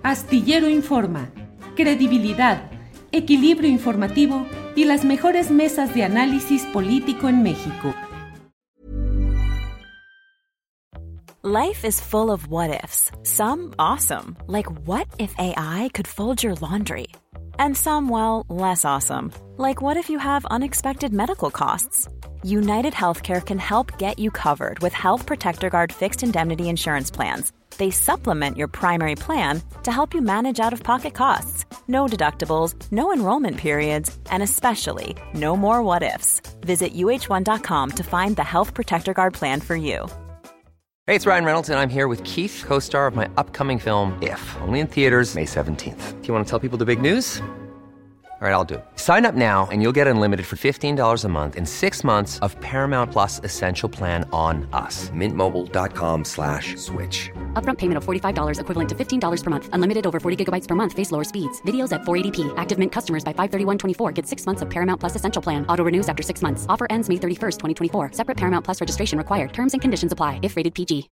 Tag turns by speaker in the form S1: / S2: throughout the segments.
S1: Astillero Informa, credibilidad, equilibrio informativo y las mejores mesas de análisis político en México.
S2: Life is full of what-ifs, some awesome, like what if AI could fold your laundry? And some, well, less awesome, like what if you have unexpected medical costs? United Healthcare can help get you covered with Health Protector Guard fixed indemnity insurance plans. They supplement your primary plan to help you manage out-of-pocket costs. No deductibles, no enrollment periods, and especially no more what-ifs. Visit uh1.com to find the Health Protector Guard plan for you.
S3: Hey, it's Ryan Reynolds, and I'm here with Keith, co-star of my upcoming film, If, only in theaters May 17th. Do you want to tell people the big news? All right, I'll do it. Sign up now and you'll get unlimited for $15 a month and 6 months of Paramount Plus Essential Plan on us. MintMobile.com/switch.
S4: Upfront payment of $45 equivalent to $15 per month. Unlimited over 40 gigabytes per month. Face lower speeds. Videos at 480p. Active Mint customers by 531.24 get 6 months of Paramount Plus Essential Plan. Auto renews after 6 months. Offer ends May 31st, 2024. Separate Paramount Plus registration required. Terms and conditions apply if rated PG.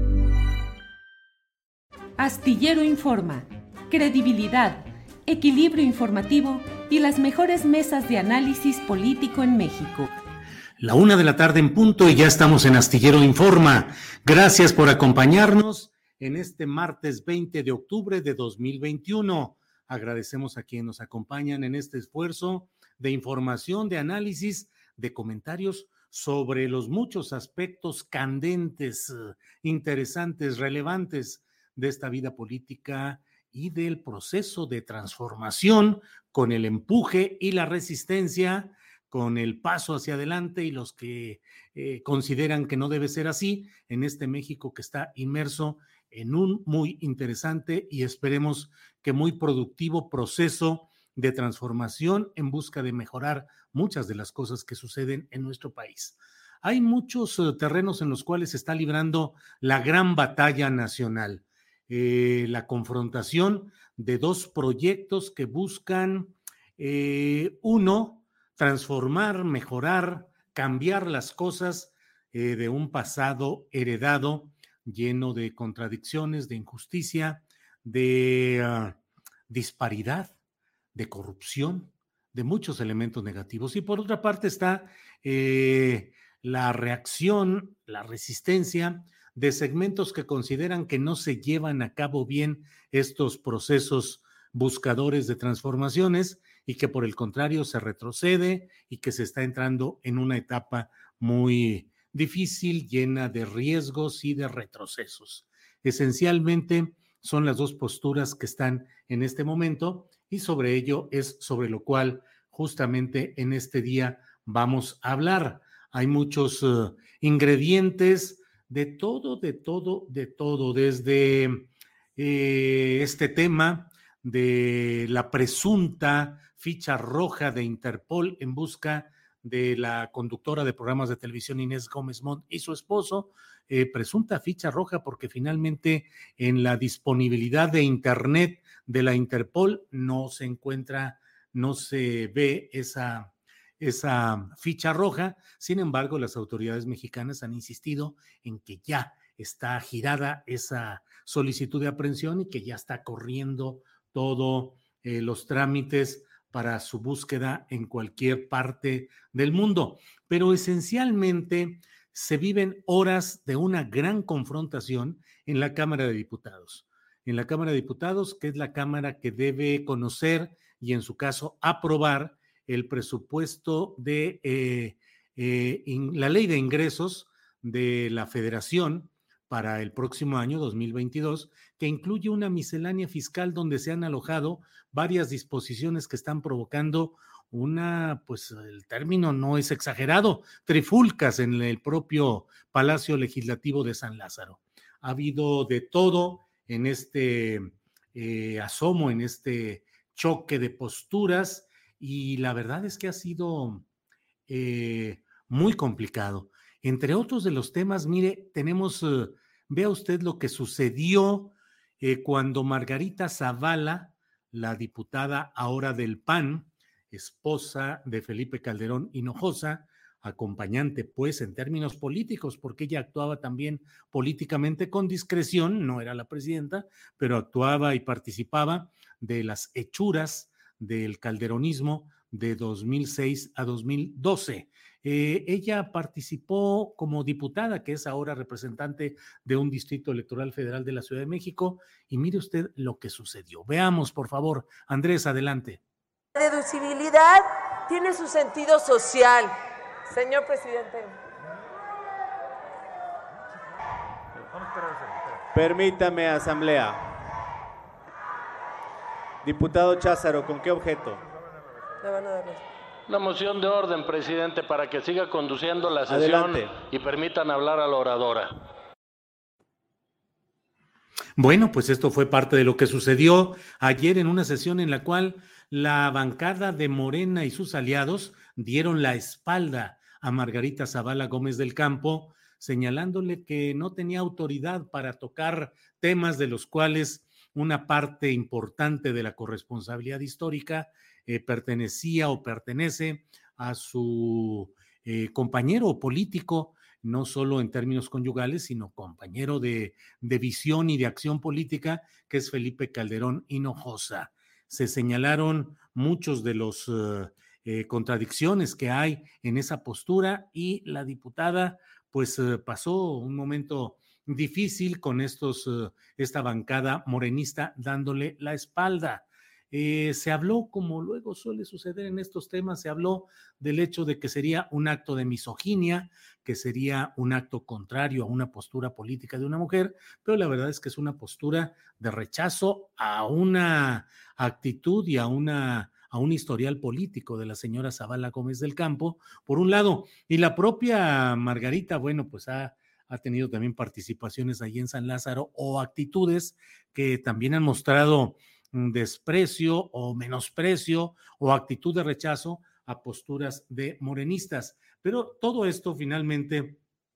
S1: Astillero Informa, credibilidad, equilibrio informativo y las mejores mesas de análisis político en México.
S5: 1:00 en punto y ya estamos en Astillero Informa. Gracias por acompañarnos en este martes 20 de octubre de 2021. Agradecemos a quienes nos acompañan en este esfuerzo de información, de análisis, de comentarios sobre los muchos aspectos candentes, interesantes, relevantes de esta vida política y del proceso de transformación, con el empuje y la resistencia, con el paso hacia adelante y los que consideran que no debe ser así en este México que está inmerso en un muy interesante y esperemos que muy productivo proceso de transformación en busca de mejorar muchas de las cosas que suceden en nuestro país. Hay muchos terrenos en los cuales se está librando la gran batalla nacional. La confrontación de dos proyectos que buscan, uno, transformar, mejorar, cambiar las cosas de un pasado heredado lleno de contradicciones, de injusticia, de disparidad, de corrupción, de muchos elementos negativos. Y por otra parte está la reacción, la resistencia de segmentos que consideran que no se llevan a cabo bien estos procesos buscadores de transformaciones y que por el contrario se retrocede y que se está entrando en una etapa muy difícil, llena de riesgos y de retrocesos. Esencialmente son las dos posturas que están en este momento y sobre ello es sobre lo cual justamente en este día vamos a hablar. Hay muchos ingredientes de todo, desde este tema de la presunta ficha roja de Interpol en busca de la conductora de programas de televisión Inés Gómez Mont y su esposo, presunta ficha roja porque finalmente en la disponibilidad de Internet de la Interpol no se encuentra, no se ve esa ficha roja. Sin embargo, las autoridades mexicanas han insistido en que ya está girada esa solicitud de aprehensión y que ya está corriendo todos los trámites para su búsqueda en cualquier parte del mundo. Pero esencialmente se viven horas de una gran confrontación en la Cámara de Diputados. En la Cámara de Diputados, que es la Cámara que debe conocer y en su caso aprobar el presupuesto de la ley de ingresos de la Federación para el próximo año 2022, que incluye una miscelánea fiscal donde se han alojado varias disposiciones que están provocando pues el término no es exagerado, trifulcas en el propio Palacio Legislativo de San Lázaro. Ha habido de todo en este asomo, en este choque de posturas, y la verdad es que ha sido muy complicado. Entre otros de los temas, mire, tenemos, vea usted lo que sucedió cuando Margarita Zavala, la diputada ahora del PAN, esposa de Felipe Calderón Hinojosa, acompañante, pues, en términos políticos, porque ella actuaba también políticamente con discreción, no era la presidenta, pero actuaba y participaba de las hechuras del calderonismo de 2006 a 2012. Ella participó como diputada, que es ahora representante de un distrito electoral federal de la Ciudad de México, y mire usted lo que sucedió. Veamos, por favor. Andrés, adelante.
S6: La deducibilidad tiene su sentido social. Señor presidente.
S7: Permítame, asamblea. Diputado Cházaro, ¿con qué objeto?
S6: Le van a dar
S8: una moción de orden, presidente, para que siga conduciendo la sesión. Adelante. Y permitan hablar a la oradora.
S5: Bueno, pues esto fue parte de lo que sucedió ayer en una sesión en la cual la bancada de Morena y sus aliados dieron la espalda a Margarita Zavala Gómez del Campo, señalándole que no tenía autoridad para tocar temas de los cuales una parte importante de la corresponsabilidad histórica pertenecía o pertenece a su compañero político, no solo en términos conyugales, sino compañero de visión y de acción política, que es Felipe Calderón Hinojosa. Se señalaron muchos de los contradicciones que hay en esa postura y la diputada pues pasó un momento difícil con esta bancada morenista dándole la espalda. Se habló, como luego suele suceder en estos temas, se habló del hecho de que sería un acto de misoginia, que sería un acto contrario a una postura política de una mujer, pero la verdad es que es una postura de rechazo a una actitud y a un historial político de la señora Zavala Gómez del Campo, por un lado, y la propia Margarita, bueno, pues ha tenido también participaciones ahí en San Lázaro o actitudes que también han mostrado desprecio o menosprecio o actitud de rechazo a posturas de morenistas. Pero todo esto finalmente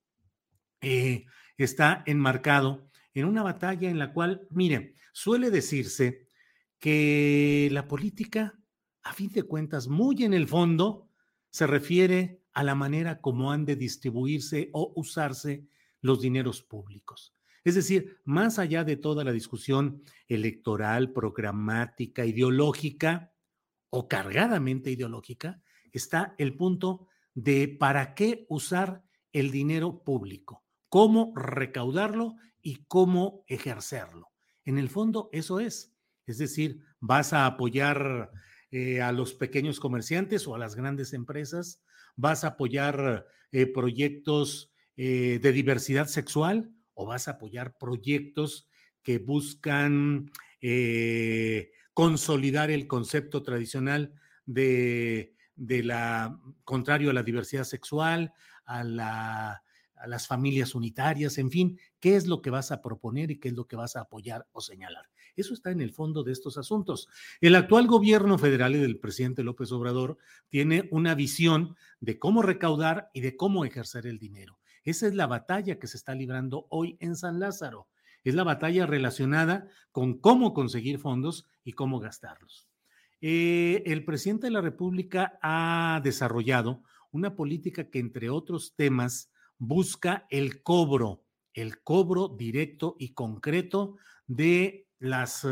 S5: está enmarcado en una batalla en la cual, mire, suele decirse que la política, a fin de cuentas, muy en el fondo, se refiere a la manera como han de distribuirse o usarse los dineros públicos. Es decir, más allá de toda la discusión electoral, programática, ideológica o cargadamente ideológica, está el punto de para qué usar el dinero público, cómo recaudarlo y cómo ejercerlo. En el fondo, eso es. Es decir, vas a apoyar a los pequeños comerciantes o a las grandes empresas, vas a apoyar proyectos de diversidad sexual, o vas a apoyar proyectos que buscan consolidar el concepto tradicional de la contrario a la diversidad sexual, a las familias unitarias, en fin, ¿qué es lo que vas a proponer y qué es lo que vas a apoyar o señalar? Eso está en el fondo de estos asuntos. El actual gobierno federal y del presidente López Obrador tiene una visión de cómo recaudar y de cómo ejercer el dinero. Esa es la batalla que se está librando hoy en San Lázaro. Es la batalla relacionada con cómo conseguir fondos y cómo gastarlos. El presidente de la República ha desarrollado una política que, entre otros temas, busca el cobro directo y concreto de las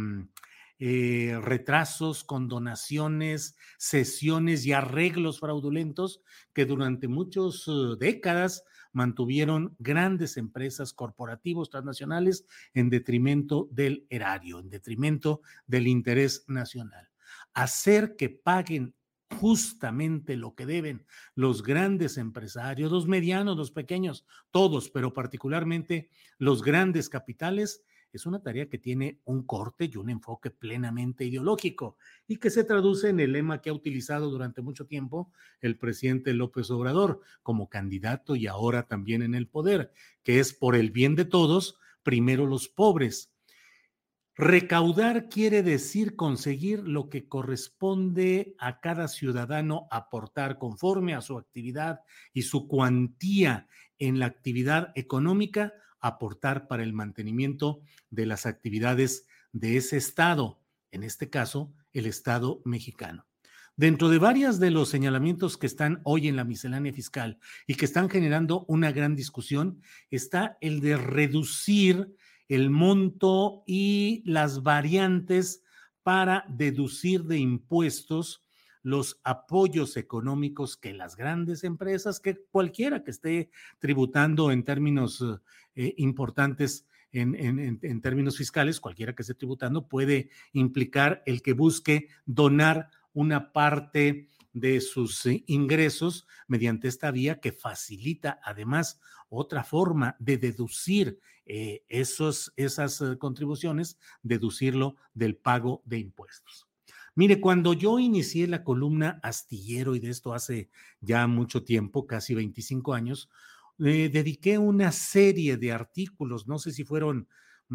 S5: retrasos, condonaciones, cesiones y arreglos fraudulentos que durante muchas décadas mantuvieron grandes empresas corporativos transnacionales en detrimento del erario, en detrimento del interés nacional. Hacer que paguen justamente lo que deben los grandes empresarios, los medianos, los pequeños, todos, pero particularmente los grandes capitales, es una tarea que tiene un corte y un enfoque plenamente ideológico y que se traduce en el lema que ha utilizado durante mucho tiempo el presidente López Obrador como candidato y ahora también en el poder, que es por el bien de todos, primero los pobres. Recaudar quiere decir conseguir lo que corresponde a cada ciudadano aportar conforme a su actividad y su cuantía en la actividad económica, aportar para el mantenimiento de las actividades de ese estado, en este caso, el Estado mexicano. Dentro de varios de los señalamientos que están hoy en la miscelánea fiscal y que están generando una gran discusión, está el de reducir el monto y las variantes para deducir de impuestos los apoyos económicos que las grandes empresas, que cualquiera que esté tributando en términos importantes, en términos fiscales, cualquiera que esté tributando puede implicar el que busque donar una parte de sus ingresos mediante esta vía que facilita además otra forma de deducir esas contribuciones, deducirlo del pago de impuestos. Mire, cuando yo inicié la columna Astillero, y de esto hace ya mucho tiempo, casi 25 años, dediqué una serie de artículos, no sé si fueron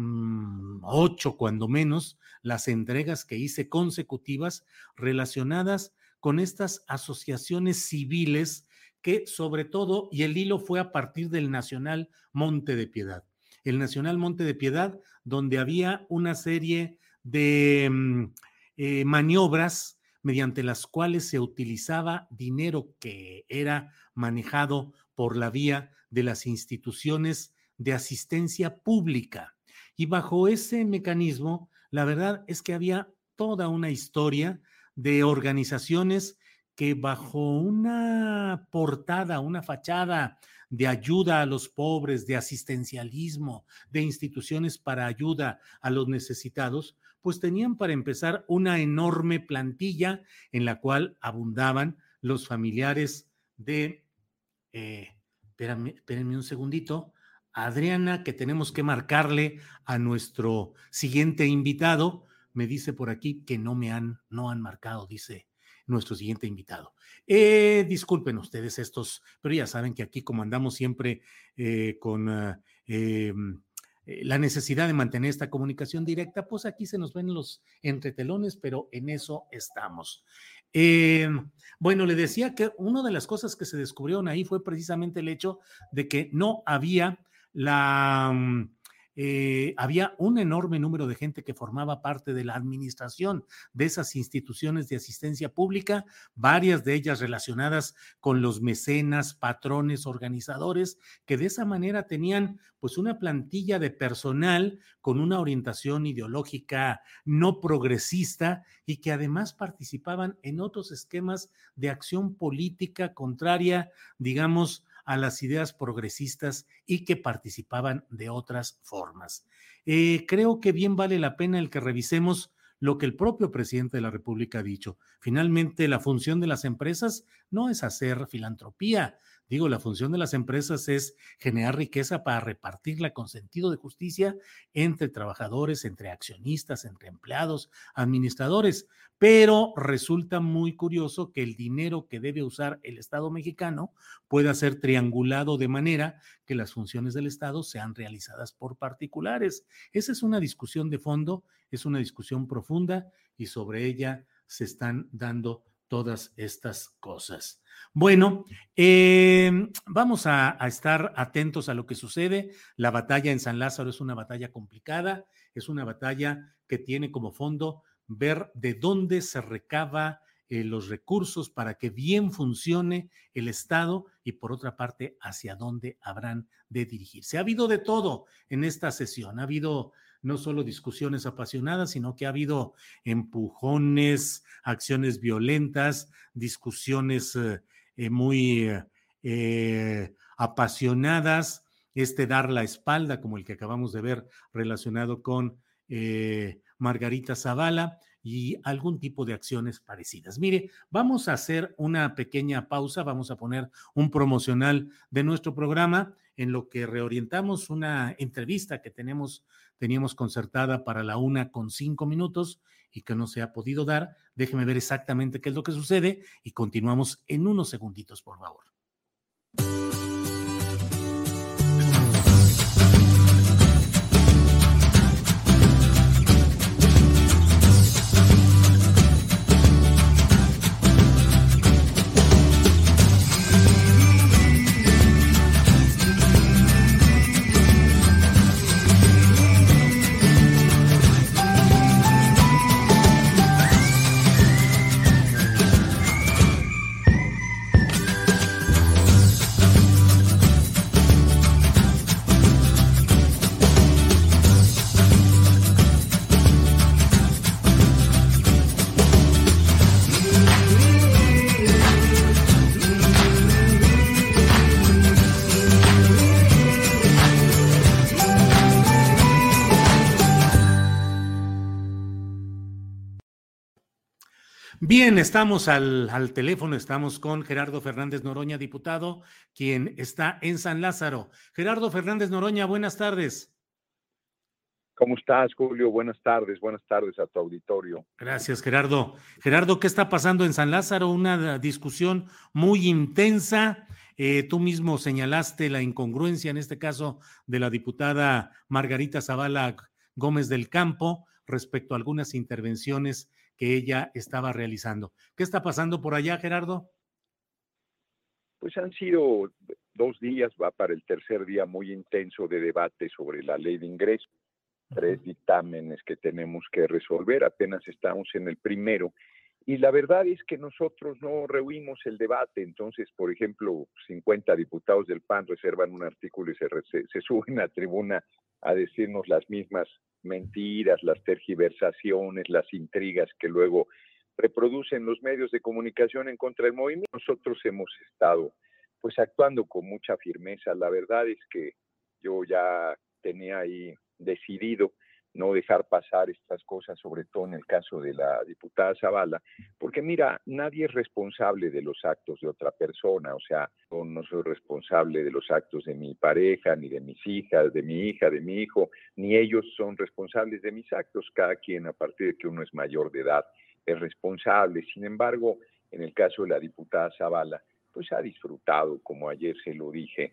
S5: 8 cuando menos, las entregas que hice consecutivas relacionadas con estas asociaciones civiles que sobre todo, y el hilo fue a partir del Nacional Monte de Piedad. El Nacional Monte de Piedad, donde había una serie de maniobras mediante las cuales se utilizaba dinero que era manejado por la vía de las instituciones de asistencia pública. Y bajo ese mecanismo, la verdad es que había toda una historia de organizaciones que bajo una portada, una fachada de ayuda a los pobres, de asistencialismo, de instituciones para ayuda a los necesitados, pues tenían para empezar una enorme plantilla en la cual abundaban los familiares de, espérenme un segundito, Adriana, que tenemos que marcarle a nuestro siguiente invitado. Me dice por aquí que no han marcado, dice nuestro siguiente invitado. Disculpen ustedes estos, pero ya saben que aquí como andamos siempre con la necesidad de mantener esta comunicación directa, pues aquí se nos ven los entretelones, pero en eso estamos. Bueno, le decía que una de las cosas que se descubrieron ahí fue precisamente el hecho de que no había había un enorme número de gente que formaba parte de la administración de esas instituciones de asistencia pública, varias de ellas relacionadas con los mecenas, patrones, organizadores, que de esa manera tenían pues una plantilla de personal con una orientación ideológica no progresista y que además participaban en otros esquemas de acción política contraria, digamos, a las ideas progresistas y que participaban de otras formas. Creo que bien vale la pena el que revisemos lo que el propio presidente de la República ha dicho. Finalmente, la función de las empresas no es hacer filantropía. Digo, la función de las empresas es generar riqueza para repartirla con sentido de justicia entre trabajadores, entre accionistas, entre empleados, administradores. Pero resulta muy curioso que el dinero que debe usar el Estado mexicano pueda ser triangulado de manera que las funciones del Estado sean realizadas por particulares. Esa es una discusión de fondo, es una discusión profunda y sobre ella se están dando todas estas cosas. Bueno, vamos a estar atentos a lo que sucede. La batalla en San Lázaro es una batalla complicada, es una batalla que tiene como fondo ver de dónde se recaba los recursos para que bien funcione el Estado y por otra parte hacia dónde habrán de dirigirse. Ha habido de todo en esta sesión, ha habido no solo discusiones apasionadas, sino que ha habido empujones, acciones violentas, discusiones muy apasionadas, dar la espalda, como el que acabamos de ver relacionado con Margarita Zavala y algún tipo de acciones parecidas. Mire, vamos a hacer una pequeña pausa, vamos a poner un promocional de nuestro programa en lo que reorientamos una entrevista que teníamos concertada para la 1:05 y que no se ha podido dar. Déjeme ver exactamente qué es lo que sucede y continuamos en unos segunditos, por favor. Bien, estamos al teléfono, estamos con Gerardo Fernández Noroña, diputado, quien está en San Lázaro. Gerardo Fernández Noroña, buenas tardes.
S9: ¿Cómo estás, Julio? Buenas tardes a tu auditorio.
S5: Gracias, Gerardo. Gerardo, ¿qué está pasando en San Lázaro? Una discusión muy intensa. Tú mismo señalaste la incongruencia, en este caso, de la diputada Margarita Zavala Gómez del Campo respecto a algunas intervenciones que ella estaba realizando. ¿Qué está pasando por allá, Gerardo?
S9: Pues han sido 2 días, va para el tercer día muy intenso de debate sobre la ley de ingresos. 3 dictámenes que tenemos que resolver, apenas estamos en el primero. Y la verdad es que nosotros no rehuimos el debate. Entonces, por ejemplo, 50 diputados del PAN reservan un artículo y se suben a tribuna a decirnos las mismas mentiras, las tergiversaciones, las intrigas que luego reproducen los medios de comunicación en contra del movimiento. Nosotros hemos estado pues actuando con mucha firmeza. La verdad es que yo ya tenía ahí decidido no dejar pasar estas cosas, sobre todo en el caso de la diputada Zavala, porque mira, nadie es responsable de los actos de otra persona. O sea, yo no soy responsable de los actos de mi pareja, ni de mis hijas, de mi hija, de mi hijo, ni ellos son responsables de mis actos. Cada quien, a partir de que uno es mayor de edad, es responsable. Sin embargo, en el caso de la diputada Zavala, pues ha disfrutado, como ayer se lo dije,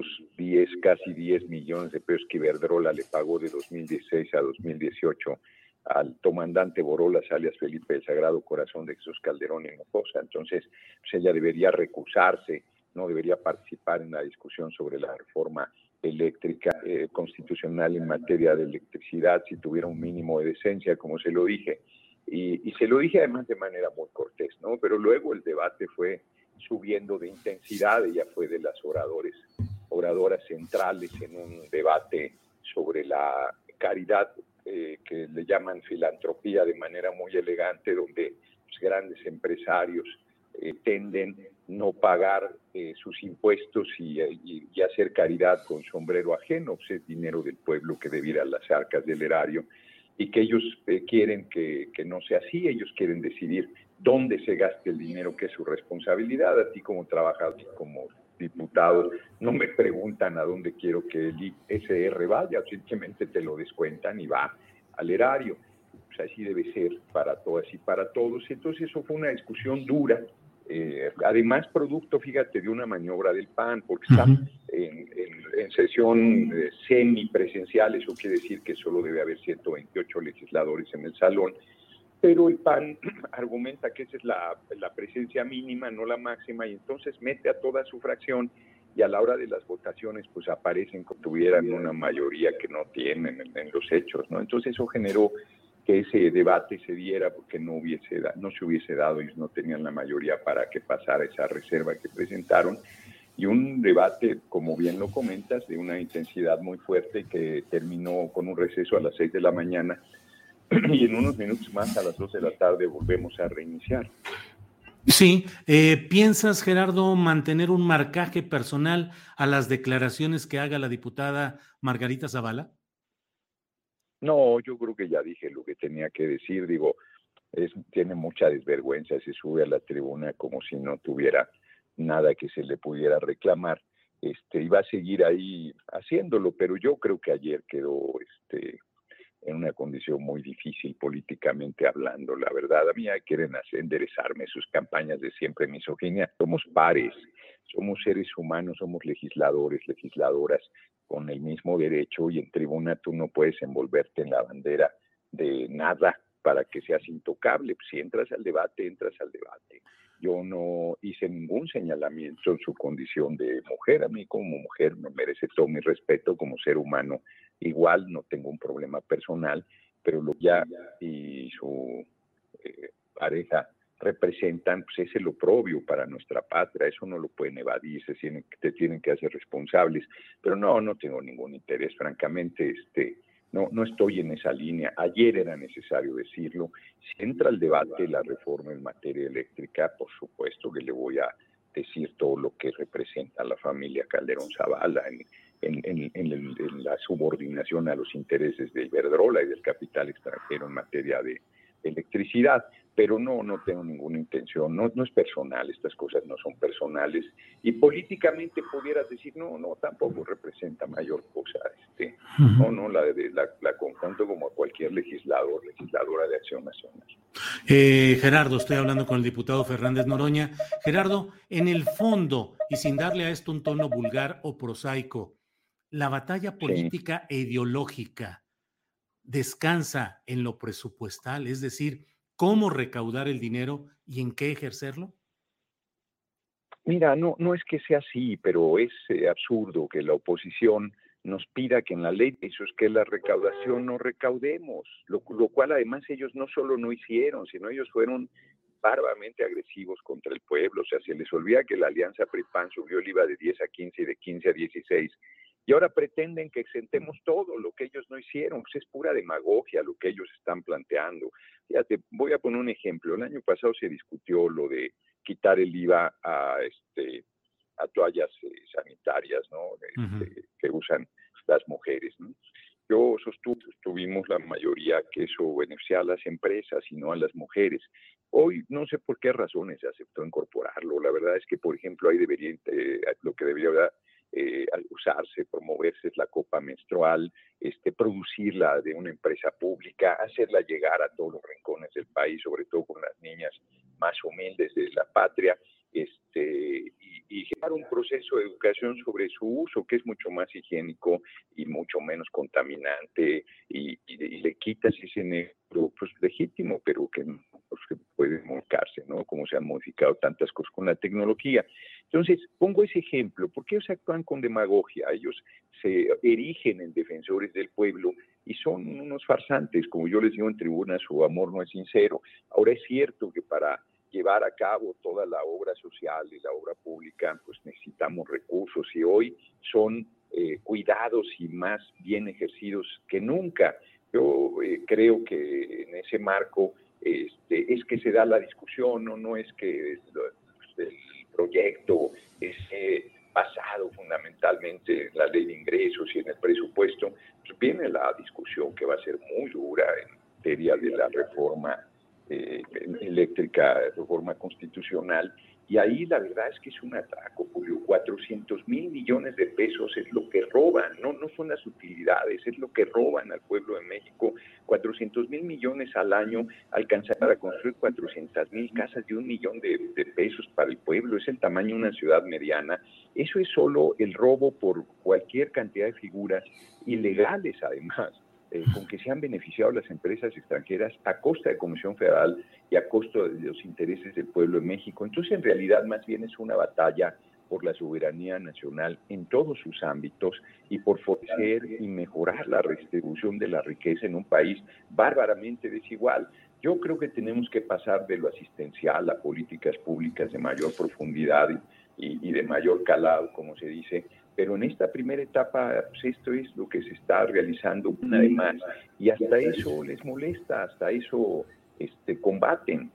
S9: casi 10 millones de pesos que Iberdrola le pagó de 2016 a 2018 al comandante Borolas, alias Felipe del Sagrado Corazón de Jesús Calderón Hinojosa. Entonces, pues ella debería recusarse, no debería participar en la discusión sobre la reforma eléctrica constitucional en materia de electricidad si tuviera un mínimo de decencia, como se lo dije. Y se lo dije además de manera muy cortés, ¿no? Pero luego el debate fue subiendo de intensidad. Ella fue de las oradoras centrales en un debate sobre la caridad, que le llaman filantropía de manera muy elegante, donde los grandes empresarios tienden no pagar sus impuestos y hacer caridad con sombrero ajeno. Pues es dinero del pueblo que debiera a las arcas del erario, y que ellos quieren que no sea así. Ellos quieren decidir dónde se gaste el dinero, que es su responsabilidad. A ti como trabajador, como diputado, no me preguntan a dónde quiero que el ISR vaya, simplemente te lo descuentan y va al erario. Pues así debe ser para todas y para todos. Entonces eso fue una discusión dura, además producto, fíjate, de una maniobra del PAN, porque está en sesión semipresencial. Eso quiere decir que solo debe haber 128 legisladores en el salón, pero el PAN argumenta que esa es la presencia mínima, no la máxima, y entonces mete a toda su fracción, y a la hora de las votaciones pues aparecen como tuvieran una mayoría que no tienen en los hechos, ¿no? Entonces eso generó que ese debate se diera, porque no se hubiese dado, ellos no tenían la mayoría para que pasara esa reserva que presentaron, y un debate, como bien lo comentas, de una intensidad muy fuerte que terminó con un receso a las 6 de la mañana, y en unos minutos más, a las 2 de la tarde, volvemos a reiniciar.
S5: Sí, ¿piensas, Gerardo, mantener un marcaje personal a las declaraciones que haga la diputada Margarita Zavala?
S9: No, yo creo que ya dije lo que tenía que decir. Digo, tiene mucha desvergüenza, se sube a la tribuna como si no tuviera nada que se le pudiera reclamar, y va a seguir ahí haciéndolo, pero yo creo que ayer quedó en una condición muy difícil políticamente hablando. La verdad, a mí quieren enderezarme sus campañas de siempre misoginia. Somos pares, somos seres humanos, somos legisladores, legisladoras con el mismo derecho, y en tribuna tú no puedes envolverte en la bandera de nada para que seas intocable. Pues si entras al debate, entras al debate. Yo no hice ningún señalamiento en su condición de mujer. A mí como mujer me merece todo mi respeto, como ser humano igual, no tengo un problema personal, pero lo que ella y su pareja representan, pues es el oprobio para nuestra patria. Eso no lo pueden evadir, te tienen que hacer responsables. Pero no tengo ningún interés, francamente. No estoy en esa línea. Ayer era necesario decirlo. Si entra al debate la reforma en materia eléctrica, por supuesto que le voy a decir todo lo que representa la familia Calderón Zavala en la subordinación a los intereses de Iberdrola y del capital extranjero en materia de electricidad, pero no tengo ninguna intención, no es personal, estas cosas no son personales, y políticamente pudieras decir, no, tampoco representa mayor cosa, la confronto como a cualquier legisladora de Acción Nacional.
S5: Gerardo, estoy hablando con el diputado Fernández Noroña. Gerardo, en el fondo, y sin darle a esto un tono vulgar o prosaico, la batalla política e ideológica descansa en lo presupuestal, es decir, cómo recaudar el dinero y en qué ejercerlo.
S9: Mira, no es que sea así, pero es absurdo que la oposición nos pida que en la ley de eso es que la recaudación no recaudemos, lo cual además ellos no solo no hicieron, sino ellos fueron bárbaramente agresivos contra el pueblo. O sea, se les olvida que la alianza PRI-PAN subió el IVA de 10 a 15 y de 15 a 16, y ahora pretenden que exentemos todo lo que ellos no hicieron. Pues es pura demagogia lo que ellos están planteando. Fíjate, voy a poner un ejemplo. El año pasado se discutió lo de quitar el IVA a toallas sanitarias, ¿no? Que usan las mujeres, ¿no? Yo sostuvimos la mayoría que eso beneficia a las empresas y no a las mujeres. Hoy no sé por qué razones se aceptó incorporarlo. La verdad es que, por ejemplo, ahí lo que debería usarse, promoverse es la copa menstrual, producirla de una empresa pública, hacerla llegar a todos los rincones del país, sobre todo con las niñas más humildes de la patria, y generar un proceso de educación sobre su uso, que es mucho más higiénico y mucho menos contaminante, y le quitas ese negro, pues legítimo, pero que puede modificarse, ¿no? Como se han modificado tantas cosas con la tecnología. Entonces, pongo ese ejemplo, porque ellos actúan con demagogia, ellos se erigen en defensores del pueblo y son unos farsantes, como yo les digo en tribuna, su amor no es sincero. Ahora es cierto que para llevar a cabo toda la obra social y la obra pública, pues necesitamos recursos, y hoy son cuidados y más bien ejercidos que nunca. Yo creo que en ese marco es que se da la discusión, no es que el proyecto esté basado fundamentalmente en la ley de ingresos y en el presupuesto. Pues viene la discusión que va a ser muy dura en materia de la reforma eléctrica, reforma constitucional, y ahí la verdad es que es un atraco, Julio. 400,000 millones de pesos es lo que roban, no son las utilidades, es lo que roban al pueblo de México. 400,000 millones al año alcanzar para construir 400,000 casas de 1 millón de pesos para el pueblo, es el tamaño de una ciudad mediana. Eso es solo el robo por cualquier cantidad de figuras ilegales, además, con que se han beneficiado las empresas extranjeras a costa de Comisión Federal y a costa de los intereses del pueblo de México. Entonces, en realidad, más bien es una batalla por la soberanía nacional en todos sus ámbitos y por fortalecer y mejorar la redistribución de la riqueza en un país bárbaramente desigual. Yo creo que tenemos que pasar de lo asistencial a políticas públicas de mayor profundidad y de mayor calado, como se dice, pero en esta primera etapa, pues esto es lo que se está realizando una vez más, y hasta eso les molesta, hasta eso combaten.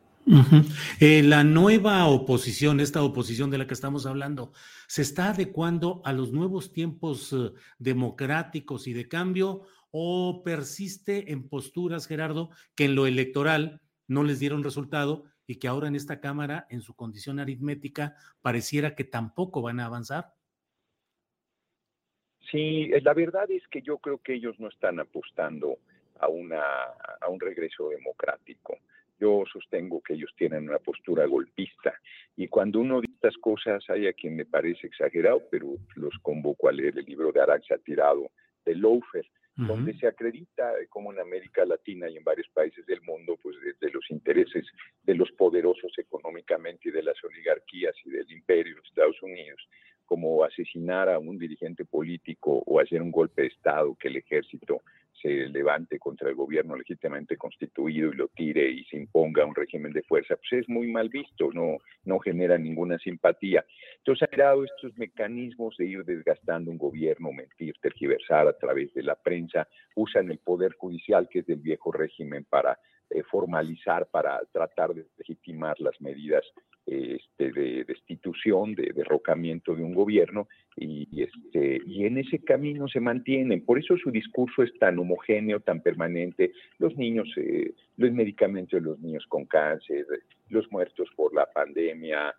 S5: La nueva oposición, esta oposición de la que estamos hablando, ¿se está adecuando a los nuevos tiempos democráticos y de cambio, o persiste en posturas, Gerardo, que en lo electoral no les dieron resultado y que ahora en esta Cámara, en su condición aritmética, pareciera que tampoco van a avanzar?
S9: Sí, la verdad es que yo creo que ellos no están apostando a un regreso democrático. Yo sostengo que ellos tienen una postura golpista, y cuando uno dice estas cosas hay a quien le parece exagerado, pero los convoco a leer el libro de Arantxa Tirado, de Loafer, donde se acredita cómo en América Latina y en varios países del mundo, pues de los intereses de los poderosos económicamente y de las oligarquías y del imperio de Estados Unidos, como asesinar a un dirigente político o hacer un golpe de Estado, que el ejército se levante contra el gobierno legítimamente constituido y lo tire y se imponga un régimen de fuerza, pues es muy mal visto, no genera ninguna simpatía. Entonces ha creado estos mecanismos de ir desgastando un gobierno, mentir, tergiversar a través de la prensa, usan el poder judicial, que es del viejo régimen, para formalizar, para tratar de legitimar las medidas de destitución, de derrocamiento de un gobierno, y en ese camino se mantienen. Por eso su discurso es tan homogéneo, tan permanente. Los niños, los medicamentos de los niños con cáncer, los muertos por la pandemia,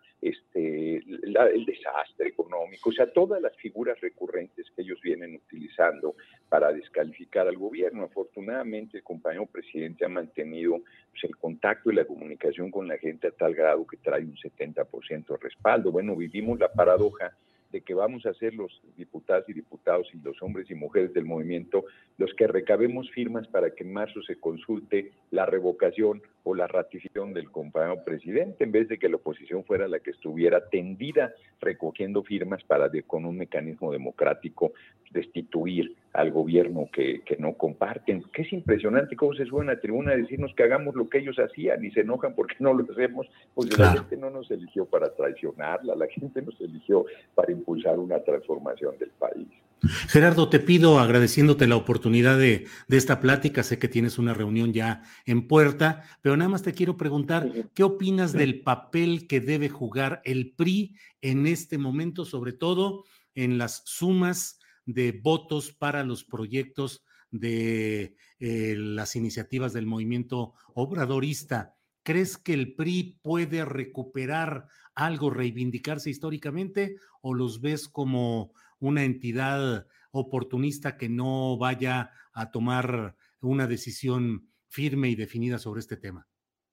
S9: el desastre económico, o sea, todas las figuras recurrentes que ellos vienen utilizando para descalificar al gobierno. Afortunadamente, el compañero presidente ha mantenido el contacto y la comunicación con la gente a tal grado que trae un 70% de respaldo. Bueno, vivimos la paradoja de que vamos a ser los diputadas y diputados y los hombres y mujeres del movimiento los que recabemos firmas para que en marzo se consulte la revocación o la ratificación del compañero presidente, en vez de que la oposición fuera la que estuviera tendida recogiendo firmas para, con un mecanismo democrático, destituir al gobierno que no comparten. Que es impresionante cómo se suben a la tribuna a decirnos que hagamos lo que ellos hacían y se enojan porque no lo hacemos, porque claro, la gente no nos eligió para traicionarla, la gente nos eligió para impulsar una transformación del país.
S5: Gerardo, te pido, agradeciéndote la oportunidad de esta plática, sé que tienes una reunión ya en puerta, pero nada más te quiero preguntar, ¿qué opinas del papel que debe jugar el PRI en este momento, sobre todo en las sumas de votos para los proyectos de las iniciativas del movimiento obradorista? ¿Crees que el PRI puede recuperar algo, reivindicarse históricamente, o los ves como una entidad oportunista que no vaya a tomar una decisión firme y definida sobre este tema?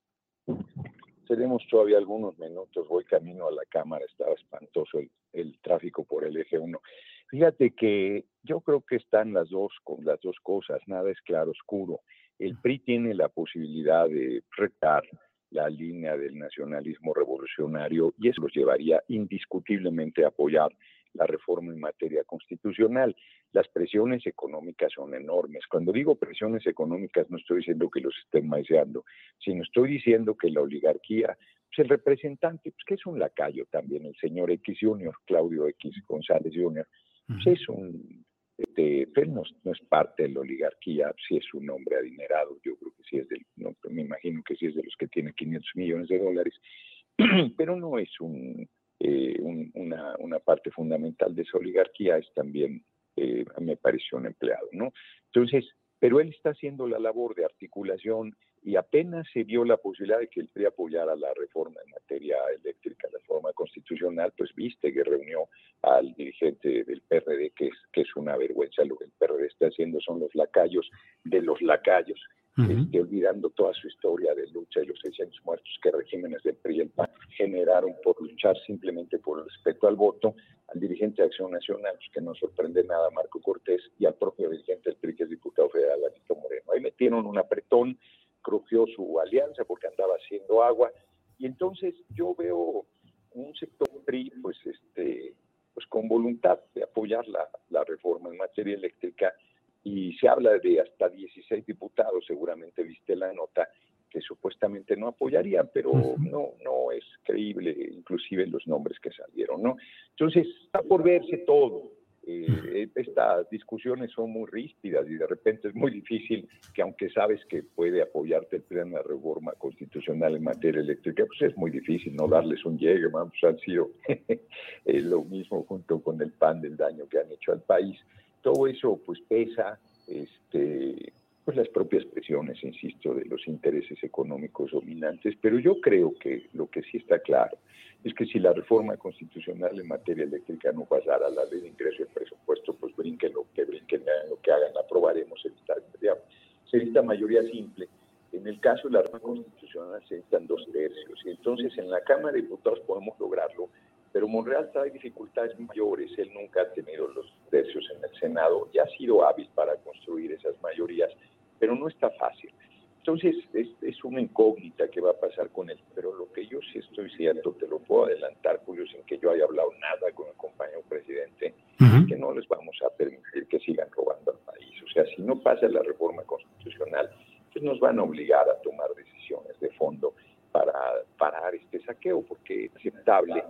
S9: Tenemos todavía algunos minutos, voy camino a la Cámara, estaba espantoso el tráfico por el eje 1. Fíjate que yo creo que están las dos cosas, nada es claro oscuro. El PRI tiene la posibilidad de retar la línea del nacionalismo revolucionario y eso los llevaría indiscutiblemente a apoyar la reforma en materia constitucional. Las presiones económicas son enormes. Cuando digo presiones económicas no estoy diciendo que los estén maiciando, sino estoy diciendo que la oligarquía, pues el representante, pues que es un lacayo también, el señor X Jr., Claudio X González Jr., pues es un... él no es parte de la oligarquía, sí es un hombre adinerado, yo creo que sí es me imagino que sí es de los que tiene $500 millones, pero no es una parte fundamental de esa oligarquía, es también, me pareció un empleado, ¿no? Entonces, pero él está haciendo la labor de articulación y apenas se vio la posibilidad de que el PRI apoyara la reforma en materia eléctrica, la reforma constitucional, pues viste que reunió al dirigente del PRD, que es una vergüenza. Lo que el PRD está haciendo son los lacayos de los lacayos, olvidando toda su historia de lucha y los 600 muertos que regímenes del PRI y el PAN generaron por luchar simplemente por el respeto al voto, al dirigente de Acción Nacional, pues que no sorprende nada, Marco Cortés, y al propio dirigente del PRI, que es diputado federal, Alito Moreno. Ahí metieron un apretón, crujió su alianza porque andaba haciendo agua, y entonces yo veo un sector PRI pues con voluntad de apoyar la reforma en materia eléctrica, y se habla de hasta 16 diputados, seguramente viste la nota, que supuestamente no apoyarían, pero no es creíble, inclusive los nombres que salieron, ¿no? Entonces, está por verse todo. Estas discusiones son muy ríspidas y de repente es muy difícil que, aunque sabes que puede apoyarte el plan de la reforma constitucional en materia eléctrica, pues es muy difícil no darles un llegue, pues han sido lo mismo junto con el PAN del daño que han hecho al país. Todo eso pues pesa, pues las propias presiones, insisto, de los intereses económicos dominantes, pero yo creo que lo que sí está claro es que si la reforma constitucional en materia eléctrica no pasara a la ley de ingreso y presupuesto, pues brinquen lo que hagan, la aprobaremos, se necesita mayoría simple. En el caso de la reforma constitucional se necesitan 2/3, y entonces en la Cámara de Diputados podemos lograrlo, pero Monreal trae dificultades mayores. Él nunca ha tenido los tercios en el Senado y ha sido hábil para construir esas mayorías, pero no está fácil. Entonces, es una incógnita que va a pasar con él, pero lo que yo sí estoy cierto, te lo puedo adelantar, Julio, sin que yo haya hablado nada con el compañero presidente, es que no les vamos a permitir que sigan robando al país. O sea, si no pasa la reforma constitucional, pues nos van a obligar a tomar decisiones de fondo para parar este saqueo, porque es aceptable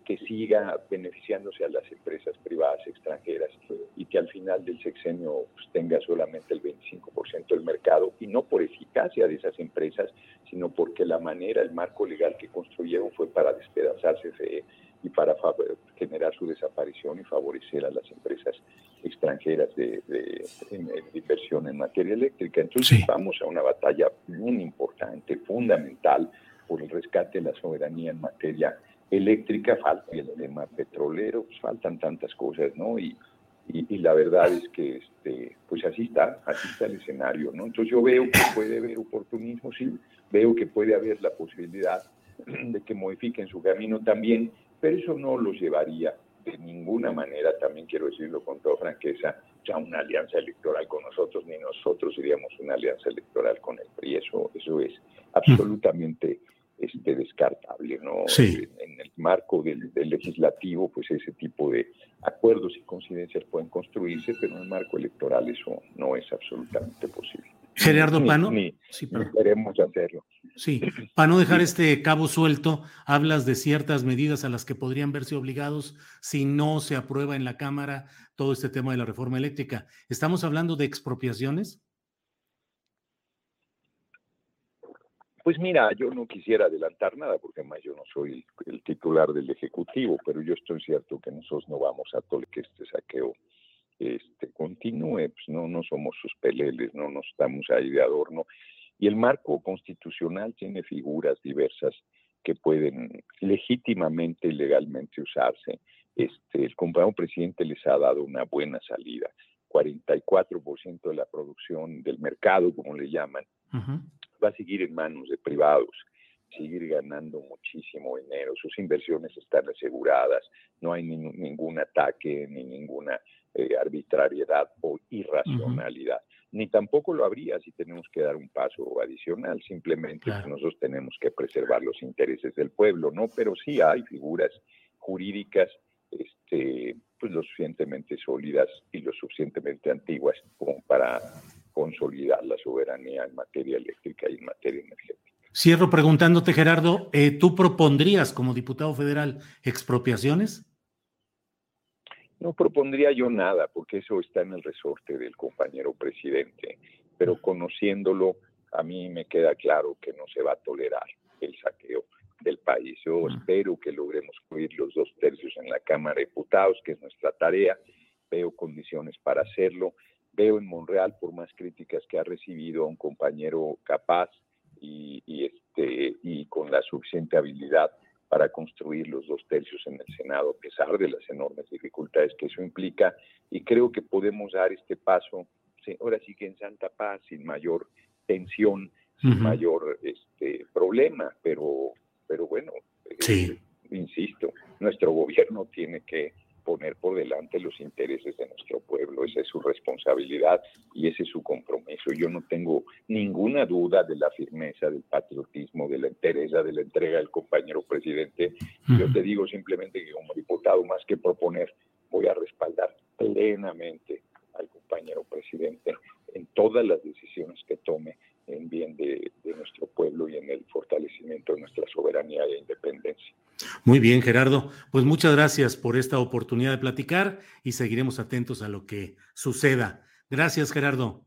S9: que siga beneficiándose a las empresas privadas extranjeras y que al final del sexenio pues, tenga solamente el 25% del mercado, y no por eficacia de esas empresas, sino porque la manera, el marco legal que construyeron fue para despedazar CFE y para generar su desaparición y favorecer a las empresas extranjeras de inversión en materia eléctrica. Entonces vamos a una batalla muy importante, fundamental, por el rescate de la soberanía en materia eléctrica. Falta el tema petrolero, pues faltan tantas cosas, ¿no? Y la verdad es que pues así está el escenario, ¿no? Entonces yo veo que puede haber oportunismo, sí, veo que puede haber la posibilidad de que modifiquen su camino también, pero eso no los llevaría de ninguna manera, también quiero decirlo con toda franqueza, a una alianza electoral con nosotros, ni nosotros iríamos a una alianza electoral con el PRI. Eso es absolutamente descartable, ¿no?
S5: Sí.
S9: En el marco del legislativo, pues ese tipo de acuerdos y coincidencias pueden construirse, pero en el marco electoral eso no es absolutamente posible.
S5: Gerardo Pano.
S9: Ni queremos hacerlo.
S5: Sí, para no dejar este cabo suelto, hablas de ciertas medidas a las que podrían verse obligados si no se aprueba en la Cámara todo este tema de la reforma eléctrica. ¿Estamos hablando de expropiaciones?
S9: Pues mira, yo no quisiera adelantar nada, porque además yo no soy el titular del Ejecutivo, pero yo estoy cierto que nosotros no vamos a tolerar que este saqueo continúe, pues no somos sus peleles, no nos estamos ahí de adorno. Y el marco constitucional tiene figuras diversas que pueden legítimamente y legalmente usarse. El compañero presidente les ha dado una buena salida. 44% de la producción del mercado, como le llaman, va a seguir en manos de privados, seguir ganando muchísimo dinero. Sus inversiones están aseguradas, no hay ningún ataque ni ninguna arbitrariedad o irracionalidad. Ni tampoco lo habría si tenemos que dar un paso adicional, simplemente claro, nosotros tenemos que preservar los intereses del pueblo, ¿no? Pero sí hay figuras jurídicas pues lo suficientemente sólidas y lo suficientemente antiguas como para consolidar la soberanía en materia eléctrica y en materia energética.
S5: Cierro preguntándote, Gerardo, ¿tú propondrías como diputado federal expropiaciones?
S9: No propondría yo nada, porque eso está en el resorte del compañero presidente, pero conociéndolo, a mí me queda claro que no se va a tolerar el saqueo del país. Yo espero que logremos incluir los 2/3 en la Cámara de Diputados, que es nuestra tarea. Veo condiciones para hacerlo. Veo en Monreal, por más críticas que ha recibido, a un compañero capaz y con la suficiente habilidad para construir los 2/3 en el Senado, a pesar de las enormes dificultades que eso implica, y creo que podemos dar este paso, ahora sí que en santa paz, sin mayor tensión, sin mayor problema, pero bueno, insisto, nuestro gobierno tiene que poner por delante los intereses de nuestro pueblo. Esa es su responsabilidad y ese es su compromiso. Yo no tengo ninguna duda de la firmeza, del patriotismo, de la entereza, de la entrega del compañero presidente. Yo te digo simplemente que como diputado, más que proponer, voy a respaldar plenamente al compañero presidente en todas las decisiones que tome en bien de nuestro pueblo y en el fortalecimiento de nuestra soberanía e independencia.
S5: Muy bien, Gerardo. Pues muchas gracias por esta oportunidad de platicar y seguiremos atentos a lo que suceda. Gracias, Gerardo.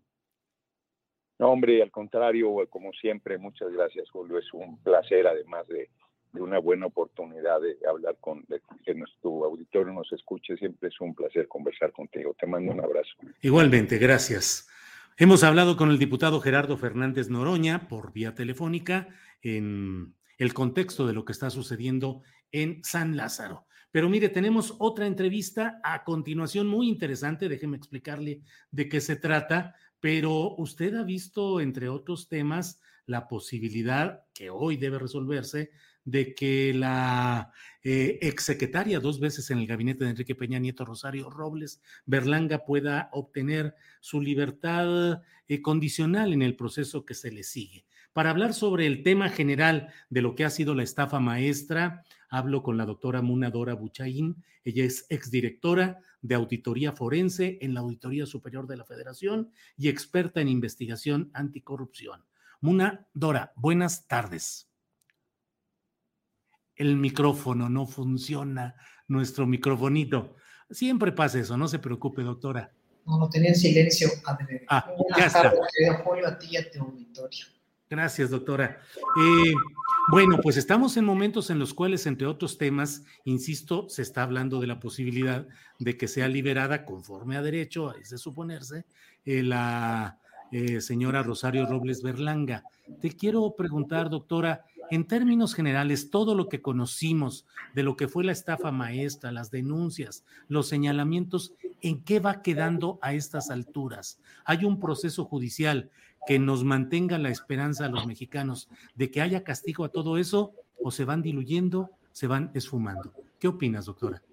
S9: No, hombre, al contrario, como siempre, muchas gracias, Julio. Es un placer, además de una buena oportunidad de hablar que nuestro auditorio nos escuche. Siempre es un placer conversar contigo. Te mando un abrazo.
S5: Igualmente, gracias. Hemos hablado con el diputado Gerardo Fernández Noroña por vía telefónica en el contexto de lo que está sucediendo en San Lázaro. Pero mire, tenemos otra entrevista a continuación muy interesante, déjeme explicarle de qué se trata, pero usted ha visto, entre otros temas, la posibilidad que hoy debe resolverse de que la exsecretaria 2 veces en el gabinete de Enrique Peña Nieto, Rosario Robles Berlanga, pueda obtener su libertad condicional en el proceso que se le sigue. Para hablar sobre el tema general de lo que ha sido la estafa maestra, hablo con la doctora Muna Dora Buchaín. Ella es exdirectora de Auditoría Forense en la Auditoría Superior de la Federación y experta en investigación anticorrupción. Muna Dora, buenas tardes. el micrófono, no funciona nuestro microfonito. Siempre pasa eso, no se preocupe, doctora.
S10: No, lo tenía en silencio.
S5: Ya está.
S10: Julio, a ti y a tu auditorio.
S5: Gracias, doctora. Bueno, pues estamos en momentos en los cuales, entre otros temas, insisto, se está hablando de la posibilidad de que sea liberada conforme a derecho, es de suponerse, la señora Rosario Robles Berlanga. Te quiero preguntar, doctora, en términos generales, todo lo que conocimos de lo que fue la estafa maestra, las denuncias, los señalamientos, ¿en qué va quedando a estas alturas? ¿Hay un proceso judicial que nos mantenga la esperanza a los mexicanos de que haya castigo a todo eso, o se van diluyendo, se van esfumando? ¿Qué opinas, doctora?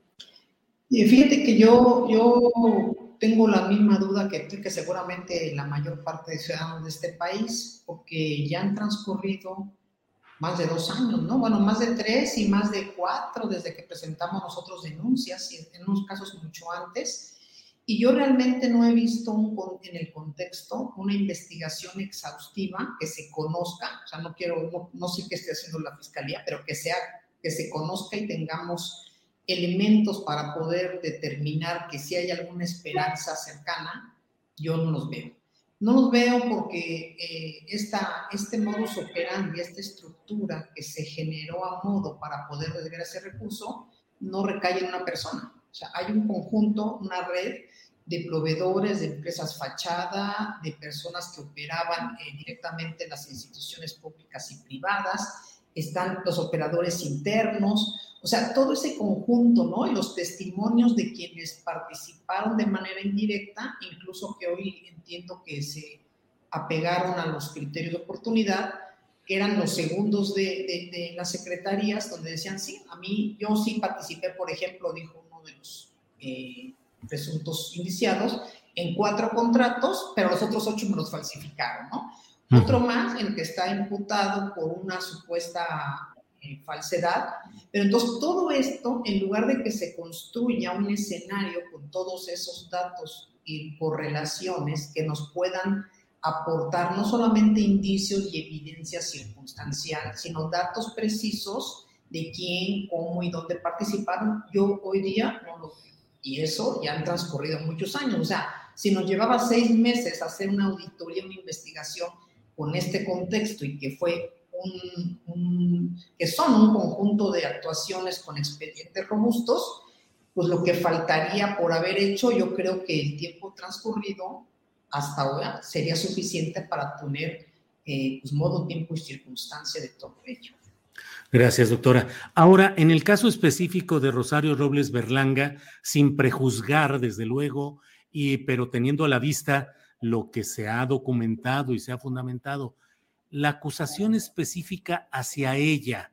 S10: Y fíjate que yo tengo la misma duda que seguramente la mayor parte de ciudadanos de este país, porque ya han transcurrido más de 2 años, ¿no? Bueno, más de 3 y más de 4 desde que presentamos nosotros denuncias, y en unos casos mucho antes. Y yo realmente no he visto en el contexto una investigación exhaustiva que se conozca, o sea, no sé qué esté haciendo la Fiscalía, pero que se conozca y tengamos elementos para poder determinar que si hay alguna esperanza cercana. Yo no los veo. No los veo porque este modus operandi, esta estructura que se generó a modo para poder desviar ese recurso, no recae en una persona. O sea, hay un conjunto, una red de proveedores, de empresas fachada, de personas que operaban directamente en las instituciones públicas y privadas, están los operadores internos, o sea, todo ese conjunto, ¿no? Y los testimonios de quienes participaron de manera indirecta, incluso que hoy entiendo que se apegaron a los criterios de oportunidad, que eran los segundos de las secretarías, donde decían, sí, yo sí participé, por ejemplo, dijo uno de los presuntos indiciados, en 4 contratos, pero los otros 8 me los falsificaron, ¿no? Otro más, en el que está imputado por una supuesta falsedad, pero entonces todo esto, en lugar de que se construya un escenario con todos esos datos y correlaciones que nos puedan aportar no solamente indicios y evidencia circunstancial, sino datos precisos de quién, cómo y dónde participaron, yo hoy día no lo veo. Y eso ya han transcurrido muchos años. O sea, si nos llevaba 6 meses hacer una auditoría, una investigación con este contexto y que fue que son un conjunto de actuaciones con expedientes robustos, pues lo que faltaría por haber hecho, yo creo que el tiempo transcurrido hasta ahora sería suficiente para poner pues, modo, tiempo y circunstancia de todo ello.
S5: Gracias, doctora. Ahora, en el caso específico de Rosario Robles Berlanga, sin prejuzgar, desde luego, pero teniendo a la vista lo que se ha documentado y se ha fundamentado, la acusación específica hacia ella,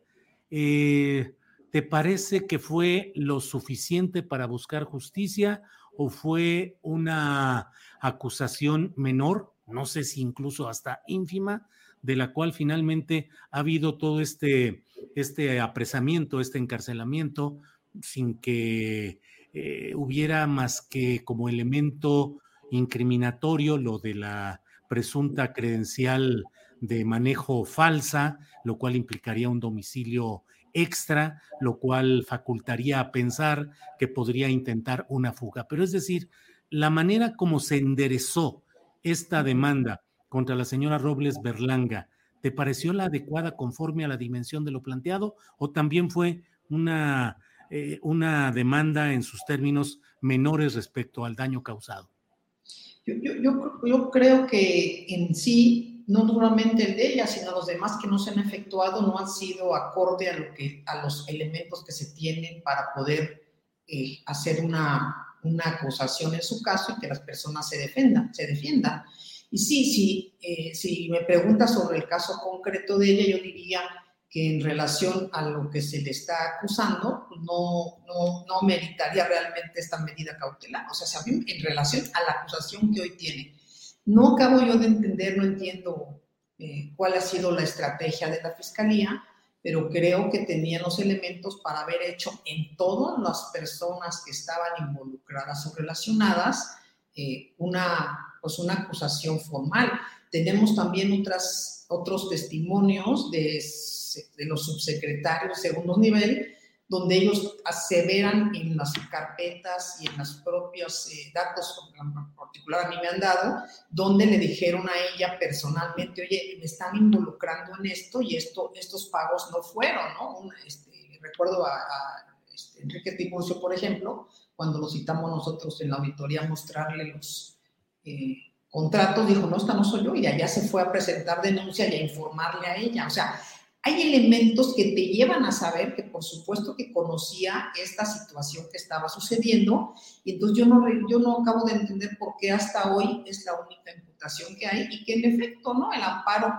S5: ¿te parece que fue lo suficiente para buscar justicia o fue una acusación menor, no sé si incluso hasta ínfima, de la cual finalmente ha habido todo este apresamiento, este encarcelamiento, sin que hubiera más que como elemento incriminatorio lo de la presunta credencial de manejo falsa, lo cual implicaría un domicilio extra, lo cual facultaría a pensar que podría intentar una fuga? Pero es decir, la manera como se enderezó esta demanda contra la señora Robles Berlanga, ¿te pareció la adecuada conforme a la dimensión de lo planteado o también fue una demanda en sus términos menores respecto al daño causado?
S10: Yo creo que en sí, no solamente el de ella, sino los demás que no se han efectuado no han sido acorde a los elementos que se tienen para poder hacer una acusación en su caso y que las personas se defiendan. Y sí, si me preguntas sobre el caso concreto de ella, yo diría que en relación a lo que se le está acusando, pues no meritaría realmente esta medida cautelar. O sea, en relación a la acusación que hoy tiene, no acabo yo de entender, no entiendo cuál ha sido la estrategia de la Fiscalía, pero creo que tenían los elementos para haber hecho en todas las personas que estaban involucradas o relacionadas una acusación formal. Tenemos también otras otros testimonios de los subsecretarios de segundo nivel, donde ellos aseveran en las carpetas y en los propios datos, en particular a mí me han dado, donde le dijeron a ella personalmente, oye, me están involucrando en esto y estos pagos no fueron, ¿no? Recuerdo a Enrique Tiburcio, por ejemplo, cuando lo citamos nosotros en la auditoría a mostrarle los contratos, dijo, no, esta no soy yo, y allá se fue a presentar denuncia y a informarle a ella. O sea, hay elementos que te llevan a saber que por supuesto que conocía esta situación que estaba sucediendo, y entonces yo no acabo de entender por qué hasta hoy es la única imputación que hay, y que en efecto, ¿no? El amparo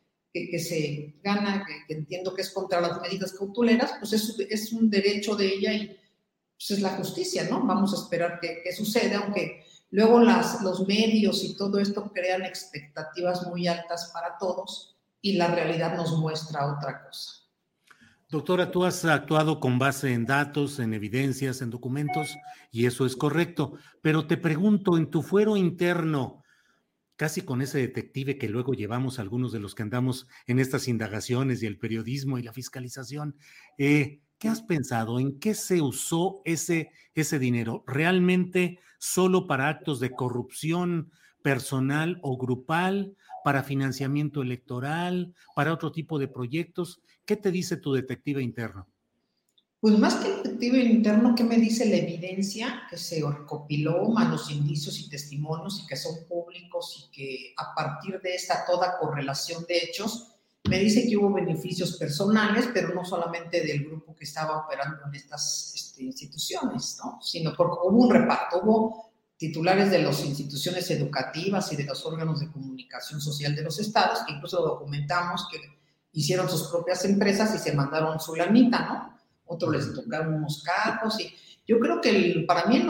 S10: que se gana, que entiendo que es contra las medidas cautuleras, pues es un derecho de ella y pues es la justicia, ¿no? Vamos a esperar que suceda, aunque luego los medios y todo esto crean expectativas muy altas para todos, y la realidad nos muestra otra cosa.
S5: Doctora, tú has actuado con base en datos, en evidencias, en documentos, y eso es correcto. Pero te pregunto, en tu fuero interno, casi con ese detective que luego llevamos algunos de los que andamos en estas indagaciones y el periodismo y la fiscalización, ¿qué has pensado? ¿En qué se usó ese dinero? ¿Realmente solo para actos de corrupción personal o grupal, para financiamiento electoral, para otro tipo de proyectos? ¿Qué te dice tu detective interno?
S10: Pues más que el detective interno, ¿qué me dice la evidencia que se recopiló, más los indicios y testimonios y que son públicos y que a partir de esta toda correlación de hechos, me dice que hubo beneficios personales, pero no solamente del grupo que estaba operando en estas instituciones, ¿no? Sino porque hubo un reparto, hubo titulares de las instituciones educativas y de los órganos de comunicación social de los estados, que incluso documentamos que hicieron sus propias empresas y se mandaron su lanita, ¿no? Otros les tocaron unos cargos y yo creo que para mí el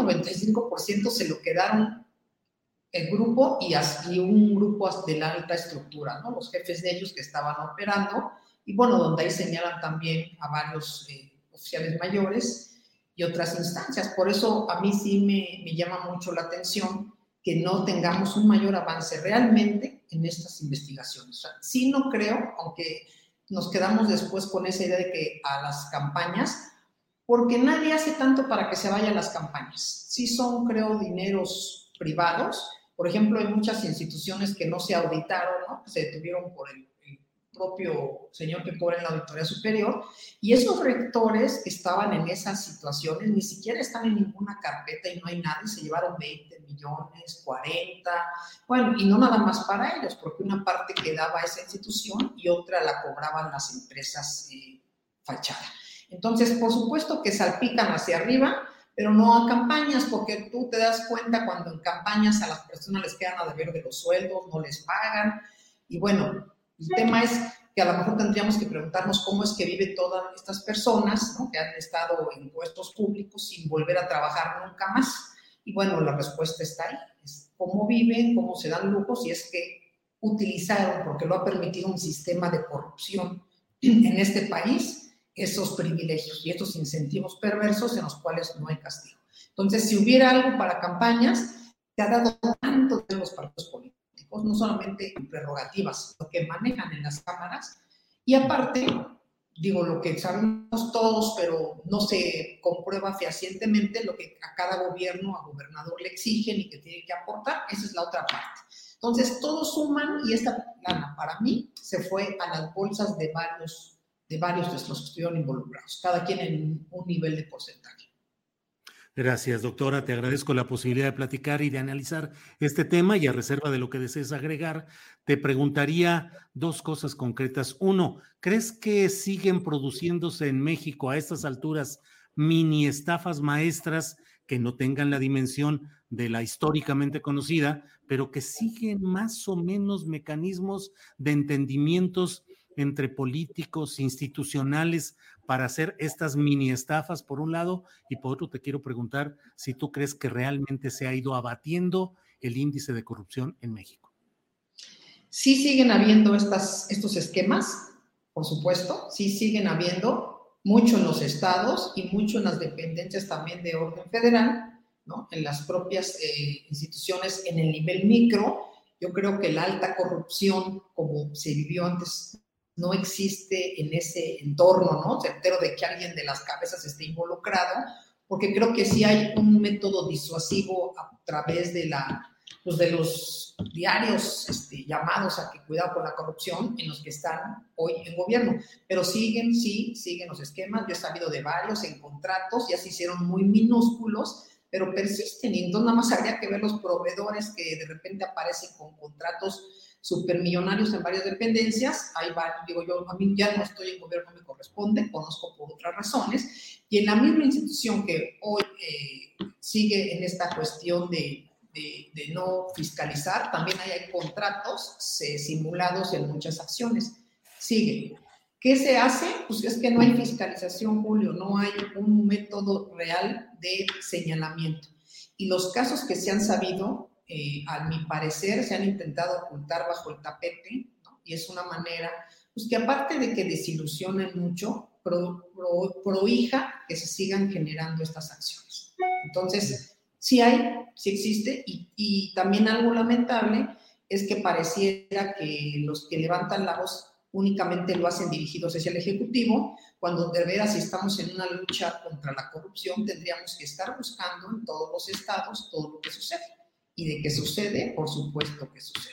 S10: 95% se lo quedaron el grupo y un grupo de la alta estructura, ¿no? Los jefes de ellos que estaban operando y bueno, donde ahí señalan también a varios oficiales mayores y otras instancias. Por eso a mí sí me llama mucho la atención que no tengamos un mayor avance realmente en estas investigaciones. O sea, sí no creo, aunque nos quedamos después con esa idea de que a las campañas, porque nadie hace tanto para que se vayan las campañas. Sí son, creo, dineros privados. Por ejemplo, hay muchas instituciones que no se auditaron, ¿no? Que se detuvieron por el propio señor que cobra en la Auditoría Superior, y esos rectores que estaban en esas situaciones ni siquiera están en ninguna carpeta y no hay nada, y se llevaron 20 millones, 40, bueno, y no nada más para ellos, porque una parte quedaba a esa institución y otra la cobraban las empresas fachada. Entonces, por supuesto que salpican hacia arriba, pero no a campañas, porque tú te das cuenta cuando en campañas a las personas les quedan a deber de los sueldos, no les pagan, y bueno, el tema es que a lo mejor tendríamos que preguntarnos cómo es que viven todas estas personas, ¿no? Que han estado en puestos públicos sin volver a trabajar nunca más. Y bueno, la respuesta está ahí. Es cómo viven, cómo se dan lujos, y es que utilizaron, porque lo ha permitido un sistema de corrupción en este país, esos privilegios y estos incentivos perversos en los cuales no hay castigo. Entonces, si hubiera algo para campañas, se ha dado tanto de los partidos políticos, no solamente en prerrogativas, lo que manejan en las cámaras, y aparte, digo, lo que sabemos todos, pero no se comprueba fehacientemente, lo que a cada gobierno, a gobernador le exigen y que tiene que aportar, esa es la otra parte. Entonces, todos suman y esta lana, para mí, se fue a las bolsas de varios de los que estuvieron involucrados, cada quien en un nivel de porcentaje.
S5: Gracias, doctora. Te agradezco la posibilidad de platicar y de analizar este tema, y a reserva de lo que desees agregar, te preguntaría dos cosas concretas. Uno, ¿crees que siguen produciéndose en México a estas alturas mini estafas maestras que no tengan la dimensión de la históricamente conocida, pero que siguen más o menos mecanismos de entendimientos entre políticos, institucionales, para hacer estas mini estafas, por un lado, y por otro te quiero preguntar si tú crees que realmente se ha ido abatiendo el índice de corrupción en México?
S10: Sí siguen habiendo estos esquemas, por supuesto, sí siguen habiendo, mucho en los estados y mucho en las dependencias también de orden federal, ¿no? En las propias instituciones en el nivel micro, Yo creo que la alta corrupción, como se vivió antes, no existe en ese entorno, ¿no? Certero de que alguien de las cabezas esté involucrado, porque creo que sí hay un método disuasivo a través de de los diarios llamados a que cuidado con la corrupción en los que están hoy en gobierno, pero siguen los esquemas. Yo he sabido de varios en contratos, ya se hicieron muy minúsculos, pero persisten, y entonces nada más habría que ver los proveedores que de repente aparecen con contratos supermillonarios en varias dependencias. Ahí va, digo yo, a mí ya no estoy en gobierno, me corresponde, conozco por otras razones, y en la misma institución que hoy sigue en esta cuestión de no fiscalizar, también hay contratos simulados en muchas acciones. Sigue. ¿Qué se hace? Pues es que no hay fiscalización, Julio, no hay un método real de señalamiento. Y los casos que se han sabido, a mi parecer, se han intentado ocultar bajo el tapete, ¿no? Y es una manera, pues que aparte de que desilusionan mucho, prohija que se sigan generando estas acciones. Entonces, sí existe, y también algo lamentable es que pareciera que los que levantan la voz únicamente lo hacen dirigidos hacia el Ejecutivo, cuando de veras, si estamos en una lucha contra la corrupción, tendríamos que estar buscando en todos los estados todo lo que sucede. Y de que sucede, por supuesto que sucede.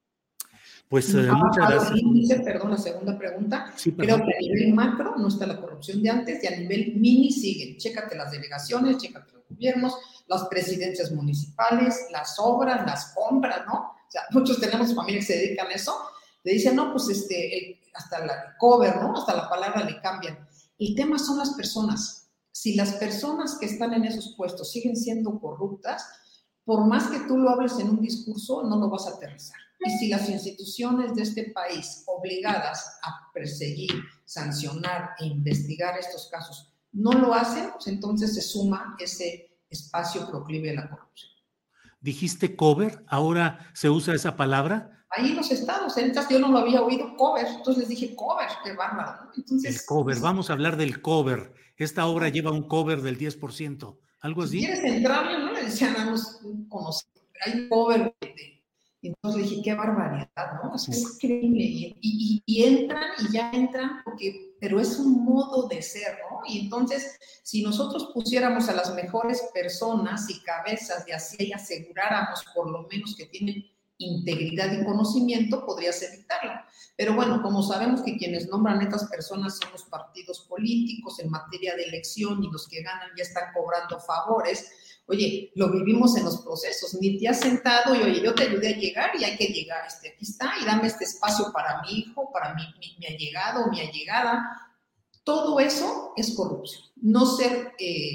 S5: Pues muchas gracias.
S10: Perdón, la segunda pregunta.
S5: Sí,
S10: creo que a nivel macro no está la corrupción de antes, y a nivel mini siguen. Chécate las delegaciones, chécate los gobiernos, las presidencias municipales, las obras, las compras, ¿no? O sea, muchos tenemos familias que se dedican a eso. Le dicen, no, pues hasta la cover, ¿no? Hasta la palabra le cambian. El tema son las personas. Si las personas que están en esos puestos siguen siendo corruptas, por más que tú lo hables en un discurso, no lo vas a aterrizar. Y si las instituciones de este país, obligadas a perseguir, sancionar e investigar estos casos, no lo hacen, pues entonces se suma ese espacio proclive a la corrupción.
S5: ¿Dijiste cover? ¿Ahora se usa esa palabra?
S10: Ahí en los estados, yo no lo había oído, cover, entonces les dije cover, qué bárbaro, ¿no? Entonces,
S5: el cover, vamos a hablar del cover. Esta obra lleva un cover del 10%, ¿algo así?
S10: Si quieres entrarle, ¿no? Le decían a los conocidos, hay un cover y entonces le dije, qué barbaridad, ¿no? Es increíble, y entran, y ya entran, pero es un modo de ser, ¿no? Y entonces, si nosotros pusiéramos a las mejores personas y cabezas y así aseguráramos por lo menos que tienen integridad y conocimiento, podrías evitarlo. Pero bueno, como sabemos que quienes nombran a estas personas son los partidos políticos en materia de elección, y los que ganan ya están cobrando favores. Oye, lo vivimos en los procesos, ni te has sentado y oye, yo te ayudé a llegar y hay que llegar, aquí está, y dame este espacio para mi hijo, para mi allegado, mi allegada. Todo eso es corrupción. No ser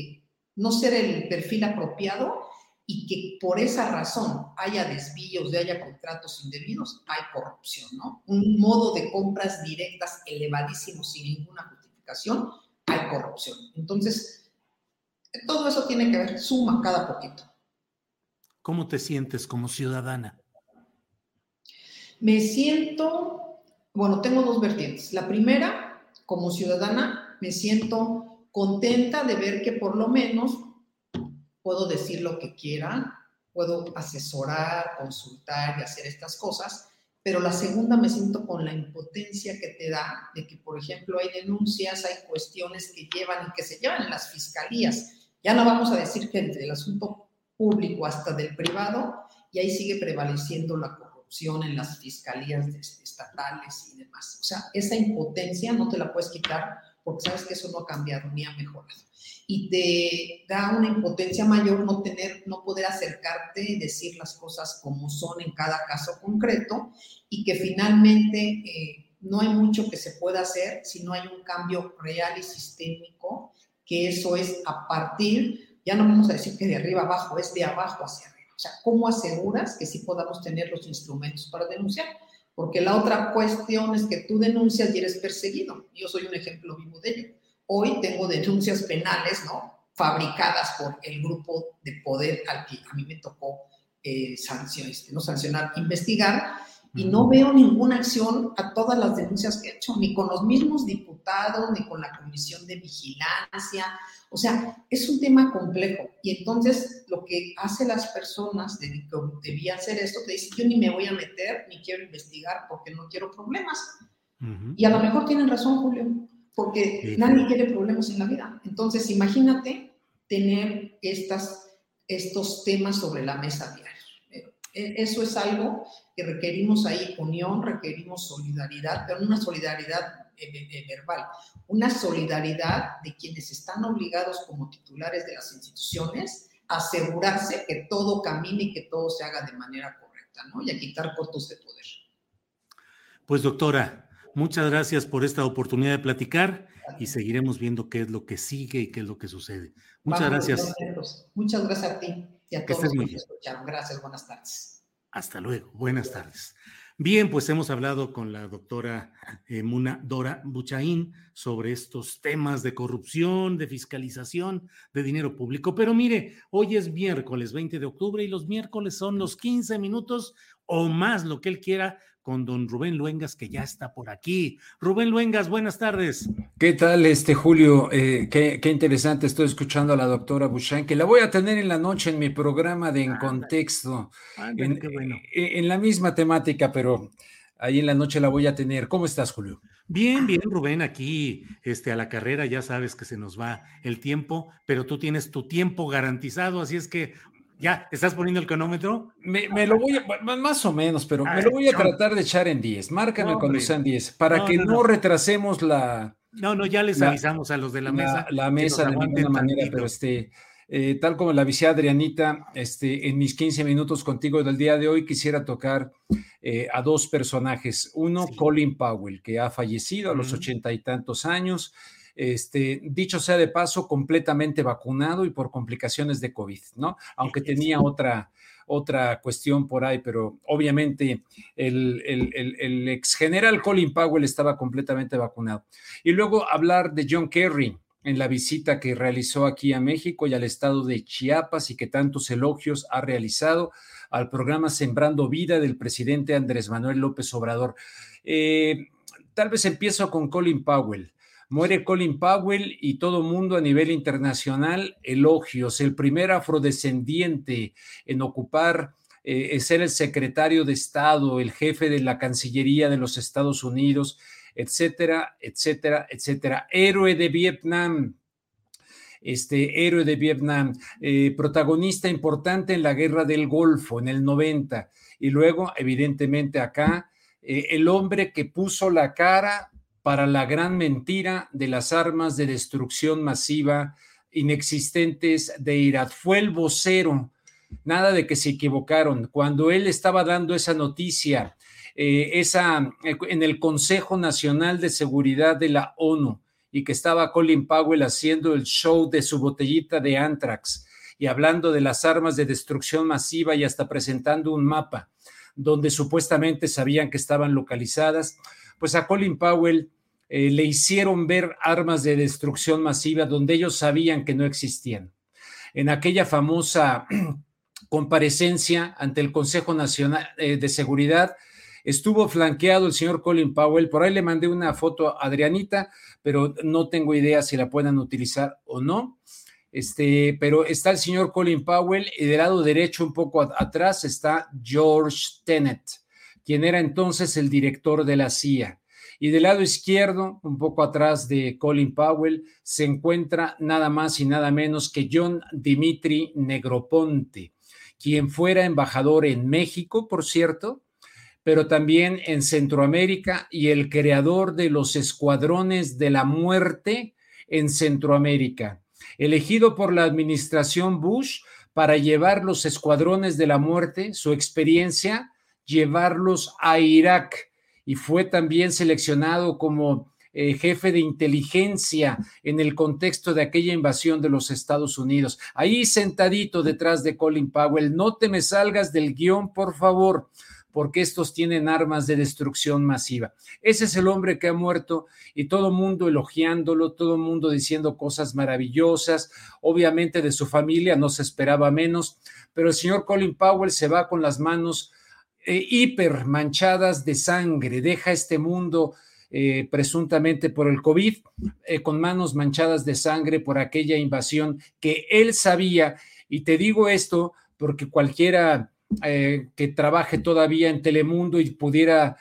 S10: el perfil apropiado, y que por esa razón haya desvíos, haya contratos indebidos, hay corrupción, ¿no? Un modo de compras directas elevadísimo sin ninguna justificación, hay corrupción. Entonces, todo eso tiene que ver, suma cada poquito.
S5: ¿Cómo te sientes como ciudadana?
S10: Me siento, bueno, tengo dos vertientes. La primera, como ciudadana, me siento contenta de ver que por lo menos puedo decir lo que quiera, puedo asesorar, consultar y hacer estas cosas, pero la segunda, me siento con la impotencia que te da de que, por ejemplo, hay denuncias, hay cuestiones que llevan y que se llevan en las fiscalías. Ya no vamos a decir que desde el asunto público hasta del privado, y ahí sigue prevaleciendo la corrupción en las fiscalías estatales y demás. O sea, esa impotencia no te la puedes quitar, porque sabes que eso no ha cambiado ni ha mejorado. Y te da una impotencia mayor no poder acercarte y decir las cosas como son en cada caso concreto, y que finalmente no hay mucho que se pueda hacer si no hay un cambio real y sistémico, que eso es a partir, ya no vamos a decir que de arriba abajo, es de abajo hacia arriba. O sea, ¿cómo aseguras que sí podamos tener los instrumentos para denunciar? Porque la otra cuestión es que tú denuncias y eres perseguido. Yo soy un ejemplo vivo de ello. Hoy tengo denuncias penales, ¿no?, fabricadas por el grupo de poder al que a mí me tocó investigar, y no veo ninguna acción a todas las denuncias que he hecho, ni con los mismos diputados, ni con la Comisión de Vigilancia. O sea, es un tema complejo. Y entonces lo que hacen las personas que debían hacer esto, te dicen, yo ni me voy a meter, ni quiero investigar porque no quiero problemas. Y a lo mejor tienen razón, Julio, porque nadie quiere problemas en la vida. Entonces, imagínate tener estos temas sobre la mesa diaria. Eso es algo que requerimos ahí, unión, requerimos solidaridad, pero no una solidaridad verbal, una solidaridad de quienes están obligados como titulares de las instituciones a asegurarse que todo camine y que todo se haga de manera correcta, ¿no? Y a quitar cotos de poder.
S5: Pues, doctora, muchas gracias por esta oportunidad de platicar y seguiremos viendo qué es lo que sigue y qué es lo que sucede. Muchas gracias.
S10: Muchas gracias a ti y a todos los que escucharon. Gracias, buenas tardes.
S5: Hasta luego, buenas tardes. Bien, pues hemos hablado con la doctora Muna Dora Buchaín sobre estos temas de corrupción, de fiscalización, de dinero público. Pero mire, hoy es miércoles 20 de octubre y los miércoles son los 15 minutos o más, lo que él quiera, con don Rubén Luengas, que ya está por aquí. Rubén Luengas, buenas tardes.
S11: ¿Qué tal, Julio? Qué interesante, estoy escuchando a la doctora Buchaín, que la voy a tener en la noche en mi programa de En Contexto.
S5: Qué bueno.
S11: En la misma temática, pero ahí en la noche la voy a tener. ¿Cómo estás, Julio?
S5: Bien, bien, Rubén, aquí a la carrera ya sabes que se nos va el tiempo, pero tú tienes tu tiempo garantizado, así es que ¿ya estás poniendo el cronómetro?
S11: Me lo voy a, más o menos, pero me lo voy a tratar de echar en 10. Márcame cuando sean 10, para que no retrasemos la...
S5: No, ya les avisamos a los de la mesa.
S11: La mesa de ninguna manera, pero tal como la avisé a Adrianita, en mis 15 minutos contigo del día de hoy quisiera tocar a dos personajes. Uno, Colin Powell, que ha fallecido a los 80 y tantos años. Dicho sea de paso, completamente vacunado y por complicaciones de COVID, ¿no? Aunque tenía otra cuestión por ahí, pero obviamente el ex general Colin Powell estaba completamente vacunado. Y luego hablar de John Kerry en la visita que realizó aquí a México y al estado de Chiapas y que tantos elogios ha realizado al programa Sembrando Vida del presidente Andrés Manuel López Obrador. Tal vez empiezo con Colin Powell. Muere Colin Powell y todo mundo a nivel internacional elogios. El primer afrodescendiente en ocupar, ser el secretario de Estado, el jefe de la Cancillería de los Estados Unidos, etcétera, etcétera, etcétera. Héroe de Vietnam. Héroe de Vietnam, protagonista importante en la Guerra del Golfo en el 90. Y luego, evidentemente acá, el hombre que puso la cara para la gran mentira de las armas de destrucción masiva inexistentes de Irak. Fue el vocero, nada de que se equivocaron. Cuando él estaba dando esa noticia, en el Consejo Nacional de Seguridad de la ONU, y que estaba Colin Powell haciendo el show de su botellita de Anthrax y hablando de las armas de destrucción masiva y hasta presentando un mapa donde supuestamente sabían que estaban localizadas, pues a Colin Powell le hicieron ver armas de destrucción masiva donde ellos sabían que no existían. En aquella famosa comparecencia ante el Consejo Nacional de Seguridad estuvo flanqueado el señor Colin Powell. Por ahí le mandé una foto a Adrianita, pero no tengo idea si la puedan utilizar o no. Pero está el señor Colin Powell y del lado derecho, un poco atrás, está George Tenet, quien era entonces el director de la CIA. Y del lado izquierdo, un poco atrás de Colin Powell, se encuentra nada más y nada menos que John Dimitri Negroponte, quien fuera embajador en México, por cierto, pero también en Centroamérica y el creador de los escuadrones de la muerte en Centroamérica, elegido por la administración Bush para llevar los escuadrones de la muerte, su experiencia, llevarlos a Irak. Y fue también seleccionado como jefe de inteligencia en el contexto de aquella invasión de los Estados Unidos. Ahí sentadito detrás de Colin Powell. No te me salgas del guión, por favor, porque estos tienen armas de destrucción masiva. Ese es el hombre que ha muerto y todo el mundo elogiándolo, todo el mundo diciendo cosas maravillosas. Obviamente de su familia no se esperaba menos, pero el señor Colin Powell se va con las manos hiper manchadas de sangre, deja este mundo presuntamente por el COVID, con manos manchadas de sangre por aquella invasión que él sabía. Y te digo esto porque cualquiera que trabaje todavía en Telemundo y pudiera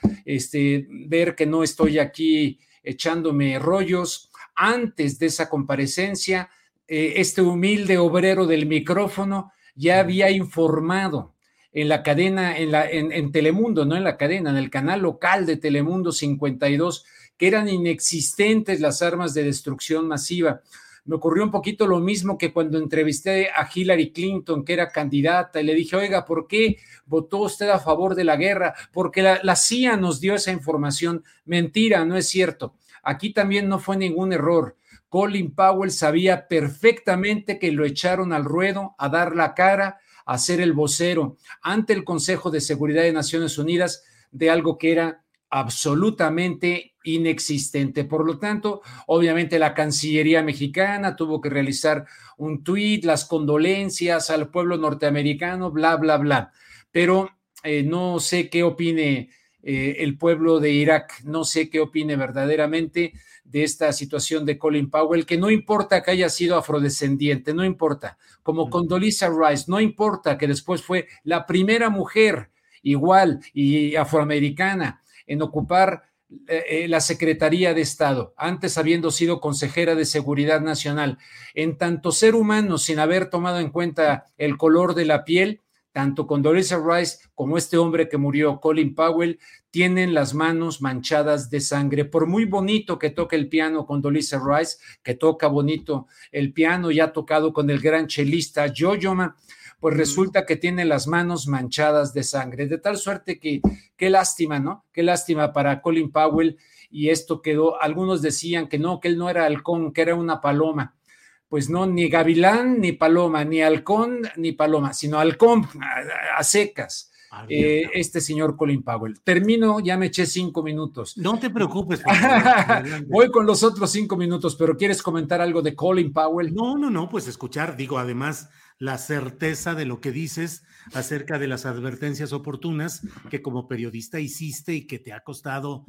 S11: ver que no estoy aquí echándome rollos, antes de esa comparecencia, este humilde obrero del micrófono ya había informado en la cadena, en Telemundo, no en la cadena, en el canal local de Telemundo 52, que eran inexistentes las armas de destrucción masiva. Me ocurrió un poquito lo mismo que cuando entrevisté a Hillary Clinton, que era candidata, y le dije, oiga, ¿por qué votó usted a favor de la guerra? Porque la CIA nos dio esa información. Mentira, no es cierto. Aquí también no fue ningún error. Colin Powell sabía perfectamente que lo echaron al ruedo a dar la cara, a ser el vocero ante el Consejo de Seguridad de Naciones Unidas de algo que era absolutamente inexistente. Por lo tanto, obviamente la Cancillería mexicana tuvo que realizar un tuit, las condolencias al pueblo norteamericano, bla, bla, bla. Pero no sé qué opine el pueblo de Irak, no sé qué opine verdaderamente de esta situación de Colin Powell, que no importa que haya sido afrodescendiente, no importa, como Condoleezza Rice, no importa que después fue la primera mujer igual y afroamericana en ocupar la Secretaría de Estado, antes habiendo sido consejera de Seguridad Nacional. En tanto ser humano, sin haber tomado en cuenta el color de la piel, tanto Condoleezza Rice como este hombre que murió, Colin Powell, tienen las manos manchadas de sangre. Por muy bonito que toque el piano Condoleezza Rice, que toca bonito el piano y ha tocado con el gran chelista Yo-Yo Ma, pues resulta que tiene las manos manchadas de sangre, de tal suerte que qué lástima, ¿no? Qué lástima para Colin Powell, y esto quedó, algunos decían que él no era halcón, que era una paloma. Pues no, ni gavilán, ni paloma, ni halcón, ni paloma, sino halcón a secas. Este señor Colin Powell. Termino, ya me eché 5 minutos.
S5: No te preocupes. Por favor,
S11: voy con los otros 5 minutos, pero ¿quieres comentar algo de Colin Powell?
S5: No, pues escuchar, digo, además, la certeza de lo que dices acerca de las advertencias oportunas que como periodista hiciste y que te ha costado,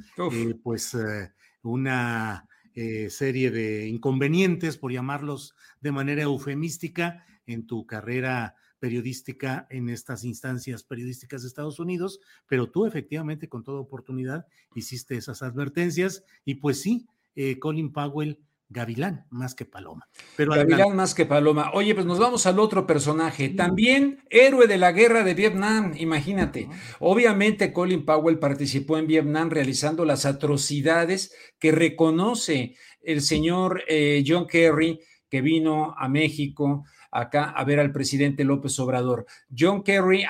S5: una serie de inconvenientes, por llamarlos de manera eufemística, en tu carrera periodística en estas instancias periodísticas de Estados Unidos, pero tú efectivamente con toda oportunidad hiciste esas advertencias y pues sí, Colin Powell, gavilán más que paloma. Pero
S11: gavilán más que paloma. Oye, pues nos vamos al otro personaje, también héroe de la guerra de Vietnam, imagínate. Obviamente Colin Powell participó en Vietnam realizando las atrocidades que reconoce el señor John Kerry, que vino a México acá a ver al presidente López Obrador. John Kerry,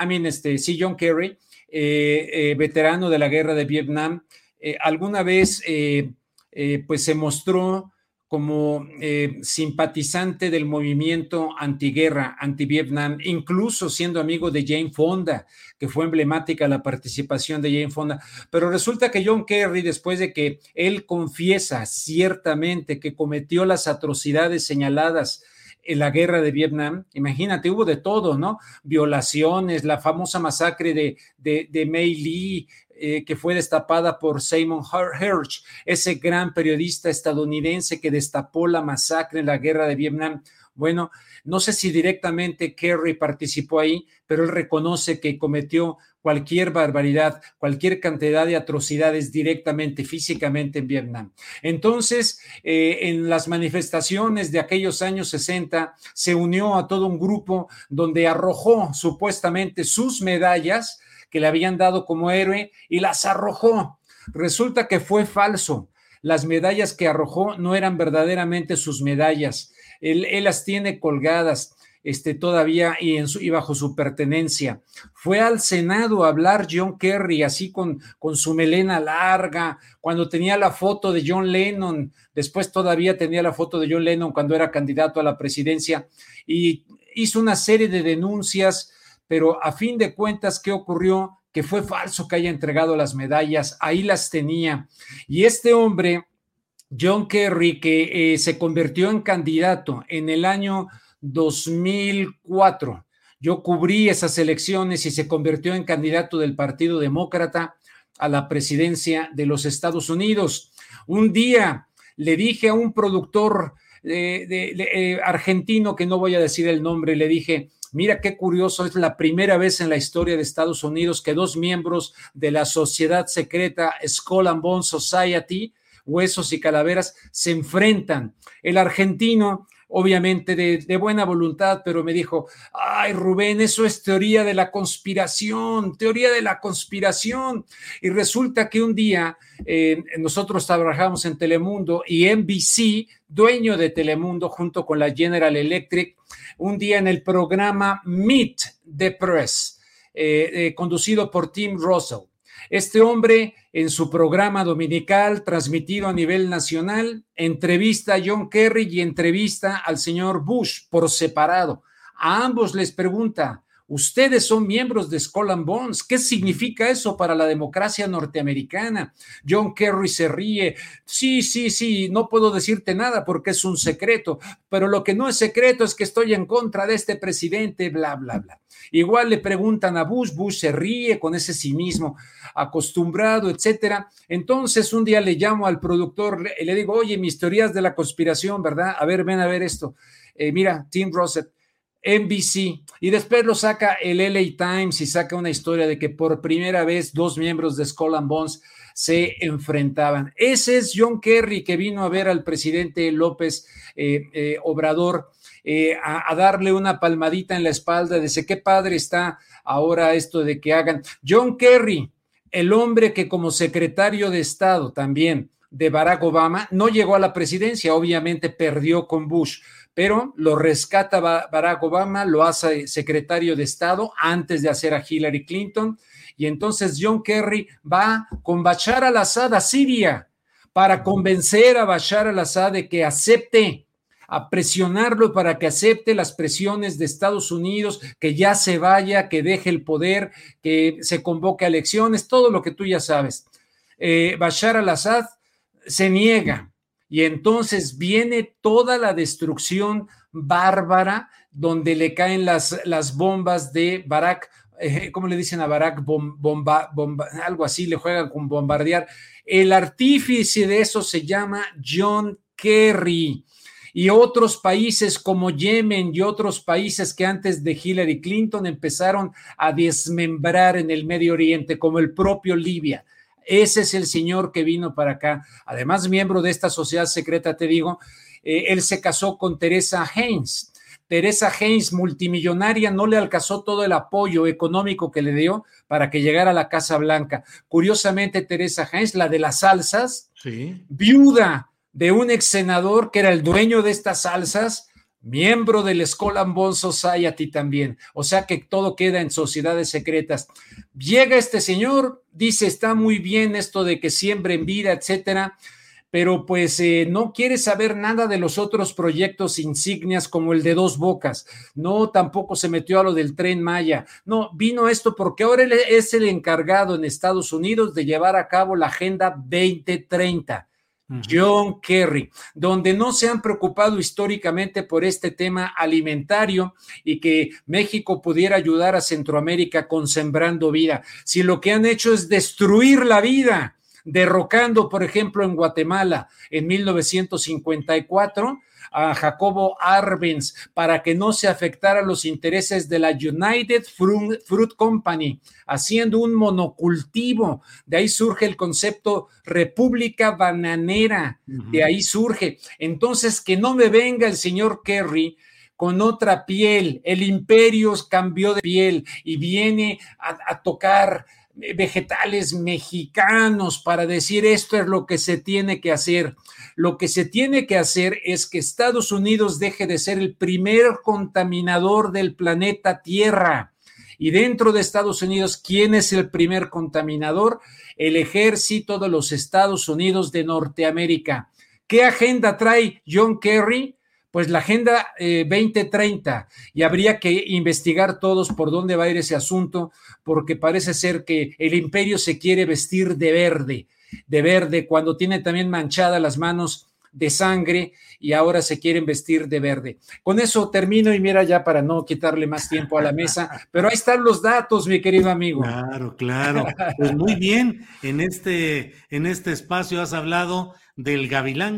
S11: veterano de la guerra de Vietnam, alguna vez pues se mostró como simpatizante del movimiento antiguerra, anti-Vietnam, incluso siendo amigo de Jane Fonda, que fue emblemática la participación de Jane Fonda. Pero resulta que John Kerry, después de que él confiesa ciertamente que cometió las atrocidades señaladas en la guerra de Vietnam, imagínate, hubo de todo, ¿no? Violaciones, la famosa masacre de Mei Lee, que fue destapada por Simon Hirsch, ese gran periodista estadounidense que destapó la masacre en la guerra de Vietnam. Bueno, no sé si directamente Kerry participó ahí, pero él reconoce que cometió cualquier barbaridad, cualquier cantidad de atrocidades directamente, físicamente en Vietnam. Entonces, en las manifestaciones de aquellos años 60, se unió a todo un grupo donde arrojó supuestamente sus medallas que le habían dado como héroe y las arrojó. Resulta que fue falso. Las medallas que arrojó no eran verdaderamente sus medallas. Él las tiene colgadas todavía y bajo su pertenencia. Fue al Senado a hablar John Kerry así con su melena larga, cuando tenía la foto de John Lennon, después todavía tenía la foto de John Lennon cuando era candidato a la presidencia, y hizo una serie de denuncias, pero a fin de cuentas, ¿qué ocurrió? Que fue falso que haya entregado las medallas, ahí las tenía. Y este hombre, John Kerry, que se convirtió en candidato en el año 2004, Yo cubrí esas elecciones y se convirtió en candidato del Partido Demócrata a la presidencia de los Estados Unidos. Un día le dije a un productor argentino, que no voy a decir el nombre, le dije: mira qué curioso, es la primera vez en la historia de Estados Unidos que dos miembros de la sociedad secreta Skull and Bones Society, Huesos y Calaveras, se enfrentan. El argentino, obviamente de buena voluntad, pero me dijo: ay, Rubén, eso es teoría de la conspiración. Y resulta que un día nosotros trabajamos en Telemundo y NBC, dueño de Telemundo, junto con la General Electric, un día en el programa Meet the Press, conducido por Tim Russell. Este hombre, en su programa dominical, transmitido a nivel nacional, entrevista a John Kerry y entrevista al señor Bush por separado. A ambos les pregunta: ustedes son miembros de Skull and Bones, ¿qué significa eso para la democracia norteamericana? John Kerry se ríe: sí, no puedo decirte nada porque es un secreto, pero lo que no es secreto es que estoy en contra de este presidente, bla, bla, bla. Igual le preguntan a Bush, Bush se ríe con ese cinismo acostumbrado, etcétera. Entonces un día le llamo al productor y le digo: oye, mis teorías de la conspiración, ¿verdad? A ver, ven a ver esto. Mira, Tim Russell, NBC, y después lo saca el LA Times y saca una historia de que por primera vez dos miembros de Skull and Bones se enfrentaban. Ese es John Kerry, que vino a ver al presidente López Obrador, a darle una palmadita en la espalda, dice: qué padre está ahora esto de que hagan. John Kerry, el hombre que como secretario de Estado también de Barack Obama, no llegó a la presidencia, obviamente perdió con Bush, pero lo rescata Barack Obama, lo hace secretario de Estado antes de hacer a Hillary Clinton, y entonces John Kerry va con Bashar al-Assad a Siria para convencer a Bashar al-Assad de que acepte, a presionarlo para que acepte las presiones de Estados Unidos, que ya se vaya, que deje el poder, que se convoque a elecciones, todo lo que tú ya sabes. Bashar al-Assad se niega y entonces viene toda la destrucción bárbara donde le caen las bombas de Barack, ¿cómo le dicen a Barack? Algo así, le juegan con bombardear. El artífice de eso se llama John Kerry. Y otros países como Yemen y otros países que antes de Hillary Clinton empezaron a desmembrar en el Medio Oriente, como el propio Libia. Ese es el señor que vino para acá. Además, miembro de esta sociedad secreta, te digo, él se casó con Teresa Haynes. Teresa Haynes, multimillonaria, no le alcanzó todo el apoyo económico que le dio para que llegara a la Casa Blanca. Curiosamente, Teresa Haynes, la de las salsas, sí, viuda de un ex senador que era el dueño de estas salsas, miembro del Skull and Bones Society también. O sea que todo queda en sociedades secretas. Llega este señor, dice: está muy bien esto de que siembren vida, etcétera, pero pues no quiere saber nada de los otros proyectos insignias como el de Dos Bocas. No, tampoco se metió a lo del Tren Maya. No, vino esto porque ahora él es el encargado en Estados Unidos de llevar a cabo la Agenda 2030. John Kerry, donde no se han preocupado históricamente por este tema alimentario y que México pudiera ayudar a Centroamérica con Sembrando Vida. Si lo que han hecho es destruir la vida, derrocando, por ejemplo, en Guatemala en 1954 a Jacobo Arbenz para que no se afectaran los intereses de la United Fruit Company, haciendo un monocultivo. De ahí surge el concepto República Bananera, de ahí surge. Entonces, que no me venga el señor Kerry con otra piel. El imperio cambió de piel y viene a tocar vegetales mexicanos para decir: esto es lo que se tiene que hacer. Lo que se tiene que hacer es que Estados Unidos deje de ser el primer contaminador del planeta Tierra. Y dentro de Estados Unidos, ¿quién es el primer contaminador? El ejército de los Estados Unidos de Norteamérica. ¿Qué agenda trae John Kerry? Pues la Agenda 2030, y habría que investigar todos por dónde va a ir ese asunto, porque parece ser que el imperio se quiere vestir de verde, cuando tiene también manchadas las manos de sangre y ahora se quieren vestir de verde. Con eso termino y mira, ya para no quitarle más tiempo a la mesa, pero ahí están los datos, mi querido amigo.
S5: Claro, claro. Pues muy bien, en este espacio has hablado del Gavilán,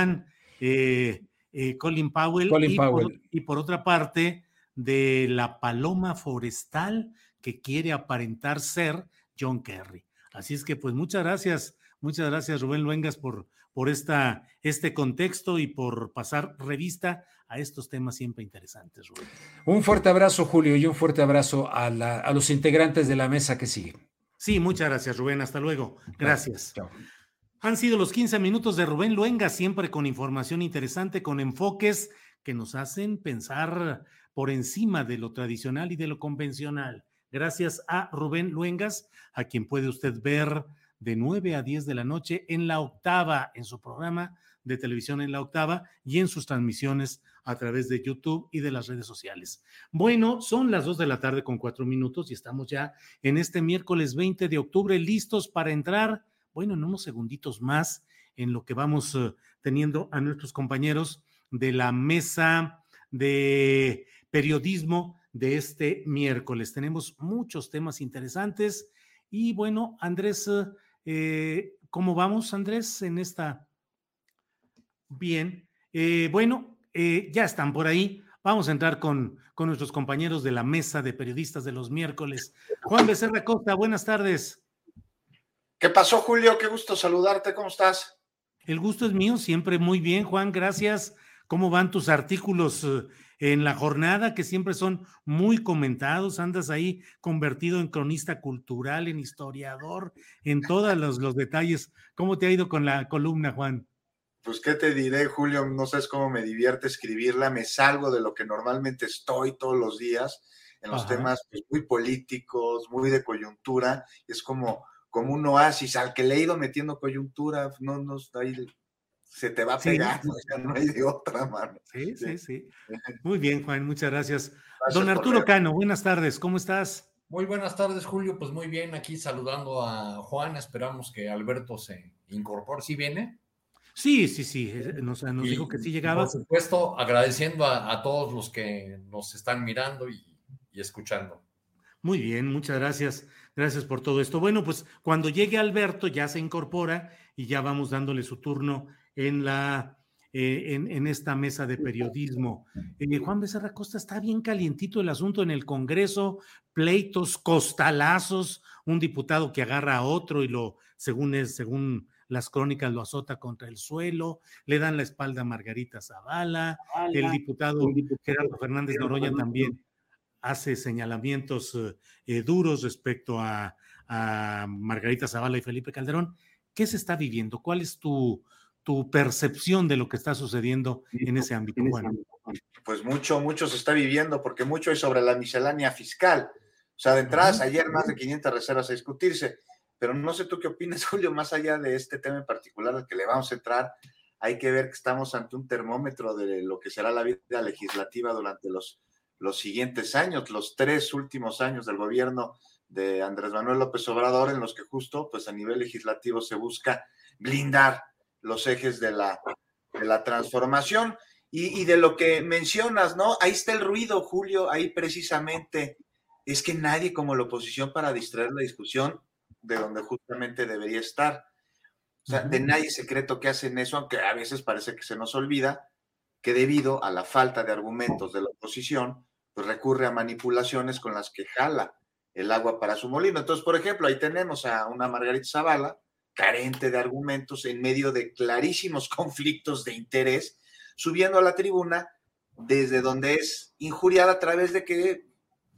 S5: Colin Powell, y por otra parte de la paloma forestal que quiere aparentar ser John Kerry. Así es que pues muchas gracias Rubén Luengas por este contexto y por pasar revista a estos temas siempre interesantes, Rubén.
S11: Un fuerte abrazo, Julio, y un fuerte abrazo a los integrantes de la mesa que siguen.
S5: Sí, muchas gracias, Rubén. Hasta luego. Gracias.
S11: Chao.
S5: Han sido los 15 minutos de Rubén Luengas, siempre con información interesante, con enfoques que nos hacen pensar por encima de lo tradicional y de lo convencional. Gracias a Rubén Luengas, a quien puede usted ver de 9 a 10 de la noche en La Octava, en su programa de televisión en La Octava y en sus transmisiones a través de YouTube y de las redes sociales. Bueno, son las 2 de la tarde con 4 minutos y estamos ya en este miércoles 20 de octubre listos para entrar, bueno, en unos segunditos más en lo que vamos teniendo a nuestros compañeros de la mesa de periodismo de este miércoles. Tenemos muchos temas interesantes y bueno, Andrés, ¿cómo vamos, Andrés, en esta? Bien, ya están por ahí. Vamos a entrar con nuestros compañeros de la mesa de periodistas de los miércoles. Juan Becerra Costa, buenas tardes.
S12: ¿Qué pasó, Julio? Qué gusto saludarte, ¿cómo estás?
S5: El gusto es mío, siempre muy bien, Juan, gracias. ¿Cómo van tus artículos en la jornada, que siempre son muy comentados? Andas ahí convertido en cronista cultural, en historiador, en todos los detalles. ¿Cómo te ha ido con la columna, Juan?
S12: Pues, ¿qué te diré, Julio? No sabes cómo me divierte escribirla. Me salgo de lo que normalmente estoy todos los días en los temas pues, muy políticos, muy de coyuntura. Es como un oasis al que le he ido metiendo coyuntura. No ahí se te va a pegar, sí. No hay de otra, mano.
S5: Sí. Muy bien, Juan, muchas gracias. Don Arturo Cano, buenas tardes, ¿cómo estás?
S13: Muy buenas tardes, Julio, pues muy bien, aquí saludando a Juan, esperamos que Alberto se incorpore, ¿sí viene?
S5: Sí, nos dijo que sí llegaba.
S13: Por supuesto, agradeciendo a todos los que nos están mirando y escuchando.
S5: Muy bien, muchas gracias. Gracias por todo esto. Bueno, pues cuando llegue Alberto ya se incorpora y ya vamos dándole su turno en esta mesa de periodismo. Juan Becerra Costa, está bien calientito el asunto en el Congreso, pleitos, costalazos, un diputado que agarra a otro y según las crónicas lo azota contra el suelo, le dan la espalda a Margarita Zavala, el diputado Gerardo Fernández Noroña también hace señalamientos duros respecto a Margarita Zavala y Felipe Calderón. ¿Qué se está viviendo? ¿Cuál es tu percepción de lo que está sucediendo en ese ámbito, Juan?
S12: Pues mucho se está viviendo, porque mucho es sobre la miscelánea fiscal. O sea, de entradas, ayer más de 500 reservas a discutirse, pero no sé tú qué opinas, Julio, más allá de este tema en particular al que le vamos a entrar, hay que ver que estamos ante un termómetro de lo que será la vida legislativa durante los siguientes años, los 3 últimos años del gobierno de Andrés Manuel López Obrador, en los que justo pues a nivel legislativo se busca blindar los ejes de la transformación y de lo que mencionas, ¿no? Ahí está el ruido, Julio, ahí precisamente es que nadie como la oposición para distraer la discusión de donde justamente debería estar. O sea, de nadie es secreto que hacen eso, aunque a veces parece que se nos olvida que debido a la falta de argumentos de la oposición, pues recurre a manipulaciones con las que jala el agua para su molino. Entonces, por ejemplo, ahí tenemos a una Margarita Zavala, carente de argumentos, en medio de clarísimos conflictos de interés, subiendo a la tribuna desde donde es injuriada a través de que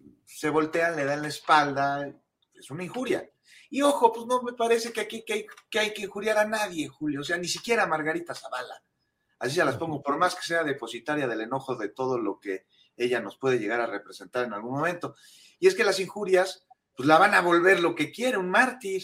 S12: se voltean, le dan la espalda, es una injuria. Y ojo, pues no me parece que aquí que hay que injuriar a nadie, Julio, o sea, ni siquiera a Margarita Zavala. Así se las pongo, por más que sea depositaria del enojo de todo lo que ella nos puede llegar a representar en algún momento. Y es que las injurias, pues la van a volver lo que quiere, un mártir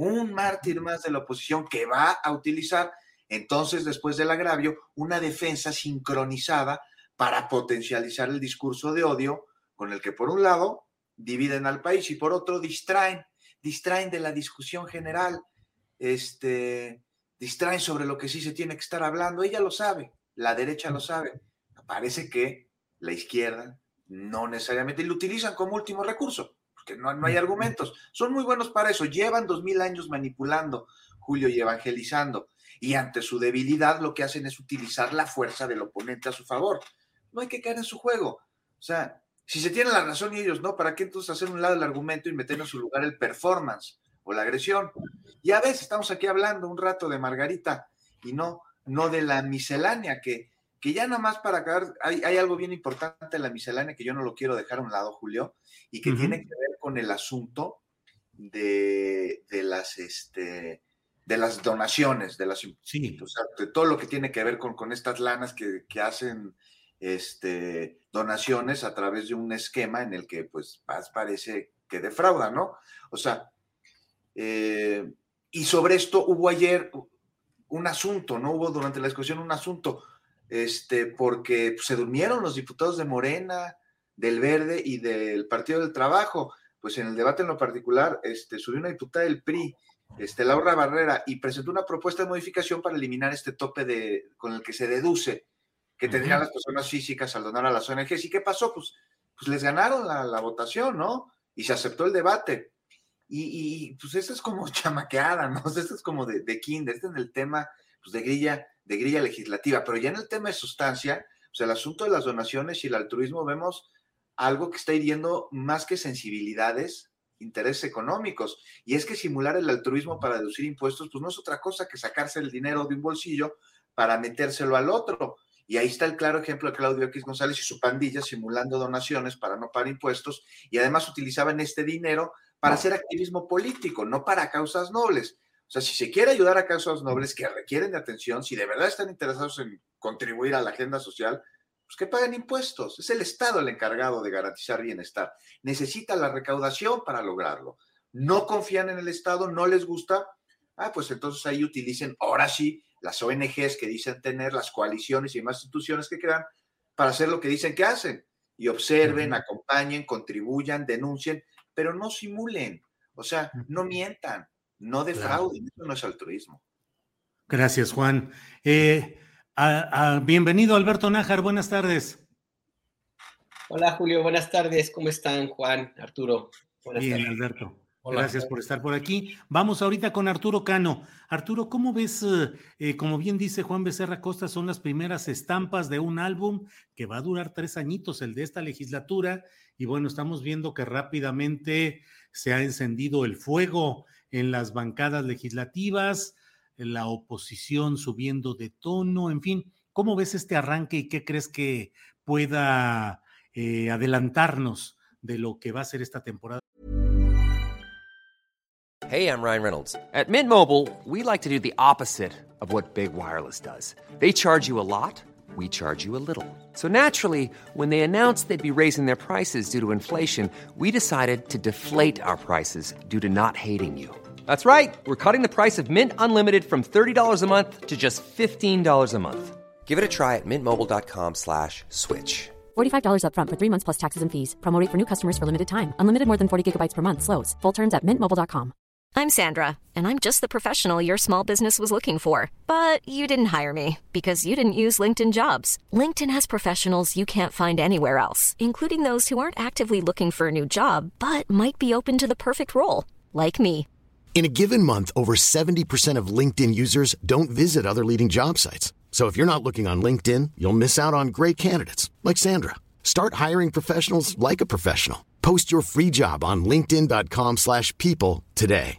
S12: más de la oposición que va a utilizar, entonces, después del agravio, una defensa sincronizada para potencializar el discurso de odio con el que, por un lado, dividen al país y por otro, distraen de la discusión general, distraen sobre lo que sí se tiene que estar hablando. Ella lo sabe, la derecha lo sabe. Parece que la izquierda no necesariamente, y lo utilizan como último recurso, porque no hay argumentos. Son muy buenos para eso, llevan 2000 años manipulando, Julio, y evangelizando, y ante su debilidad lo que hacen es utilizar la fuerza del oponente a su favor. No hay que caer en su juego. O sea, si se tiene la razón y ellos no, ¿para qué entonces hacer un lado el argumento y meter en su lugar el performance o la agresión? Y a veces estamos aquí hablando un rato de Margarita y no de la miscelánea, que ya nada más para acabar, hay algo bien importante en la miscelánea que yo no lo quiero dejar a un lado, Julio, y que tiene que ver con el asunto de las donaciones,
S5: sí.
S12: O sea, de todo lo que tiene que ver con estas lanas que hacen donaciones a través de un esquema en el que pues parece que defrauda, ¿no? O sea, y sobre esto hubo ayer un asunto, ¿no? Hubo durante la discusión un asunto, porque se durmieron los diputados de Morena, del Verde y del Partido del Trabajo. Pues en el debate en lo particular, subió una diputada del PRI, Laura Barrera, y presentó una propuesta de modificación para eliminar este tope con el que se deduce que tendrían las personas físicas al donar a las ONGs. ¿Y qué pasó? Pues les ganaron la votación, ¿no? Y se aceptó el debate. Y pues eso es como chamaqueada, ¿no? Esto es como de kinder, en el tema pues, de grilla legislativa, pero ya en el tema de sustancia, o sea, el asunto de las donaciones y el altruismo, vemos algo que está hiriendo más que sensibilidades, intereses económicos, y es que simular el altruismo para deducir impuestos, pues no es otra cosa que sacarse el dinero de un bolsillo para metérselo al otro. Y ahí está el claro ejemplo de Claudio X González y su pandilla simulando donaciones para no pagar impuestos, y además utilizaban este dinero para hacer activismo político, no para causas nobles. O sea, si se quiere ayudar a causas nobles que requieren de atención, si de verdad están interesados en contribuir a la agenda social, pues que paguen impuestos. Es el Estado el encargado de garantizar bienestar. Necesita la recaudación para lograrlo. No confían en el Estado, no les gusta, pues entonces ahí utilicen, ahora sí, las ONGs que dicen tener, las coaliciones y demás instituciones que crean para hacer lo que dicen que hacen. Y observen, acompañen, contribuyan, denuncien, pero no simulen. O sea, no mientan, no defrauden. Eso no es altruismo.
S5: Gracias, Juan. Bienvenido, Alberto Nájar. Buenas tardes.
S14: Hola, Julio. Buenas tardes. ¿Cómo están, Juan, Arturo? Buenas
S5: tardes. Bien, Alberto. Hola. Gracias por estar por aquí. Vamos ahorita con Arturo Cano. Arturo, ¿cómo ves? Como bien dice Juan Becerra Costa, son las primeras estampas de un álbum que va a durar 3 añitos, el de esta legislatura. Y bueno, estamos viendo que rápidamente se ha encendido el fuego en las bancadas legislativas, en la oposición subiendo de tono, en fin. ¿Cómo ves este arranque y qué crees que pueda adelantarnos de lo que va a ser esta temporada?
S3: Hey, I'm Ryan Reynolds. At Mint Mobile, we like to do the opposite of what Big Wireless does. They charge you a lot, we charge you a little. So naturally, when they announced they'd be raising their prices due to inflation, we decided to deflate our prices due to not hating you. That's right. We're cutting the price of Mint Unlimited from $30 a month to just $15 a month. Give it a try at mintmobile.com/switch.
S4: $45 up front for 3 months plus taxes and fees. Promo rate for new customers for limited time. Unlimited more than 40 gigabytes per month. Slows full terms at mintmobile.com.
S15: I'm Sandra, and I'm just the professional your small business was looking for. But you didn't hire me because you didn't use LinkedIn Jobs. LinkedIn has professionals you can't find anywhere else, including those who aren't actively looking for a new job, but might be open to the perfect role, like me.
S16: In a given month, over 70% of LinkedIn users don't visit other leading job sites. So if you're not looking on LinkedIn, you'll miss out on great candidates like Sandra. Start hiring professionals like a professional. Post your free job on linkedin.com/people today.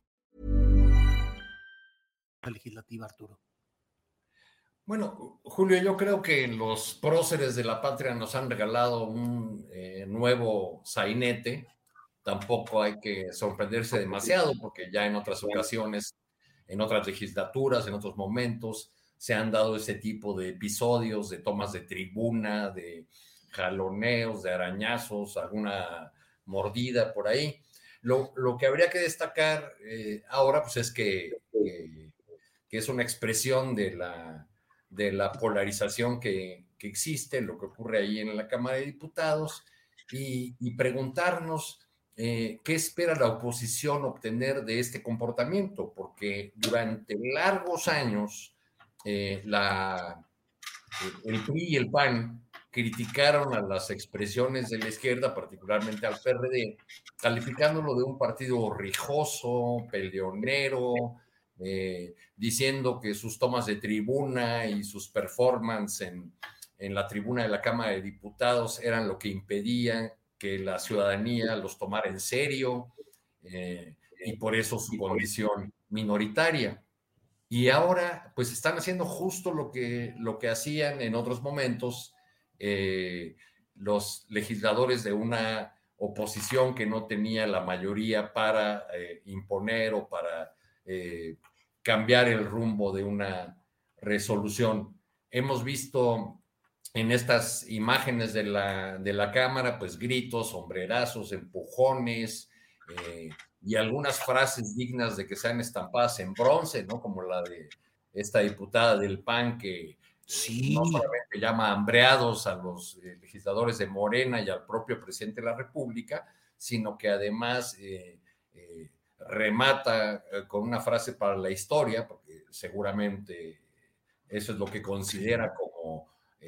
S5: Legislativa, Arturo.
S13: Bueno, Julio, yo creo que los próceres de la patria nos han regalado un nuevo sainete. Tampoco hay que sorprenderse demasiado porque ya en otras ocasiones, en otras legislaturas, en otros momentos, se han dado ese tipo de episodios, de tomas de tribuna, de jaloneos, de arañazos, alguna mordida por ahí. Lo que habría que destacar ahora pues es que es una expresión de la polarización que existe, lo que ocurre ahí en la Cámara de Diputados, y preguntarnos ¿qué espera la oposición obtener de este comportamiento? Porque durante largos años el PRI y el PAN criticaron a las expresiones de la izquierda, particularmente al PRD, calificándolo de un partido rijoso, peleonero, diciendo que sus tomas de tribuna y sus performances en la tribuna de la Cámara de Diputados eran lo que impedían que la ciudadanía los tomara en serio, y por eso su condición minoritaria. Y ahora, pues están haciendo justo lo que hacían en otros momentos los legisladores de una oposición que no tenía la mayoría para imponer o para cambiar el rumbo de una resolución. Hemos visto en estas imágenes de la Cámara, pues gritos, sombrerazos, empujones, y algunas frases dignas de que sean estampadas en bronce, ¿no? Como la de esta diputada del PAN que no solamente llama hambreados a los legisladores de Morena y al propio presidente de la República, sino que además remata con una frase para la historia, porque seguramente eso es lo que considera como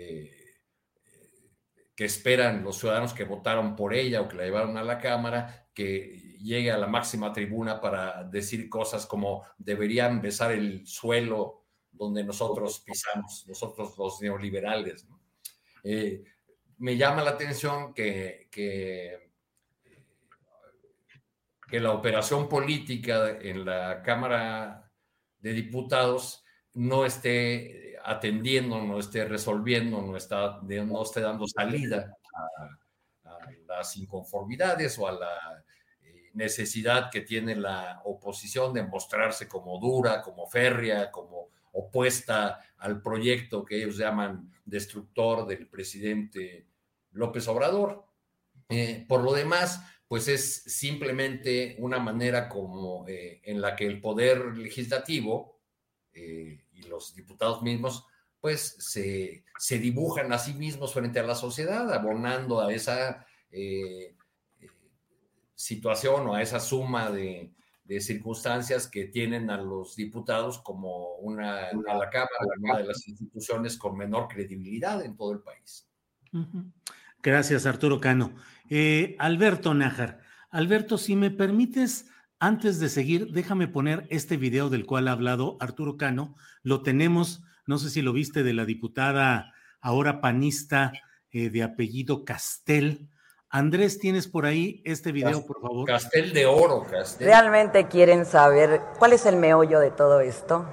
S13: que esperan los ciudadanos que votaron por ella o que la llevaron a la Cámara, que llegue a la máxima tribuna para decir cosas como deberían besar el suelo donde nosotros pisamos, nosotros los neoliberales, ¿no? Me llama la atención que la operación política en la Cámara de Diputados no esté atendiendo, no esté resolviendo, no esté dando salida a las inconformidades o a la necesidad que tiene la oposición de mostrarse como dura, como férrea, como opuesta al proyecto que ellos llaman destructor del presidente López Obrador. Por lo demás, pues es simplemente una manera como en la que el poder legislativo y los diputados mismos pues se dibujan a sí mismos frente a la sociedad, abonando a esa situación o a esa suma de circunstancias que tienen a los diputados como a la Cámara, una de las instituciones con menor credibilidad en todo el país.
S5: Gracias, Arturo Cano. Alberto Nájar. Alberto, si me permites, antes de seguir, déjame poner este video del cual ha hablado Arturo Cano. Lo tenemos, no sé si lo viste, de la diputada ahora panista de apellido Castel. Andrés, ¿tienes por ahí este video, por favor?
S13: Castel de Oro, Castel.
S17: ¿Realmente quieren saber cuál es el meollo de todo esto?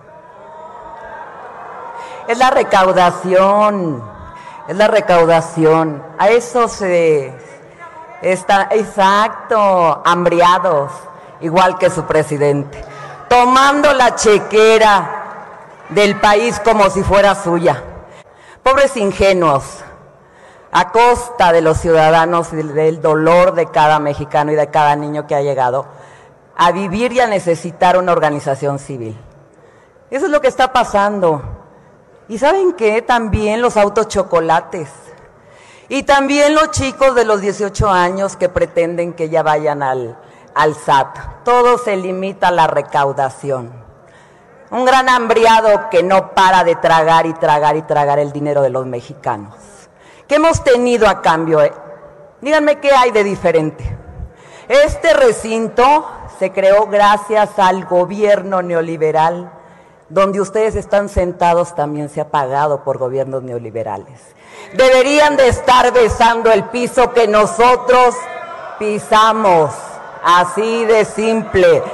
S17: Es la recaudación. Es la recaudación. A eso se está, exacto, hambriados, igual que su presidente, tomando la chequera del país como si fuera suya. Pobres ingenuos, a costa de los ciudadanos y del dolor de cada mexicano y de cada niño que ha llegado a vivir y a necesitar una organización civil. Eso es lo que está pasando. ¿Y saben qué? También los autos chocolates. Y también los chicos de los 18 años que pretenden que ya vayan al SAT. Todo se limita a la recaudación. Un gran hambriado que no para de tragar y tragar y tragar el dinero de los mexicanos. ¿Qué hemos tenido a cambio? Díganme qué hay de diferente. Este recinto se creó gracias al gobierno neoliberal. Donde ustedes están sentados también se ha pagado por gobiernos neoliberales. Deberían de estar besando el piso que nosotros pisamos. Así de simple.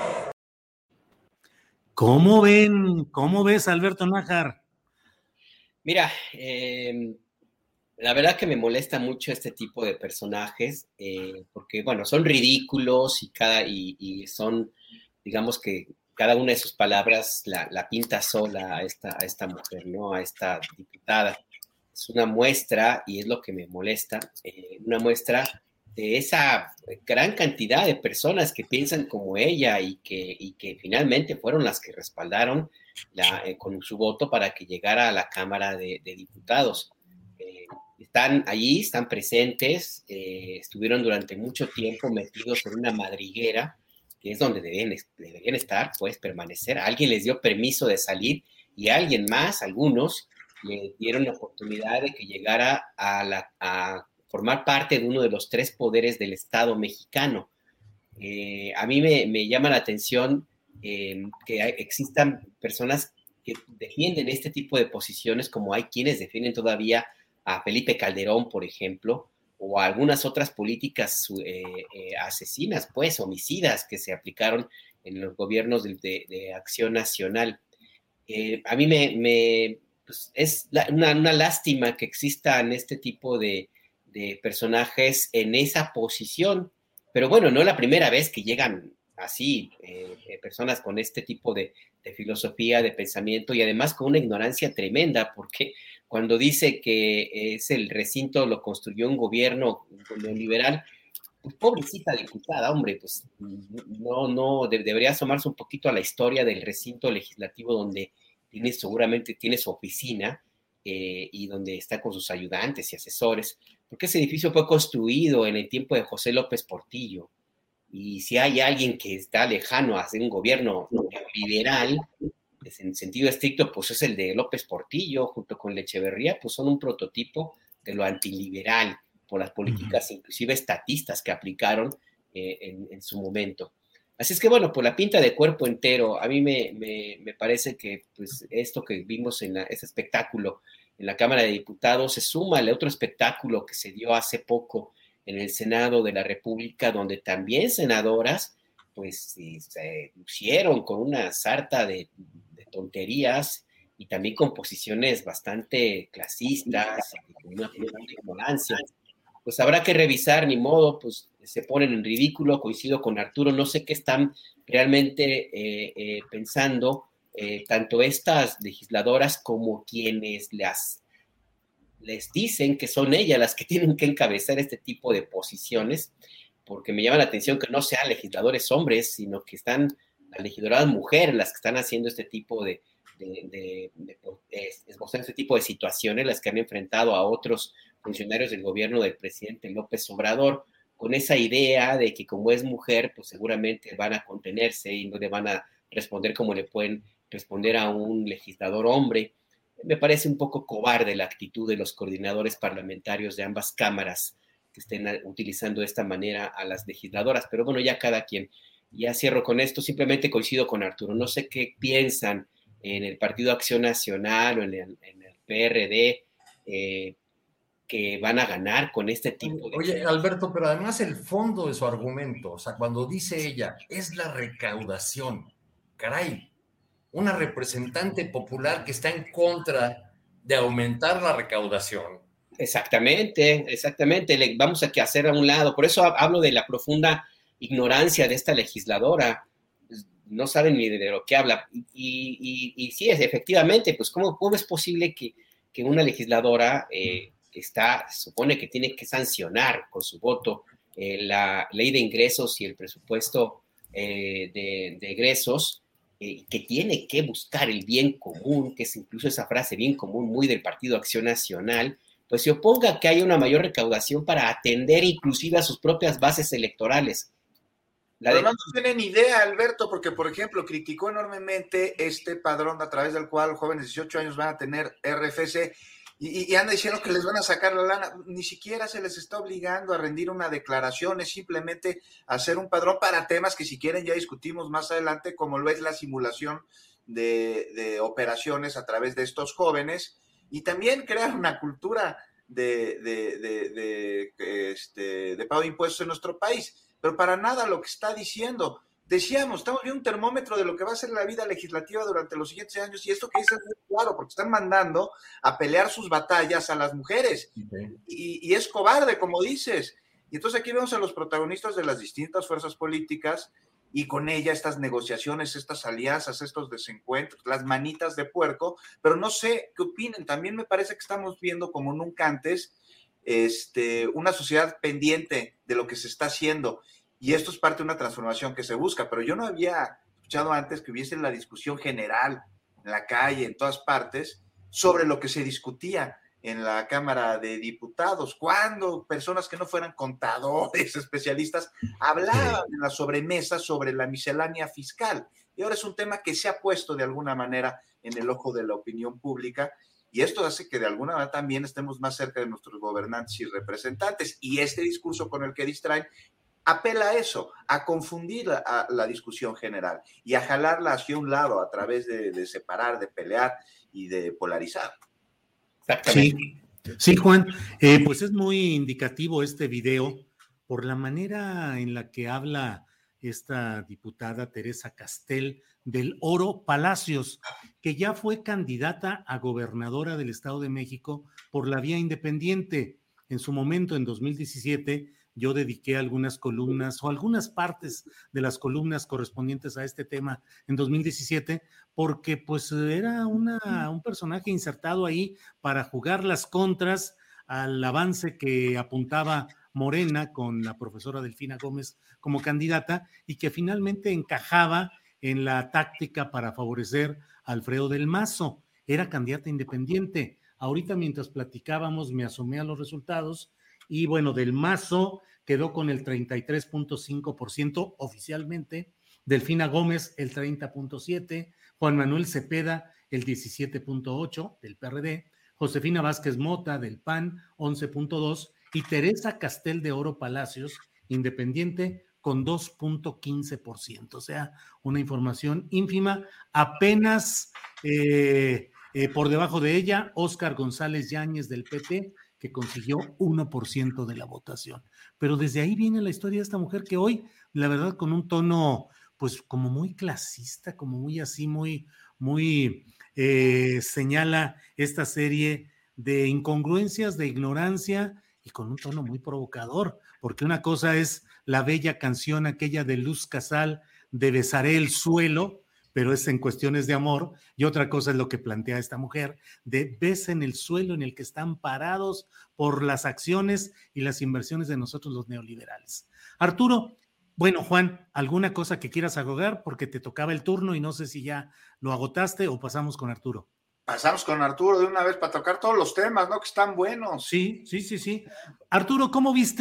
S5: ¿Cómo ven? ¿Cómo ves, Alberto Nájar?
S14: Mira, la verdad que me molesta mucho este tipo de personajes, porque, bueno, son ridículos y son, digamos que cada una de sus palabras la pinta sola a esta mujer, ¿no? A esta diputada. Es una muestra, y es lo que me molesta, una muestra de esa gran cantidad de personas que piensan como ella y que finalmente fueron las que respaldaron con su voto para que llegara a la Cámara de Diputados. están allí, están presentes, estuvieron durante mucho tiempo metidos en una madriguera, que es donde deberían estar, pues permanecer. Alguien les dio permiso de salir y alguien más, algunos, le dieron la oportunidad de que llegara a formar parte de uno de los 3 poderes del Estado mexicano. A mí me llama la atención que existan personas que defienden este tipo de posiciones, como hay quienes defienden todavía a Felipe Calderón, por ejemplo, o a algunas otras políticas asesinas, pues, homicidas que se aplicaron en los gobiernos de Acción Nacional. A mí pues es una lástima que existan este tipo de personajes en esa posición, pero bueno, no es la primera vez que llegan así personas con este tipo de filosofía, de pensamiento, y además con una ignorancia tremenda, porque cuando dice que el recinto lo construyó un gobierno neoliberal, pues pobrecita diputada, hombre, pues debería asomarse un poquito a la historia del recinto legislativo donde seguramente tiene su oficina y donde está con sus ayudantes y asesores, porque ese edificio fue construido en el tiempo de José López Portillo. Y si hay alguien que está lejano a hacer un gobierno liberal, pues en sentido estricto, pues es el de López Portillo, junto con Echeverría, pues son un prototipo de lo antiliberal, por las políticas inclusive estatistas que aplicaron en su momento. Así es que bueno, por la pinta de cuerpo entero, a mí me parece que pues esto que vimos en ese espectáculo en la Cámara de Diputados se suma al otro espectáculo que se dio hace poco en el Senado de la República, donde también senadoras pues se pusieron con una sarta de tonterías y también con posiciones bastante clasistas, con una ignorancia. Pues habrá que revisar, ni modo, pues se ponen en ridículo. Coincido con Arturo, no sé qué están realmente pensando tanto estas legisladoras como quienes les dicen que son ellas las que tienen que encabezar este tipo de posiciones, porque me llama la atención que no sean legisladores hombres, sino que están las legisladoras mujeres las que están haciendo este tipo esbozando este tipo de situaciones, las que han enfrentado a otros funcionarios del gobierno del presidente López Obrador, con esa idea de que como es mujer, pues seguramente van a contenerse y no le van a responder como le pueden responder a un legislador hombre. Me parece un poco cobarde la actitud de los coordinadores parlamentarios de ambas cámaras que estén utilizando de esta manera a las legisladoras, pero bueno, ya cada quien. Ya cierro con esto, simplemente coincido con Arturo, no sé qué piensan en el Partido Acción Nacional o en el PRD que van a ganar con este tipo de...
S13: Oye, Alberto, pero además el fondo de su argumento, o sea, cuando dice ella, es la recaudación, caray, una representante popular que está en contra de aumentar la recaudación.
S14: Exactamente, vamos a hacer a un lado, por eso hablo de la profunda ignorancia de esta legisladora, no saben ni de lo que habla, y sí, efectivamente, pues ¿cómo es posible que una legisladora se supone que tiene que sancionar con su voto la ley de ingresos y el presupuesto de egresos, que tiene que buscar el bien común, que es incluso esa frase bien común muy del Partido Acción Nacional, pues se oponga a que haya una mayor recaudación para atender inclusive a sus propias bases electorales?
S12: Además no tienen idea, Alberto, porque por ejemplo criticó enormemente este padrón a través del cual jóvenes de 18 años van a tener RFC y anda diciendo que les van a sacar la lana. Ni siquiera se les está obligando a rendir una declaración, es simplemente hacer un padrón para temas que si quieren ya discutimos más adelante, como lo es la simulación de operaciones a través de estos jóvenes, y también crear una cultura de pago de impuestos en nuestro país. Pero para nada lo que está diciendo. Decíamos, estamos viendo un termómetro de lo que va a ser la vida legislativa durante los siguientes años, y esto que dice es muy claro, porque están mandando a pelear sus batallas a las mujeres, y es cobarde, como dices. Y entonces aquí vemos a los protagonistas de las distintas fuerzas políticas, y con ella estas negociaciones, estas alianzas, estos desencuentros, las manitas de puerco, pero no sé qué opinen. También me parece que estamos viendo como nunca antes una sociedad pendiente de lo que se está haciendo, y esto es parte de una transformación que se busca, pero yo no había escuchado antes que hubiese la discusión general en la calle, en todas partes, sobre lo que se discutía, en la Cámara de Diputados, cuando personas que no fueran contadores, especialistas, hablaban en la sobremesa sobre la miscelánea fiscal. Y ahora es un tema que se ha puesto de alguna manera en el ojo de la opinión pública, y esto hace que de alguna manera también estemos más cerca de nuestros gobernantes y representantes. Y este discurso con el que distraen apela a eso, a confundir a la discusión general y a jalarla hacia un lado a través de separar, de pelear y de polarizar.
S5: Sí, Juan, pues es muy indicativo este video por la manera en la que habla esta diputada Teresa Castel del Oro Palacios, que ya fue candidata a gobernadora del Estado de México por la vía independiente. En su momento, en 2017, yo dediqué algunas columnas o algunas partes de las columnas correspondientes a este tema en 2017, porque pues era un personaje insertado ahí para jugar las contras al avance que apuntaba Morena con la profesora Delfina Gómez como candidata y que finalmente encajaba en la táctica para favorecer a Alfredo del Mazo. Era candidata independiente. Ahorita mientras platicábamos me asomé a los resultados y bueno, del Mazo quedó con el 33.5% oficialmente, Delfina Gómez el 30.7%, Juan Manuel Cepeda el 17.8% del PRD, Josefina Vázquez Mota del PAN 11.2% y Teresa Castel de Oro Palacios, independiente, con 2.15%. O sea, una información ínfima. Apenas por debajo de ella, Óscar González Yáñez del PP, que consiguió 1% de la votación. Pero desde ahí viene la historia de esta mujer que hoy, la verdad, con un tono, pues, como muy clasista, como muy así, muy señala esta serie de incongruencias, de ignorancia y con un tono muy provocador, porque una cosa es la bella canción aquella de Luz Casal de Besaré el suelo, pero es en cuestiones de amor, y otra cosa es lo que plantea esta mujer, de besen el suelo en el que están parados por las acciones y las inversiones de nosotros los neoliberales. Arturo, bueno, Juan, ¿alguna cosa que quieras agregar? Porque te tocaba el turno y no sé si ya lo agotaste o pasamos con Arturo.
S12: Pasamos con Arturo de una vez para tocar todos los temas, ¿no? Que están buenos.
S5: Sí. Arturo, ¿cómo viste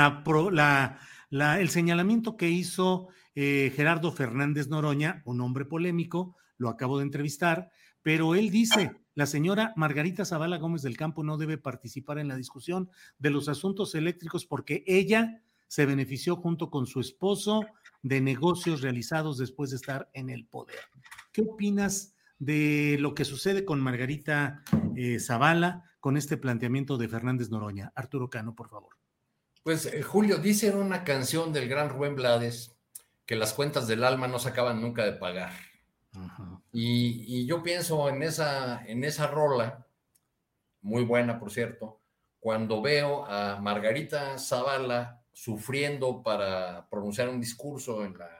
S5: el señalamiento que hizo Gerardo Fernández Noroña, un hombre polémico? Lo acabo de entrevistar, pero él dice, la señora Margarita Zavala Gómez del Campo no debe participar en la discusión de los asuntos eléctricos porque ella se benefició junto con su esposo de negocios realizados después de estar en el poder. ¿Qué opinas de lo que sucede con Margarita Zavala con este planteamiento de Fernández Noroña? Arturo Cano, por favor.
S13: Pues, Julio, dice en una canción del gran Rubén Blades que las cuentas del alma no se acaban nunca de pagar. Uh-huh. Y yo pienso en esa rola, muy buena, por cierto, cuando veo a Margarita Zavala sufriendo para pronunciar un discurso en la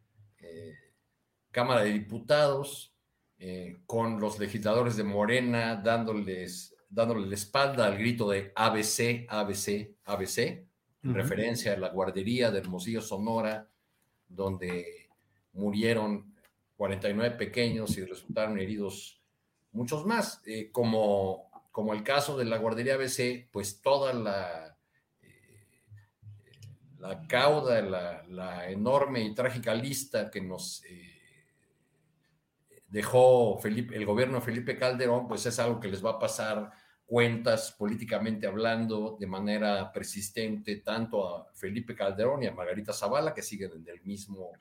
S13: Cámara de Diputados, con los legisladores de Morena dándole la espalda al grito de ABC, ABC, ABC, en referencia a la guardería de Hermosillo, Sonora, donde murieron 49 pequeños y resultaron heridos muchos más. Como el caso de la guardería ABC, pues toda la cauda, la enorme y trágica lista que nos dejó el gobierno de Felipe Calderón, pues es algo que les va a pasar cuentas políticamente hablando de manera persistente tanto a Felipe Calderón y a Margarita Zavala, que siguen en el mismo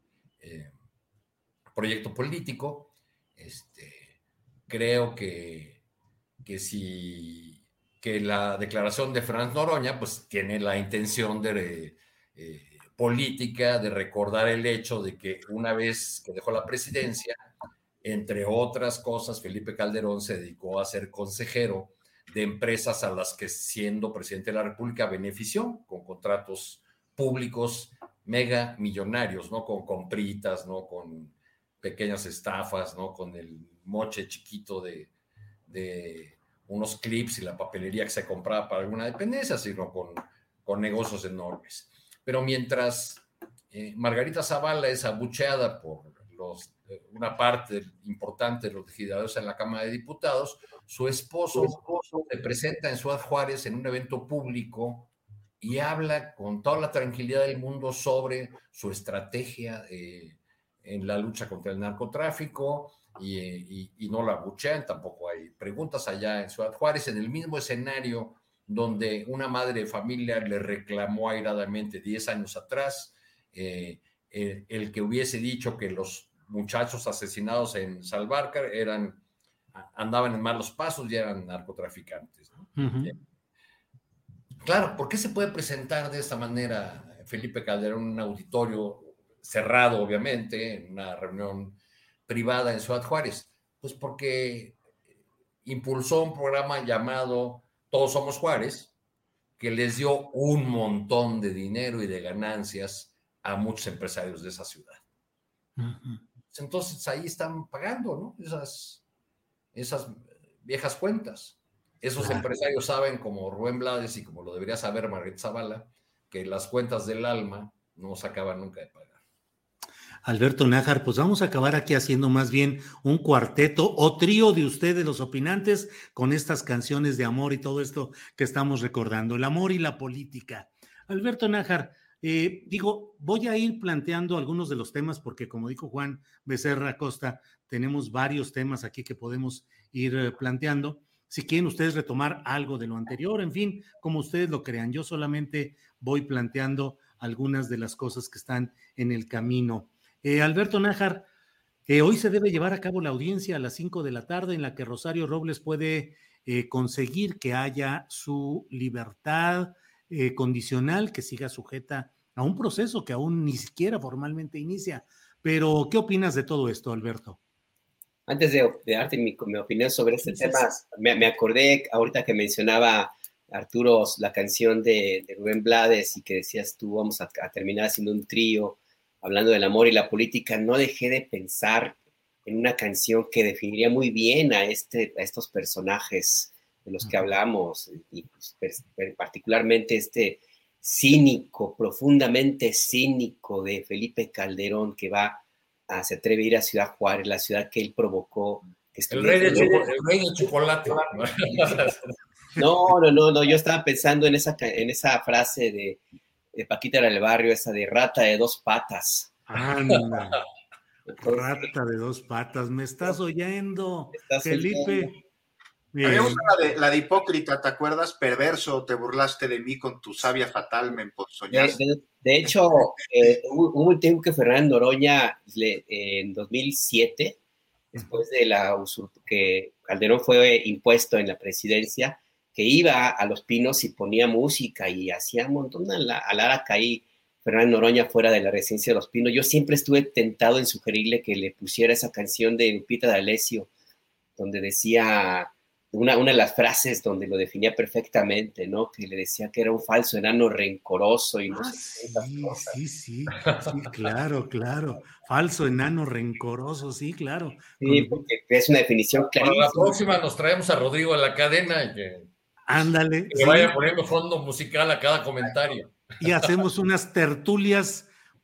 S13: proyecto político. Creo que la declaración de Fernández Noroña pues tiene la intención de política de recordar el hecho de que una vez que dejó la presidencia, entre otras cosas, Felipe Calderón se dedicó a ser consejero de empresas a las que, siendo presidente de la República, benefició con contratos públicos mega millonarios, ¿no? Con compritas, ¿no? Con pequeñas estafas, ¿no? Con el moche chiquito de unos clips y la papelería que se compraba para alguna dependencia, sino con negocios enormes. Pero mientras Margarita Zavala es abucheada por una parte importante de los legisladores en la Cámara de Diputados, su esposo se presenta en Ciudad Juárez en un evento público y habla con toda la tranquilidad del mundo sobre su estrategia en la lucha contra el narcotráfico y no la abuchean, tampoco hay preguntas allá en Ciudad Juárez, en el mismo escenario donde una madre de familia le reclamó airadamente 10 años atrás el que hubiese dicho que los muchachos asesinados en Salvarcar andaban en malos pasos y eran narcotraficantes, ¿no?
S5: Uh-huh.
S13: Claro, ¿por qué se puede presentar de esta manera Felipe Calderón en un auditorio cerrado, obviamente, en una reunión privada en Ciudad Juárez? Pues porque impulsó un programa llamado Todos Somos Juárez, que les dio un montón de dinero y de ganancias a muchos empresarios de esa ciudad.
S5: Uh-huh.
S13: Entonces ahí están pagando, ¿no? Esas viejas cuentas. Esos empresarios saben, como Rubén Blades y como lo debería saber Margarita Zavala, que las cuentas del alma no se acaban nunca de pagar.
S5: Alberto Nájar, pues vamos a acabar aquí haciendo más bien un cuarteto o trío de ustedes, los opinantes, con estas canciones de amor y todo esto que estamos recordando, el amor y la política. Alberto Nájar, voy a ir planteando algunos de los temas porque, como dijo Juan Becerra Costa, tenemos varios temas aquí que podemos ir planteando. Si quieren ustedes retomar algo de lo anterior, en fin, como ustedes lo crean, yo solamente voy planteando algunas de las cosas que están en el camino. Alberto Nájar, hoy se debe llevar a cabo la audiencia a las 5 de la tarde en la que Rosario Robles puede conseguir que haya su libertad condicional, que siga sujeta a un proceso que aún ni siquiera formalmente inicia. Pero, ¿qué opinas de todo esto, Alberto?
S14: Antes de darte mi opinión sobre este tema, me acordé ahorita que mencionaba Arturo la canción de Rubén Blades y que decías tú, vamos a terminar haciendo un trío hablando del amor y la política. No dejé de pensar en una canción que definiría muy bien a estos personajes de los que hablamos, y pues, particularmente este cínico, profundamente cínico de Felipe Calderón, que se atreve a ir a Ciudad Juárez, la ciudad que él provocó.
S13: El rey de chocolate.
S14: No, yo estaba pensando en esa frase de Paquita del Barrio, esa de rata de dos patas.
S5: Anda, rata de dos patas, me estás oyendo, Felipe.
S12: Habíamos la de hipócrita, ¿te acuerdas? Perverso, te burlaste de mí con tu sabia fatal, me emponzoñaste.
S14: De hecho, hubo un tiempo que Fernando Noroña, en 2007, después de que Calderón fue impuesto en la presidencia, que iba a Los Pinos y ponía música y hacía un montón a la araca ahí, Fernando Noroña fuera de la residencia de Los Pinos. Yo siempre estuve tentado en sugerirle que le pusiera esa canción de Lupita D'Alessio, donde decía una de las frases donde lo definía perfectamente, ¿no? Que le decía que era un falso enano rencoroso y no sé.
S5: Sí, claro. Falso enano rencoroso, sí, claro.
S14: Sí, porque es una definición clarísima.
S13: Para la próxima nos traemos a Rodrigo a la cadena y
S5: ándale.
S13: Que vaya poniendo fondo musical a cada comentario.
S5: Y hacemos unas tertulias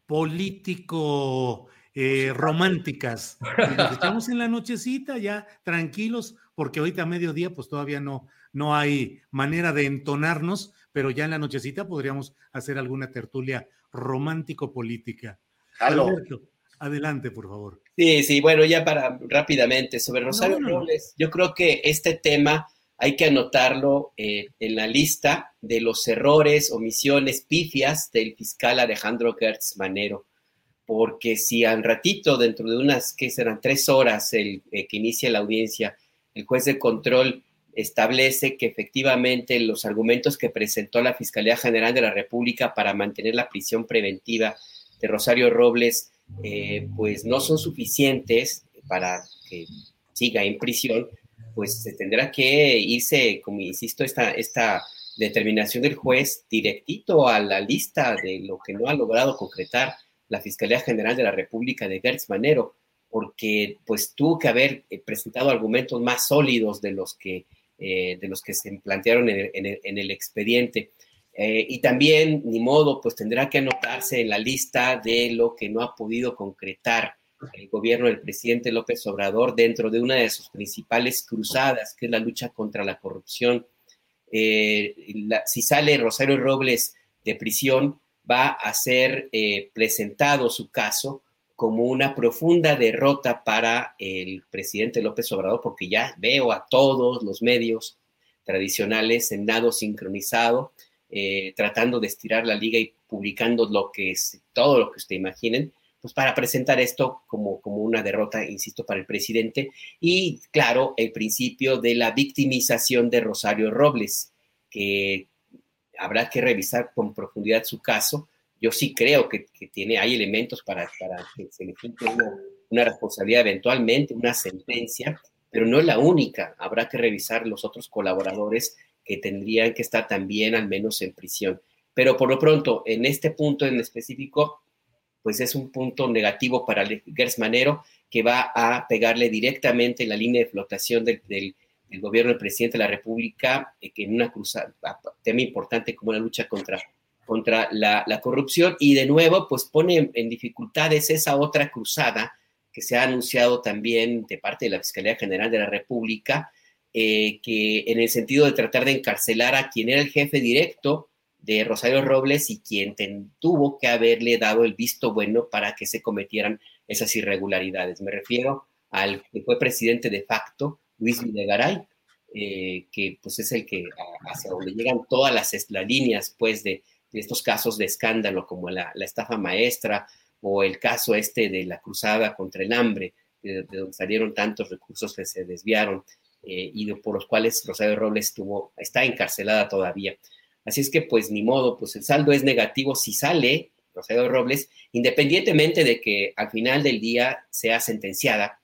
S5: político románticas. Y nos echamos en la nochecita ya tranquilos, porque ahorita a mediodía pues todavía no hay manera de entonarnos, pero ya en la nochecita podríamos hacer alguna tertulia romántico-política. Alberto, adelante, por favor.
S14: Sí, bueno, ya para rápidamente, sobre Rosario Robles, yo creo que este tema hay que anotarlo en la lista de los errores, omisiones, pifias del fiscal Alejandro Gertz Manero, porque si al ratito, dentro de unas, ¿qué serán? 3 horas que inicia la audiencia, el juez de control establece que efectivamente los argumentos que presentó la Fiscalía General de la República para mantener la prisión preventiva de Rosario Robles, pues no son suficientes para que siga en prisión, pues se tendrá que irse, como insisto, esta determinación del juez directito a la lista de lo que no ha logrado concretar la Fiscalía General de la República de Gertz Manero, porque pues tuvo que haber presentado argumentos más sólidos de los que se plantearon en el expediente. Y también, ni modo, pues tendrá que anotarse en la lista de lo que no ha podido concretar el gobierno del presidente López Obrador dentro de una de sus principales cruzadas, que es la lucha contra la corrupción. Si sale Rosario Robles de prisión, va a ser presentado su caso como una profunda derrota para el presidente López Obrador, porque ya veo a todos los medios tradicionales en nado sincronizado, tratando de estirar la liga y publicando todo lo que usted imaginen, pues para presentar esto como una derrota, insisto, para el presidente. Y claro, el principio de la victimización de Rosario Robles, que habrá que revisar con profundidad su caso. Yo sí creo que hay elementos para que se le implique una responsabilidad eventualmente, una sentencia, pero no es la única. Habrá que revisar los otros colaboradores que tendrían que estar también al menos en prisión. Pero por lo pronto, en este punto en específico, pues es un punto negativo para Gers Manero, que va a pegarle directamente en la línea de flotación del gobierno del presidente de la República, que en una cruzada, tema importante como la lucha contra la corrupción, y de nuevo pues pone en dificultades esa otra cruzada que se ha anunciado también de parte de la Fiscalía General de la República, que en el sentido de tratar de encarcelar a quien era el jefe directo de Rosario Robles y quien tuvo que haberle dado el visto bueno para que se cometieran esas irregularidades. Me refiero al que fue presidente de facto, Luis Videgaray, que pues es el que hacia donde llegan todas las líneas pues de estos casos de escándalo como la estafa maestra o el caso de la cruzada contra el hambre, de donde salieron tantos recursos que se desviaron y por los cuales Rosario Robles está encarcelada todavía. Así es que pues ni modo, pues el saldo es negativo si sale Rosario Robles, independientemente de que al final del día sea sentenciada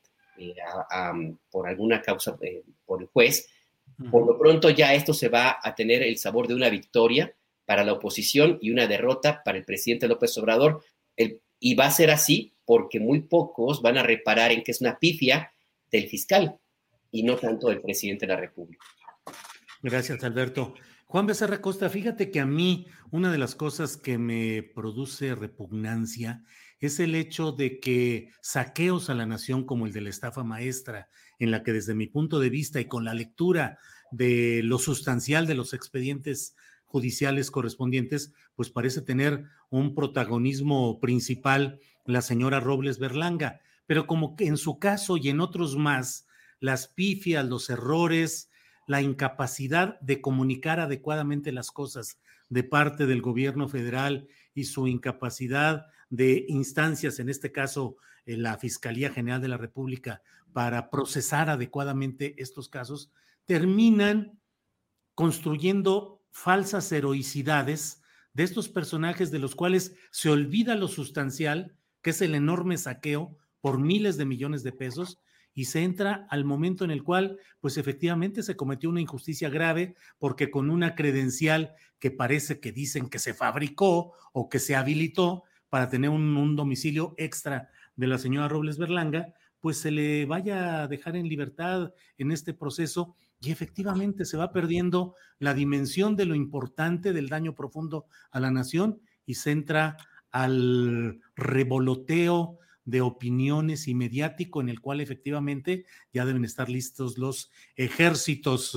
S14: por alguna causa por el juez. Por lo pronto ya esto se va a tener el sabor de una victoria para la oposición y una derrota para el presidente López Obrador, y va a ser así porque muy pocos van a reparar en que es una pifia del fiscal y no tanto del presidente de la República.
S5: Gracias, Alberto. Juan Becerra Costa, fíjate que a mí una de las cosas que me produce repugnancia es el hecho de que saqueos a la nación como el de la estafa maestra, en la que desde mi punto de vista y con la lectura de lo sustancial de los expedientes judiciales correspondientes, pues parece tener un protagonismo principal la señora Robles Berlanga, pero como que en su caso y en otros más, las pifias, los errores, la incapacidad de comunicar adecuadamente las cosas de parte del gobierno federal y su incapacidad de instancias, en este caso la Fiscalía General de la República, para procesar adecuadamente estos casos, terminan construyendo falsas heroicidades de estos personajes de los cuales se olvida lo sustancial, que es el enorme saqueo por miles de millones de pesos, y se entra al momento en el cual, pues efectivamente se cometió una injusticia grave, porque con una credencial que parece que dicen que se fabricó o que se habilitó para tener un domicilio extra de la señora Robles Berlanga, pues se le vaya a dejar en libertad en este proceso, y efectivamente se va perdiendo la dimensión de lo importante del daño profundo a la nación y se entra al revoloteo de opiniones y mediático en el cual efectivamente ya deben estar listos los ejércitos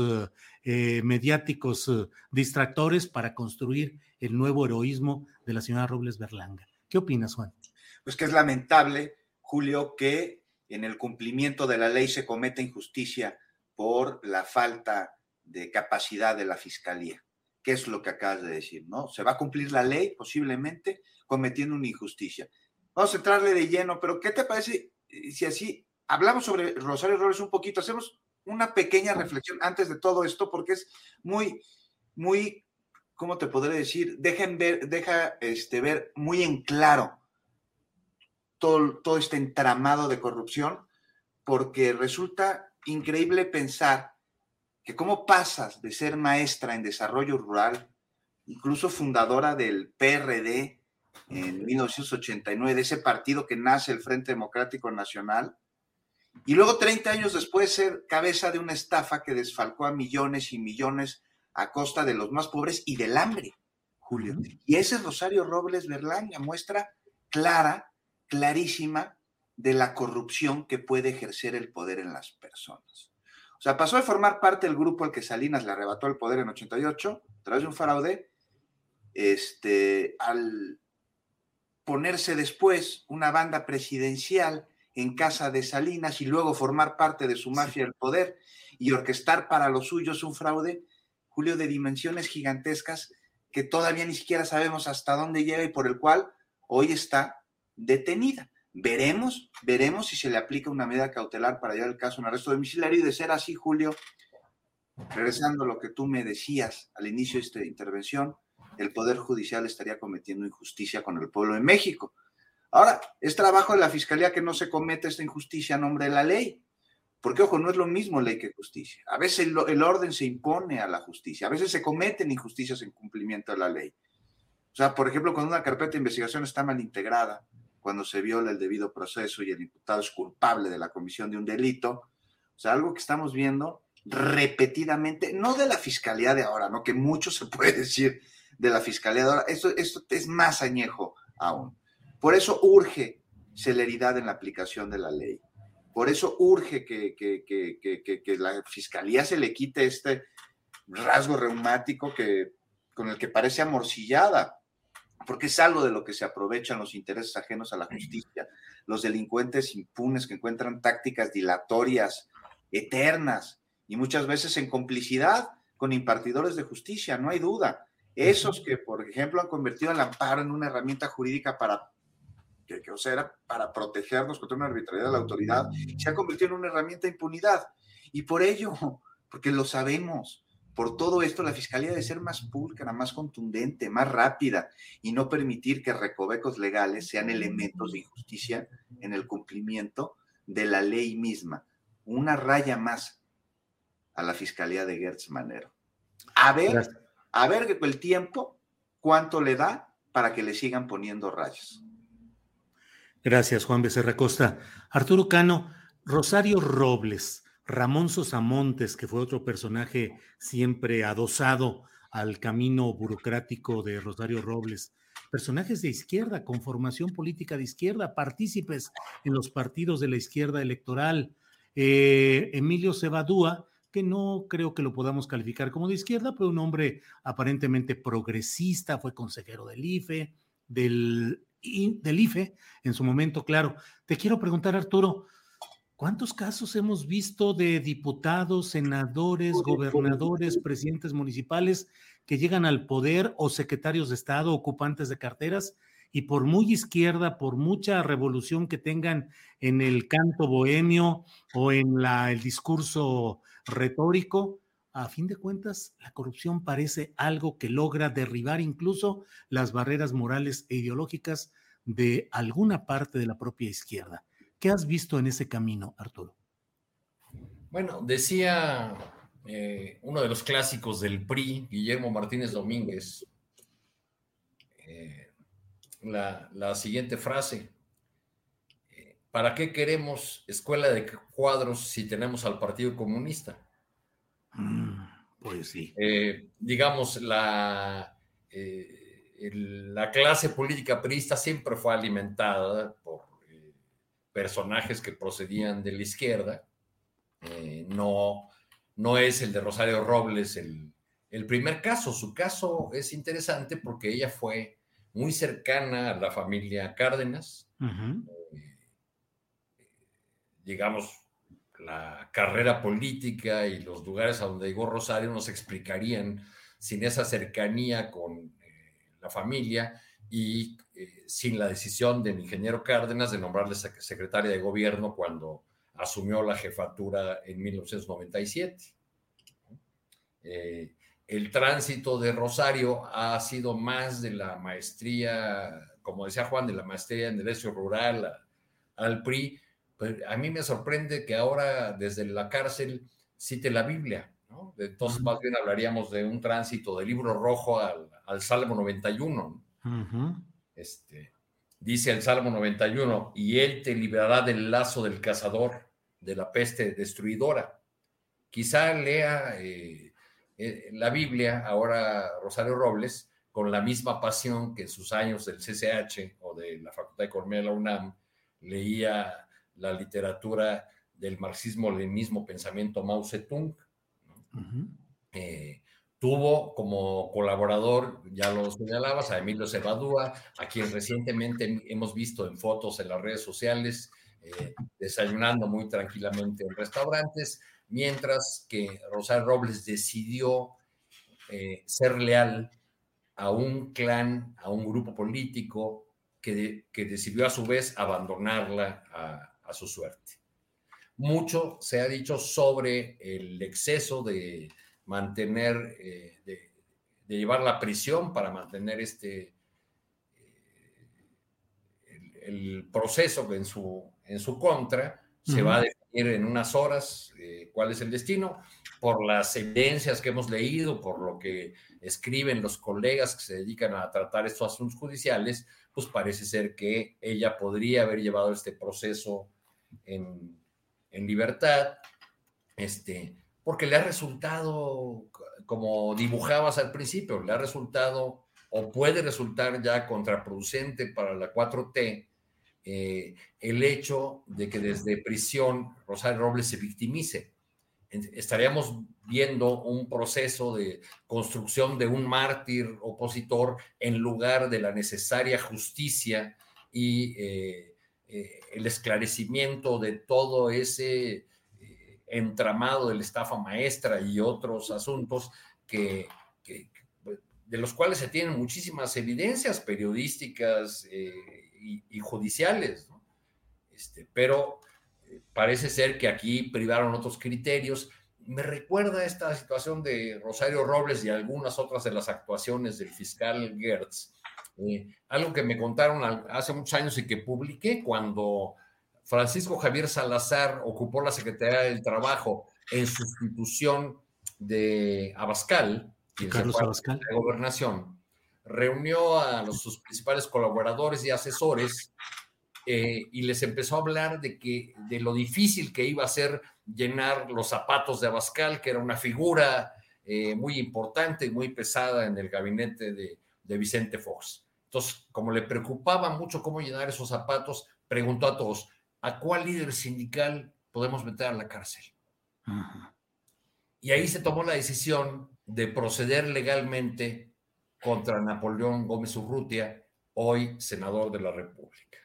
S5: mediáticos distractores para construir el nuevo heroísmo de la señora Robles Berlanga. ¿Qué opinas, Juan?
S12: Pues que es lamentable, Julio, que en el cumplimiento de la ley se cometa injusticia por la falta de capacidad de la Fiscalía. ¿Qué es lo que acabas de decir, no? Se va a cumplir la ley posiblemente cometiendo una injusticia. Vamos a entrarle de lleno, pero ¿qué te parece si así hablamos sobre Rosario Robles un poquito? Hacemos una pequeña reflexión antes de todo esto, porque es muy, ¿cómo te podré decir? Deja ver muy en claro todo este entramado de corrupción, porque resulta increíble pensar que cómo pasas de ser maestra en desarrollo rural, incluso fundadora del PRD, en 1989, de ese partido que nace el Frente Democrático Nacional, y luego 30 años después ser cabeza de una estafa que desfalcó a millones y millones a costa de los más pobres y del hambre, Julio. Y ese Rosario Robles Berlanga, muestra clarísima de la corrupción que puede ejercer el poder en las personas. O sea, pasó de formar parte del grupo al que Salinas le arrebató el poder en 88, a través de un fraude, al ponerse después una banda presidencial en casa de Salinas y luego formar parte de su mafia del poder y orquestar para los suyos un fraude, Julio, de dimensiones gigantescas que todavía ni siquiera sabemos hasta dónde llega y por el cual hoy está detenida. Veremos si se le aplica una medida cautelar para llevar el caso a un arresto domiciliario, y de ser así, Julio, regresando a lo que tú me decías al inicio de esta intervención, el Poder Judicial estaría cometiendo injusticia con el pueblo de México. Ahora, es trabajo de la Fiscalía que no se cometa esta injusticia a nombre de la ley, porque, ojo, no es lo mismo ley que justicia. A veces el orden se impone a la justicia, a veces se cometen injusticias en cumplimiento de la ley. O sea, por ejemplo, cuando una carpeta de investigación está mal integrada, cuando se viola el debido proceso y el imputado es culpable de la comisión de un delito, o sea, algo que estamos viendo repetidamente, no de la Fiscalía de ahora, ¿no? Que mucho se puede decir de la Fiscalía de ahora, esto es más añejo aún. Por eso urge celeridad en la aplicación de la ley. Por eso urge que la Fiscalía se le quite este rasgo reumático con el que parece amorcillada, porque es algo de lo que se aprovechan los intereses ajenos a la justicia, los delincuentes impunes que encuentran tácticas dilatorias, eternas, y muchas veces en complicidad con impartidores de justicia, no hay duda. Esos que, por ejemplo, han convertido el amparo en una herramienta jurídica para protegernos contra una arbitrariedad de la autoridad, se ha convertido en una herramienta de impunidad. Y por ello, porque lo sabemos, por todo esto la Fiscalía debe ser más pulcra, más contundente, más rápida, y no permitir que recovecos legales sean elementos de injusticia en el cumplimiento de la ley misma. Una raya más a la Fiscalía de Gertz Manero. A ver con el tiempo cuánto le da para que le sigan poniendo rayas.
S5: Gracias, Juan Becerra Costa. Arturo Cano, Rosario Robles, Ramón Sosamontes, que fue otro personaje siempre adosado al camino burocrático de Rosario Robles, personajes de izquierda, con formación política de izquierda, partícipes en los partidos de la izquierda electoral. Emilio Cebadúa, que no creo que lo podamos calificar como de izquierda, pero un hombre aparentemente progresista, fue consejero del IFE, del IFE en su momento, claro. Te quiero preguntar, Arturo, ¿cuántos casos hemos visto de diputados, senadores, gobernadores, presidentes municipales que llegan al poder, o secretarios de Estado, ocupantes de carteras, y por muy izquierda, por mucha revolución que tengan en el canto bohemio o en el discurso retórico, a fin de cuentas, la corrupción parece algo que logra derribar incluso las barreras morales e ideológicas de alguna parte de la propia izquierda? ¿Qué has visto en ese camino, Arturo?
S13: Bueno, decía uno de los clásicos del PRI, Guillermo Martínez Domínguez, la siguiente frase: ¿para qué queremos escuela de cuadros si tenemos al Partido Comunista?
S5: Pues sí.
S13: Digamos, la clase política priista siempre fue alimentada por personajes que procedían de la izquierda. No es el de Rosario Robles el primer caso. Su caso es interesante porque ella fue muy cercana a la familia Cárdenas. Digamos, la carrera política y los lugares a donde llegó Rosario nos explicarían sin esa cercanía con la familia y sin la decisión del ingeniero Cárdenas de nombrarle secretaria de gobierno cuando asumió la jefatura en 1997. El tránsito de Rosario ha sido más de la maestría, como decía Juan, de la maestría en Derecho Rural al PRI. Pues a mí me sorprende que ahora desde la cárcel cite la Biblia, ¿no? Entonces más bien hablaríamos de un tránsito del libro rojo al Salmo 91. Dice el Salmo 91, y él te librará del lazo del cazador, de la peste destruidora. Quizá lea la Biblia ahora Rosario Robles con la misma pasión que en sus años del CCH o de la Facultad de Economía de la UNAM leía la literatura del marxismo-leninismo, pensamiento Mao Zedong, ¿no? Tuvo como colaborador, ya lo señalabas, a Emilio Cebadúa, a quien recientemente hemos visto en fotos en las redes sociales, desayunando muy tranquilamente en restaurantes, mientras que Rosario Robles decidió ser leal a un clan, a un grupo político que decidió a su vez abandonarla a su suerte. Mucho se ha dicho sobre el exceso de mantener, de llevar la prisión para mantener el proceso en su contra. Se va a definir en unas horas cuál es el destino. Por las evidencias que hemos leído, por lo que escriben los colegas que se dedican a tratar estos asuntos judiciales, pues parece ser que ella podría haber llevado este proceso en libertad, porque le ha resultado, como dibujabas al principio, le ha resultado o puede resultar ya contraproducente para la 4T el hecho de que desde prisión Rosario Robles se victimice. Estaríamos viendo un proceso de construcción de un mártir opositor en lugar de la necesaria justicia y el esclarecimiento de todo ese entramado de la estafa maestra y otros asuntos de los cuales se tienen muchísimas evidencias periodísticas y judiciales, ¿no? Pero parece ser que aquí privaron otros criterios. Me recuerda esta situación de Rosario Robles y algunas otras de las actuaciones del fiscal Gertz. Algo que me contaron hace muchos años y que publiqué cuando Francisco Javier Salazar ocupó la Secretaría del Trabajo en sustitución de Abascal, quien se fue a la gobernación, reunió a sus principales colaboradores y asesores y les empezó a hablar de lo difícil que iba a ser llenar los zapatos de Abascal, que era una figura muy importante y muy pesada en el gabinete de Vicente Fox. Entonces, como le preocupaba mucho cómo llenar esos zapatos, preguntó a todos, ¿a cuál líder sindical podemos meter a la cárcel? Uh-huh. Y ahí se tomó la decisión de proceder legalmente contra Napoleón Gómez Urrutia, hoy senador de la República.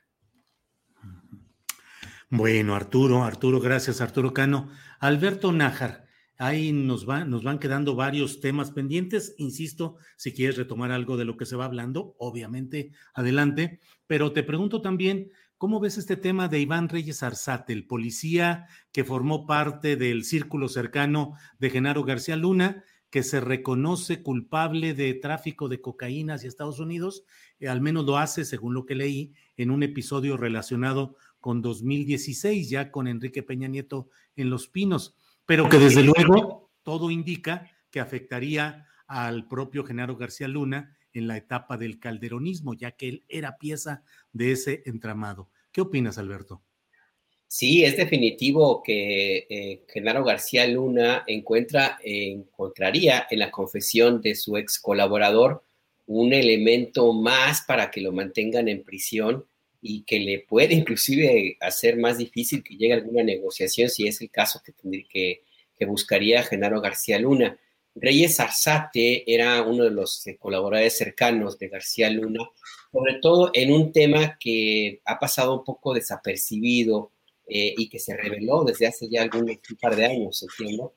S5: Bueno, Arturo, gracias, Arturo Cano. Alberto Nájar, ahí nos van quedando varios temas pendientes. Insisto, si quieres retomar algo de lo que se va hablando, obviamente, adelante. Pero te pregunto también, ¿cómo ves este tema de Iván Reyes Arzate, el policía que formó parte del círculo cercano de Genaro García Luna, que se reconoce culpable de tráfico de cocaína hacia Estados Unidos? Al menos lo hace, según lo que leí, en un episodio relacionado con 2016, ya con Enrique Peña Nieto en Los Pinos, pero que desde luego todo indica que afectaría al propio Genaro García Luna en la etapa del calderonismo, ya que él era pieza de ese entramado. ¿Qué opinas, Alberto?
S14: Sí, es definitivo que Genaro García Luna encontraría en la confesión de su ex colaborador un elemento más para que lo mantengan en prisión y que le puede inclusive hacer más difícil que llegue a alguna negociación si es el caso que buscaría Genaro García Luna. Reyes Arzate era uno de los colaboradores cercanos de García Luna, sobre todo en un tema que ha pasado un poco desapercibido y que se reveló desde hace ya un par de años, entiendo,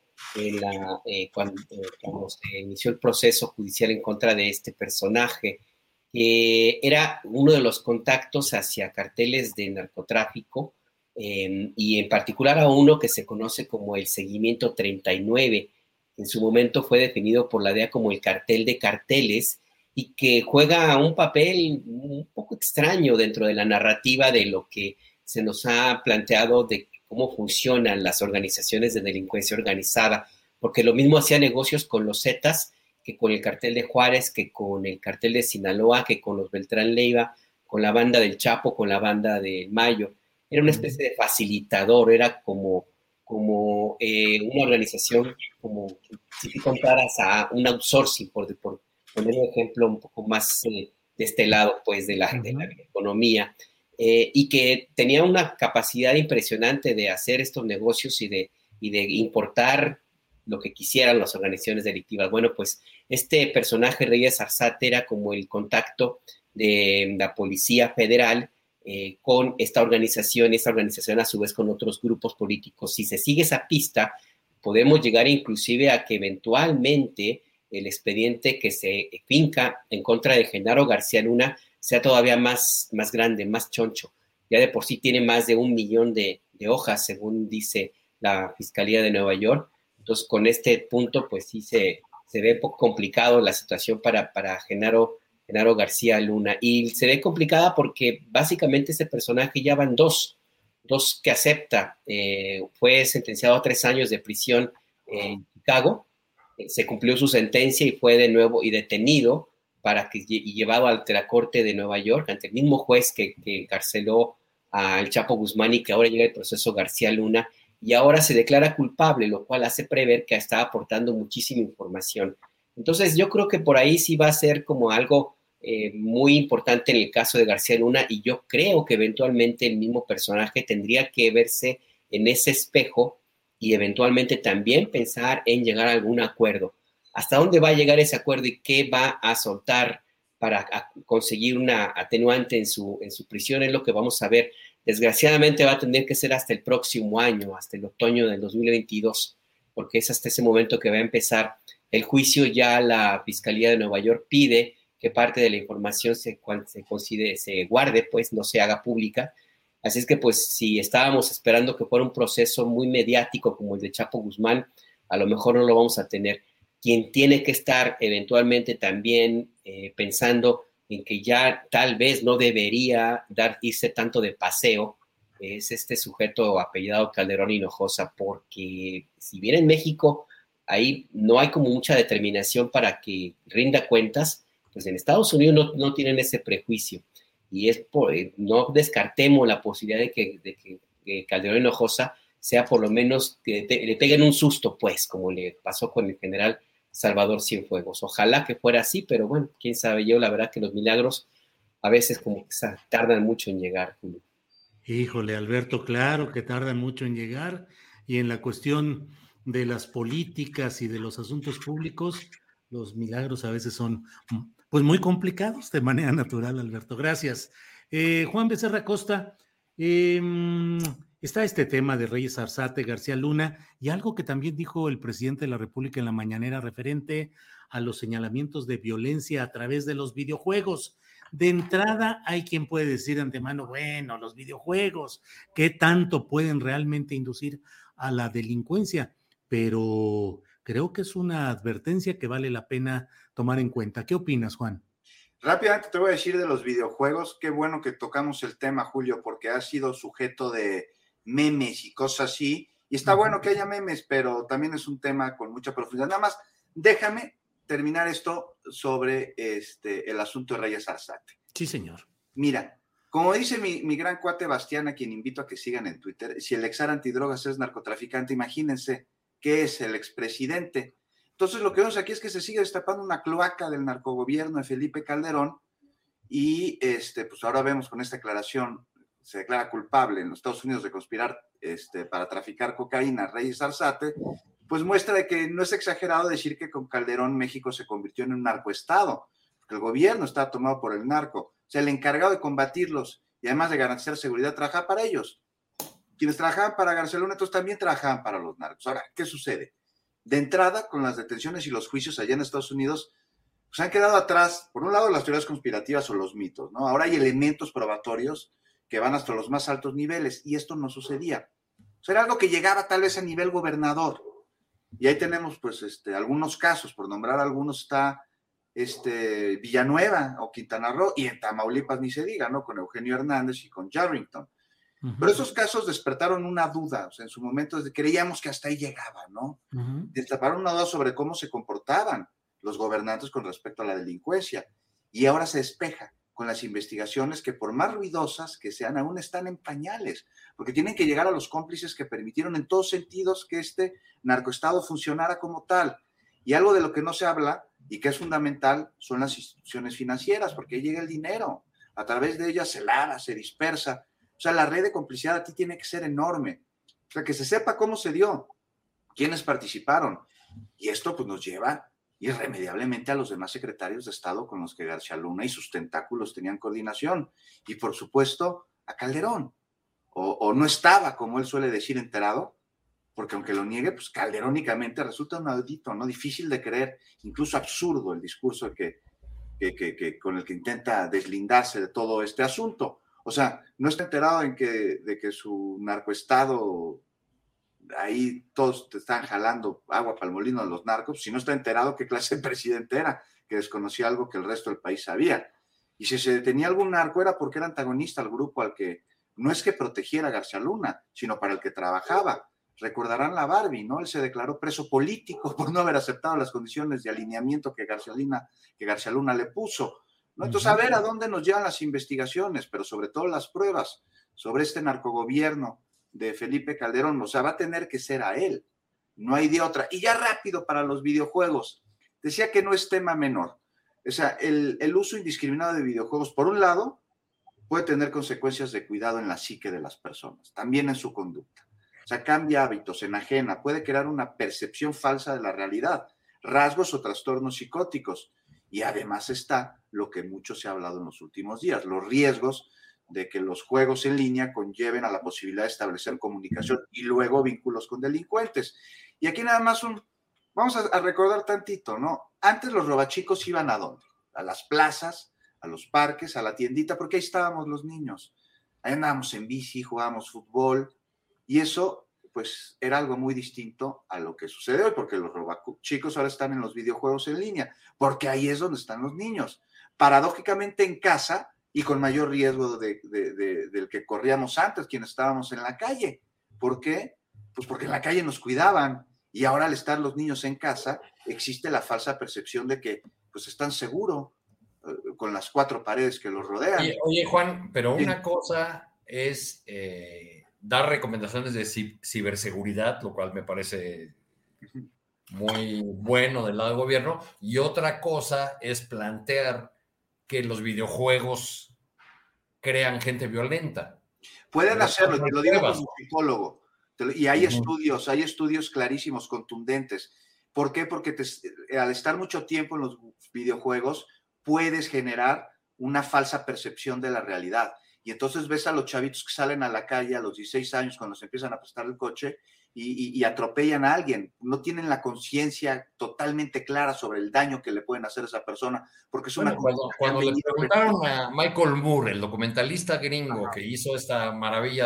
S14: cuando se inició el proceso judicial en contra de este personaje. Era uno de los contactos hacia carteles de narcotráfico y en particular a uno que se conoce como el Seguimiento 39, que en su momento fue definido por la DEA como el cartel de carteles y que juega un papel un poco extraño dentro de la narrativa de lo que se nos ha planteado de cómo funcionan las organizaciones de delincuencia organizada, porque lo mismo hacía negocios con los Zetas que con el cartel de Juárez, que con el cartel de Sinaloa, que con los Beltrán Leiva, con la banda del Chapo, con la banda del Mayo. Era una especie de facilitador, era como una organización, como si contaras a un outsourcing, por poner un ejemplo un poco más de este lado, pues, de la economía. y que tenía una capacidad impresionante de hacer estos negocios y de importar lo que quisieran las organizaciones delictivas. Bueno, pues este personaje, Reyes Arzate, era como el contacto de la Policía Federal con esta organización, y esta organización a su vez con otros grupos políticos. Si se sigue esa pista, podemos llegar inclusive a que eventualmente el expediente que se finca en contra de Genaro García Luna sea todavía más grande, más choncho. Ya de por sí tiene más de 1 millón de hojas, según dice la Fiscalía de Nueva York. Entonces, con este punto, pues sí se ve un poco complicado la situación para Genaro García Luna. Y se ve complicada porque básicamente ese personaje ya van dos que acepta. Fue sentenciado a 3 años de prisión en Chicago. Se cumplió su sentencia y fue de nuevo y detenido y llevado ante la Corte de Nueva York, ante el mismo juez que encarceló al Chapo Guzmán, y que ahora llega el proceso García Luna, y ahora se declara culpable, lo cual hace prever que está aportando muchísima información. Entonces yo creo que por ahí sí va a ser como algo muy importante en el caso de García Luna, y yo creo que eventualmente el mismo personaje tendría que verse en ese espejo y eventualmente también pensar en llegar a algún acuerdo. ¿Hasta dónde va a llegar ese acuerdo y qué va a soltar para conseguir una atenuante en su prisión? Es lo que vamos a ver. Desgraciadamente va a tener que ser hasta el próximo año, hasta el otoño del 2022, porque es hasta ese momento que va a empezar el juicio. Ya la Fiscalía de Nueva York pide que parte de la información se guarde, pues no se haga pública. Así es que, pues, si estábamos esperando que fuera un proceso muy mediático como el de Chapo Guzmán, a lo mejor no lo vamos a tener. Quien tiene que estar eventualmente también pensando en que ya tal vez no debería irse tanto de paseo es este sujeto apellidado Calderón Hinojosa, porque si bien en México ahí no hay como mucha determinación para que rinda cuentas, pues en Estados Unidos no tienen ese prejuicio. Y no descartemos la posibilidad de que Calderón Hinojosa sea por lo menos que le peguen un susto, pues, como le pasó con el general Salvador Cienfuegos. Ojalá que fuera así, pero bueno, quién sabe. Yo la verdad que los milagros a veces como que tardan mucho en llegar, Julio.
S5: Híjole, Alberto, claro que tardan mucho en llegar, y en la cuestión de las políticas y de los asuntos públicos, los milagros a veces son pues muy complicados de manera natural, Alberto. Gracias. Juan Becerra Costa, está este tema de Reyes Arzate, García Luna, y algo que también dijo el presidente de la República en la mañanera referente a los señalamientos de violencia a través de los videojuegos. De entrada, hay quien puede decir de antemano, bueno, los videojuegos, ¿qué tanto pueden realmente inducir a la delincuencia? Pero creo que es una advertencia que vale la pena tomar en cuenta. ¿Qué opinas, Juan?
S12: Rápidamente te voy a decir de los videojuegos. Qué bueno que tocamos el tema, Julio, porque ha sido sujeto de memes y cosas así. Y está bueno que haya memes, pero también es un tema con mucha profundidad. Nada más, déjame terminar esto sobre el asunto de Reyes Arzate.
S5: Sí, señor.
S12: Mira, como dice mi gran cuate Bastián, a quien invito a que sigan en Twitter, si el ex antidrogas es narcotraficante, imagínense qué es el expresidente. Entonces lo que vemos aquí es que se sigue destapando una cloaca del narcogobierno de Felipe Calderón, y pues ahora vemos con esta declaración, se declara culpable en los Estados Unidos de conspirar para traficar cocaína, Reyes Arzate, pues muestra de que no es exagerado decir que con Calderón México se convirtió en un narcoestado, porque el gobierno estaba tomado por el narco. O sea, el encargado de combatirlos y además de garantizar seguridad trabajaba para ellos. Quienes trabajaban para García Luna, entonces también trabajaban para los narcos. Ahora, ¿qué sucede? De entrada, con las detenciones y los juicios allá en Estados Unidos, pues han quedado atrás, por un lado, las teorías conspirativas o los mitos, ¿no? Ahora hay elementos probatorios que van hasta los más altos niveles, y esto no sucedía. O sea, era algo que llegaba tal vez a nivel gobernador. Y ahí tenemos, pues, algunos casos, por nombrar algunos, está Villanueva o Quintana Roo, y en Tamaulipas ni se diga, ¿no? Con Eugenio Hernández y con Yarrington. Pero esos casos despertaron una duda, o sea, en su momento creíamos que hasta ahí llegaba, ¿no? Destaparon una duda sobre cómo se comportaban los gobernantes con respecto a la delincuencia, y ahora se despeja con las investigaciones que, por más ruidosas que sean, aún están en pañales, porque tienen que llegar a los cómplices que permitieron en todos sentidos que este narcoestado funcionara como tal. Y algo de lo que no se habla y que es fundamental son las instituciones financieras, porque ahí llega el dinero. a través de ella se lava, se dispersa. O sea, la red de complicidad aquí tiene que ser enorme. O sea, que se sepa cómo se dio, quiénes participaron. Y esto pues nos lleva irremediablemente a los demás secretarios de Estado con los que García Luna y sus tentáculos tenían coordinación. Y por supuesto a Calderón. O no estaba, como él suele decir, enterado, porque aunque lo niegue, pues calderónicamente resulta un audito, ¿no? Difícil de creer, incluso absurdo el discurso con el que intenta deslindarse de todo este asunto. O sea, no está enterado de que su narcoestado, ahí todos te están jalando agua para el molino de los narcos, si no está enterado qué clase de presidente era, que desconocía algo que el resto del país sabía. Y si se detenía algún narco era porque era antagonista al grupo al que no es que protegiera a García Luna, sino para el que trabajaba. Recordarán la Barbie, ¿no? Él se declaró preso político por no haber aceptado las condiciones de alineamiento que García Luna le puso, ¿no? Entonces, a ver a dónde nos llevan las investigaciones, pero sobre todo las pruebas sobre este narcogobierno de Felipe Calderón. O sea, va a tener que ser a él, no hay de otra. Y ya rápido para los videojuegos. Decía que no es tema menor. O sea, el uso indiscriminado de videojuegos, por un lado, puede tener consecuencias de cuidado en la psique de las personas, también en su conducta. O sea, cambia hábitos, enajena, puede crear una percepción falsa de la realidad, rasgos o trastornos psicóticos. Y además está lo que mucho se ha hablado en los últimos días, los riesgos de que los juegos en línea conlleven a la posibilidad de establecer comunicación y luego vínculos con delincuentes. Y aquí nada más vamos a recordar tantito, ¿no? Antes los robachicos iban ¿a dónde? A las plazas, a los parques, a la tiendita, porque ahí estábamos los niños. Ahí andábamos en bici, jugábamos fútbol, y eso, pues, era algo muy distinto a lo que sucede hoy, porque los robachicos ahora están en los videojuegos en línea, porque ahí es donde están los niños. Paradójicamente en casa y con mayor riesgo del que corríamos antes, quienes estábamos en la calle. ¿Por qué? Pues porque en la calle nos cuidaban, y ahora al estar los niños en casa, existe la falsa percepción de que, pues, están seguros con las cuatro paredes que los rodean.
S13: Oye, Juan, pero una cosa es dar recomendaciones de ciberseguridad, lo cual me parece muy bueno del lado del gobierno, y otra cosa es plantear que los videojuegos crean gente violenta.
S12: Pueden hacerlo, te lo digo como psicólogo, y hay estudios clarísimos, contundentes. ¿Por qué? Porque al estar mucho tiempo en los videojuegos, puedes generar una falsa percepción de la realidad. Y entonces ves a los chavitos que salen a la calle a los 16 años cuando se empiezan a prestar el coche y atropellan a alguien. No tienen la conciencia totalmente clara sobre el daño que le pueden hacer a esa persona, porque es una...
S13: Cuando le preguntaron a Michael Moore, el documentalista gringo que hizo esta maravilla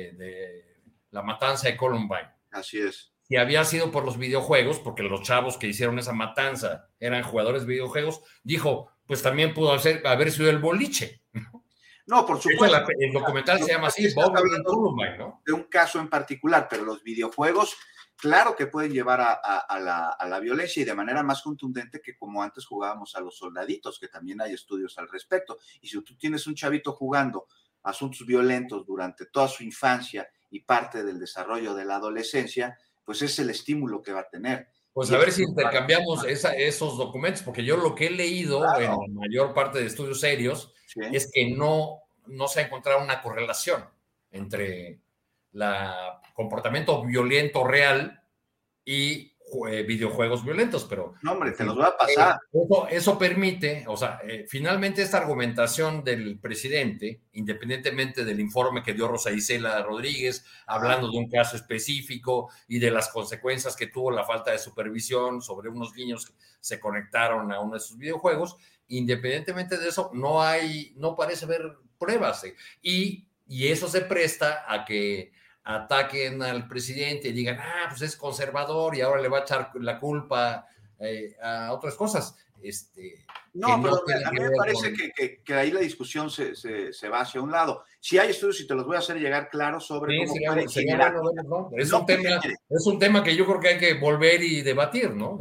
S13: de la matanza de Columbine.
S12: Así es.
S13: Si había sido por los videojuegos, porque los chavos que hicieron esa matanza eran jugadores de videojuegos, dijo, pues también pudo haber sido el boliche.
S12: No, por supuesto.
S13: El documental se llama así, Bob Columbine, ¿no?
S12: De un caso en particular, pero los videojuegos, claro que pueden llevar a la violencia y de manera más contundente que como antes jugábamos a los soldaditos, que también hay estudios al respecto. Y si tú tienes un chavito jugando asuntos violentos durante toda su infancia y parte del desarrollo de la adolescencia, pues es el estímulo que va a tener.
S13: Pues a ver si intercambiamos esos documentos, porque yo lo que he leído en la mayor parte de estudios serios es que no se ha encontrado una correlación entre el comportamiento violento real y videojuegos violentos, pero...
S12: No, hombre, te los voy a pasar.
S13: Eso permite, o sea, finalmente esta argumentación del presidente, independientemente del informe que dio Rosa Isela Rodríguez, hablando de un caso específico y de las consecuencias que tuvo la falta de supervisión sobre unos niños que se conectaron a uno de sus videojuegos, independientemente de eso, no parece haber pruebas. Y eso se presta a que ataquen al presidente y digan, pues es conservador y ahora le va a echar la culpa a otras cosas.
S12: No, pero a mí me parece que ahí la discusión se va hacia un lado. Si hay estudios, y te los voy a hacer llegar claros sobre cómo puede generar.
S13: Es un tema que yo creo que hay que volver y debatir, ¿no?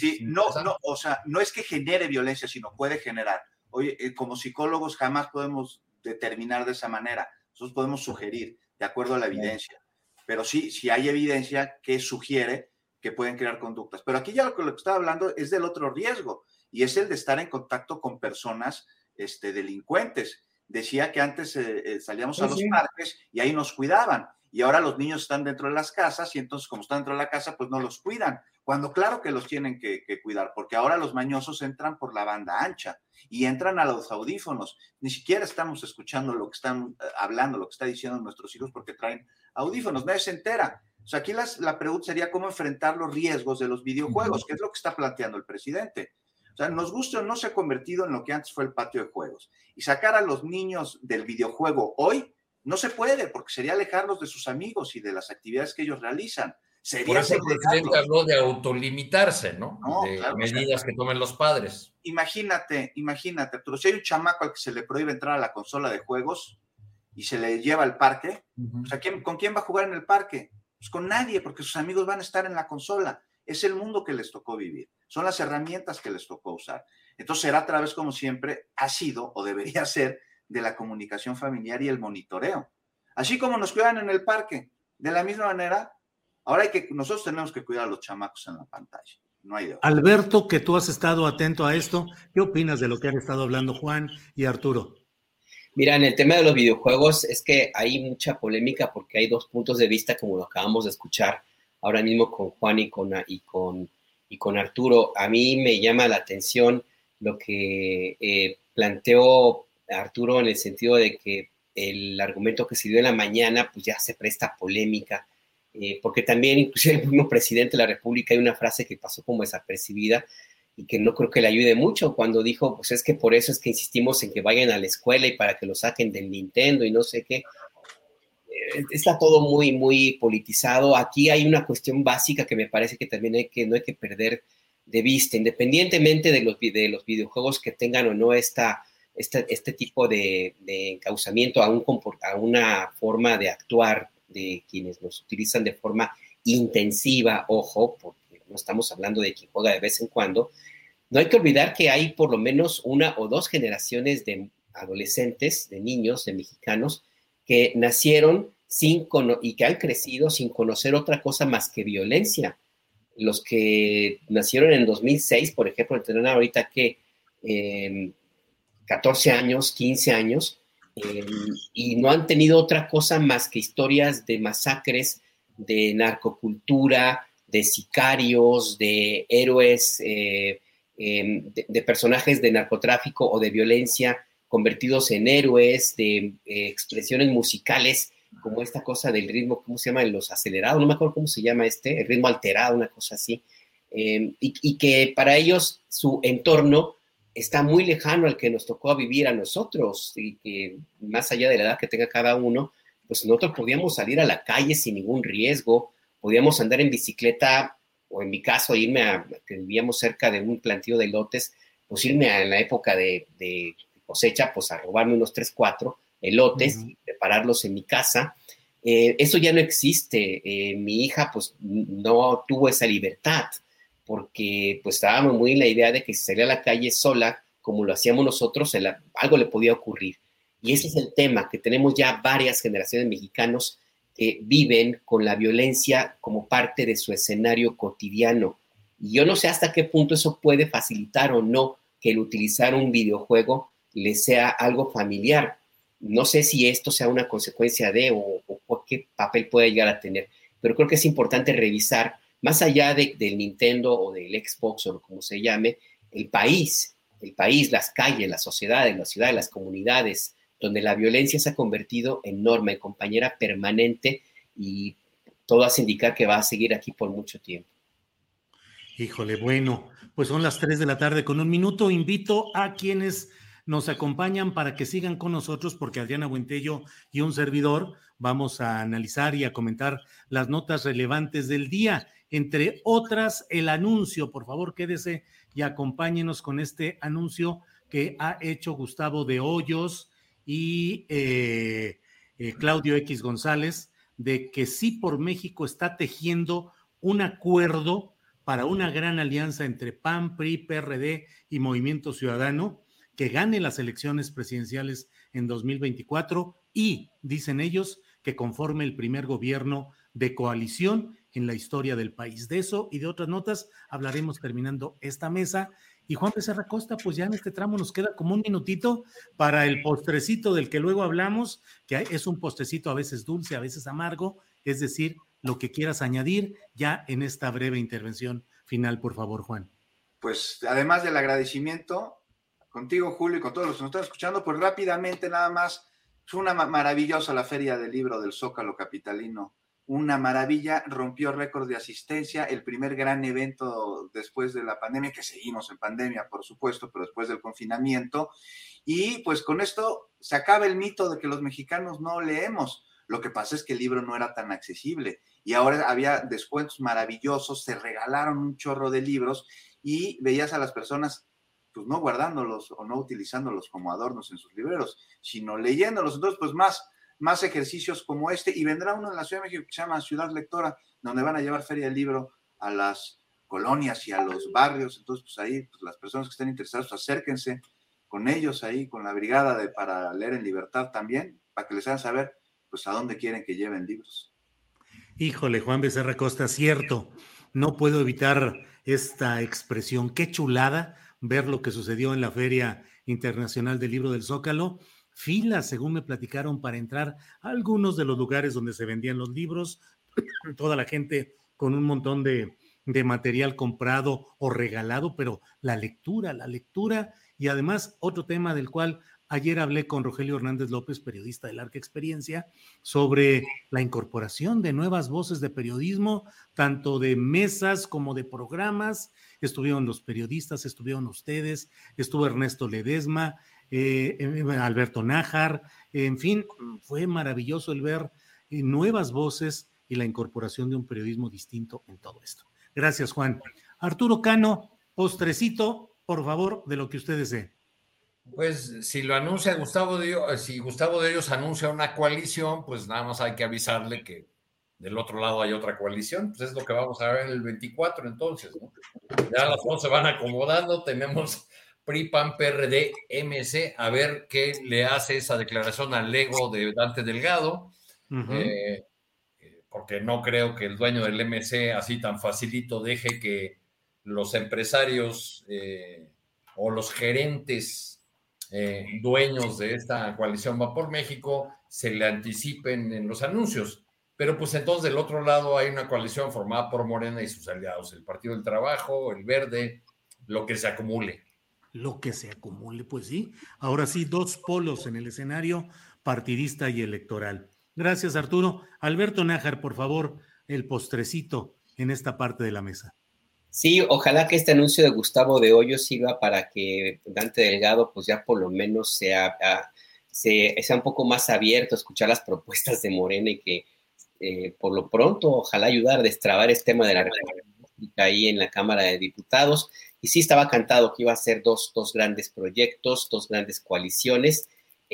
S12: O sea, no es que genere violencia, sino puede generar. Oye, como psicólogos jamás podemos determinar de esa manera. Nosotros podemos sugerir, de acuerdo a la evidencia. Pero sí hay evidencia que sugiere que pueden crear conductas. Pero aquí ya lo que estaba hablando es del otro riesgo, y es el de estar en contacto con personas delincuentes. decía que antes salíamos a los parques y ahí nos cuidaban. Y ahora los niños están dentro de las casas y entonces como están dentro de la casa, pues no los cuidan. Cuando claro que los tienen que cuidar, porque ahora los mañosos entran por la banda ancha y entran a los audífonos. Ni siquiera estamos escuchando lo que están hablando, lo que está diciendo nuestros hijos porque traen audífonos. Nadie se entera. O sea, aquí la pregunta sería cómo enfrentar los riesgos de los videojuegos, que es lo que está planteando el presidente. O sea, nos guste o no, se ha convertido en lo que antes fue el patio de juegos. Y sacar a los niños del videojuego hoy no se puede, porque sería alejarlos de sus amigos y de las actividades que ellos realizan.
S13: Por eso el presidente habló de autolimitarse, ¿no? De
S12: claro,
S13: medidas que tomen los padres.
S12: Imagínate, Arturo, si hay un chamaco al que se le prohíbe entrar a la consola de juegos y se le lleva al parque, o sea, ¿con quién va a jugar en el parque? Pues con nadie, porque sus amigos van a estar en la consola. Es el mundo que les tocó vivir, son las herramientas que les tocó usar. Entonces será a través, como siempre, ha sido o debería ser, de la comunicación familiar y el monitoreo. Así como nos cuidan en el parque, de la misma manera, ahora nosotros tenemos que cuidar a los chamacos en la pantalla. No hay de otra.
S5: Alberto, que tú has estado atento a esto, ¿qué opinas de lo que han estado hablando Juan y Arturo?
S14: Mira, en el tema de los videojuegos es que hay mucha polémica porque hay dos puntos de vista, como lo acabamos de escuchar ahora mismo con Juan y con Arturo. A mí me llama la atención lo que planteó Arturo en el sentido de que el argumento que se dio en la mañana pues ya se presta a polémica, porque también inclusive el mismo presidente de la República hay una frase que pasó como desapercibida y que no creo que le ayude mucho cuando dijo, pues es que por eso es que insistimos en que vayan a la escuela y para que lo saquen del Nintendo y no sé qué. Está todo muy, muy politizado. Aquí hay una cuestión básica que me parece que también no hay que perder de vista, independientemente de los videojuegos que tengan o no este tipo de encauzamiento a una forma de actuar de quienes los utilizan de forma intensiva, ojo, porque no estamos hablando de quien juega de vez en cuando. No hay que olvidar que hay por lo menos una o dos generaciones de adolescentes, de niños, de mexicanos, que nacieron y que han crecido sin conocer otra cosa más que violencia. Los que nacieron en 2006, por ejemplo, tendrán ahorita que 14 años, 15 años, y no han tenido otra cosa más que historias de masacres, de narcocultura, de sicarios, de héroes, de personajes de narcotráfico o de violencia convertidos en héroes, de expresiones musicales, como esta cosa del ritmo, ¿cómo se llama? Los acelerados, no me acuerdo cómo se llama el ritmo alterado, una cosa así, y que para ellos su entorno está muy lejano al que nos tocó vivir a nosotros, y que más allá de la edad que tenga cada uno, pues nosotros podíamos salir a la calle sin ningún riesgo, podíamos andar en bicicleta, o en mi caso, que vivíamos cerca de un plantío de elotes, pues irme en la época de cosecha, pues a robarme unos 3, 4 elotes y prepararlos en mi casa. Eso ya no existe. Mi hija, pues, no tuvo esa libertad, porque pues estábamos muy en la idea de que si salía a la calle sola, como lo hacíamos nosotros, algo le podía ocurrir. Y ese es el tema, que tenemos ya varias generaciones de mexicanos que viven con la violencia como parte de su escenario cotidiano. Y yo no sé hasta qué punto eso puede facilitar o no que el utilizar un videojuego les sea algo familiar. No sé si esto sea una consecuencia de o qué papel puede llegar a tener, pero creo que es importante revisar, más allá del Nintendo o del Xbox o como se llame, el país, las calles, las sociedades, las ciudades, las comunidades, donde la violencia se ha convertido en norma, en compañera permanente, y todo hace indicar que va a seguir aquí por mucho tiempo.
S5: Híjole, bueno, pues son las 3 de la tarde con 1 minuto. Invito a quienes nos acompañan para que sigan con nosotros, porque Adriana Buentello y un servidor vamos a analizar y a comentar las notas relevantes del día. Entre otras, el anuncio. Por favor, quédese y acompáñenos con este anuncio que ha hecho Gustavo de Hoyos y Claudio X González, de que Sí por México está tejiendo un acuerdo para una gran alianza entre PAN, PRI, PRD y Movimiento Ciudadano, que gane las elecciones presidenciales en 2024 y, dicen ellos, que conforme el primer gobierno de coalición en la historia del país. De eso y de otras notas hablaremos terminando esta mesa, Y Juan Becerra Costa, pues ya en este tramo nos queda como un minutito para el postrecito del que luego hablamos, que es un postrecito a veces dulce, a veces amargo, es decir, lo que quieras añadir ya en esta breve intervención final, por favor, Juan.
S12: Pues además del agradecimiento contigo, Julio, y con todos los que nos están escuchando, pues rápidamente nada más, es una maravillosa la Feria del Libro del Zócalo capitalino. Una maravilla, rompió récord de asistencia, el primer gran evento después de la pandemia, que seguimos en pandemia, por supuesto, pero después del confinamiento, y pues con esto se acaba el mito de que los mexicanos no leemos. Lo que pasa es que el libro no era tan accesible, y ahora había descuentos maravillosos, se regalaron un chorro de libros, y veías a las personas pues no guardándolos o no utilizándolos como adornos en sus libreros, sino leyéndolos. Entonces, pues más ejercicios como este, y vendrá uno en la Ciudad de México que se llama Ciudad Lectora, donde van a llevar Feria del Libro a las colonias y a los barrios. Entonces, pues ahí, pues, las personas que estén interesadas, pues, acérquense con ellos ahí, con la brigada para leer en libertad también, para que les hagan saber, pues, a dónde quieren que lleven libros.
S5: Híjole, Juan Becerra Costa, cierto, no puedo evitar esta expresión. Qué chulada ver lo que sucedió en la Feria Internacional del Libro del Zócalo. Filas, según me platicaron, para entrar a algunos de los lugares donde se vendían los libros, toda la gente con un montón de material comprado o regalado, pero la lectura, y además otro tema del cual ayer hablé con Rogelio Hernández López, periodista de larga experiencia, sobre la incorporación de nuevas voces de periodismo, tanto de mesas como de programas. Estuvieron los periodistas, estuvieron ustedes, estuvo Ernesto Ledesma, Alberto Nájar, en fin, fue maravilloso el ver nuevas voces y la incorporación de un periodismo distinto en todo esto. Gracias, Juan. Arturo Cano, postrecito, por favor, de lo que usted desee.
S13: Pues si lo anuncia Gustavo de Hoyos, si Gustavo de Hoyos anuncia una coalición, pues nada más hay que avisarle que del otro lado hay otra coalición, pues es lo que vamos a ver en el 24 entonces, ¿no? Ya las cosas se van acomodando, tenemos PRI, PAN, PRD, MC, a ver qué le hace esa declaración al ego de Dante Delgado, porque no creo que el dueño del MC así tan facilito deje que los empresarios o los gerentes dueños de esta coalición Va por México se le anticipen en los anuncios. Pero pues entonces del otro lado hay una coalición formada por Morena y sus aliados, el Partido del Trabajo, el Verde, lo que se acumule.
S5: Lo que se acumule, pues sí. Ahora sí, dos polos en el escenario partidista y electoral. Gracias, Arturo. Alberto Nájar, por favor, el postrecito en esta parte de la mesa.
S14: Sí, ojalá que este anuncio de Gustavo de Hoyos sirva para que Dante Delgado pues ya por lo menos sea un poco más abierto a escuchar las propuestas de Morena y que por lo pronto ojalá ayudar a destrabar este tema de la reforma ahí en la Cámara de Diputados. Y sí estaba cantado que iba a ser dos grandes proyectos, dos grandes coaliciones.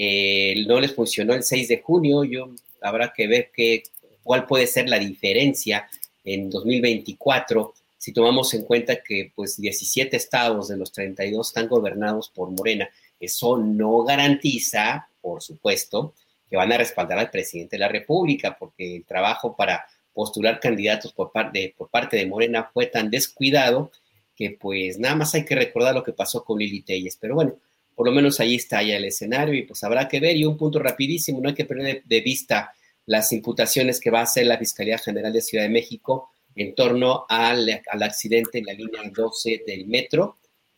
S14: No les funcionó el 6 de junio, habrá que ver cuál puede ser la diferencia en 2024, si tomamos en cuenta que pues 17 estados de los 32 están gobernados por Morena. Eso no garantiza, por supuesto, que van a respaldar al presidente de la República, porque el trabajo para postular candidatos por parte de Morena fue tan descuidado que pues nada más hay que recordar lo que pasó con Lili Telles. Pero bueno, por lo menos ahí está ya el escenario y pues habrá que ver. Y un punto rapidísimo, no hay que perder de vista las imputaciones que va a hacer la Fiscalía General de Ciudad de México en torno al accidente en la línea 12 del metro.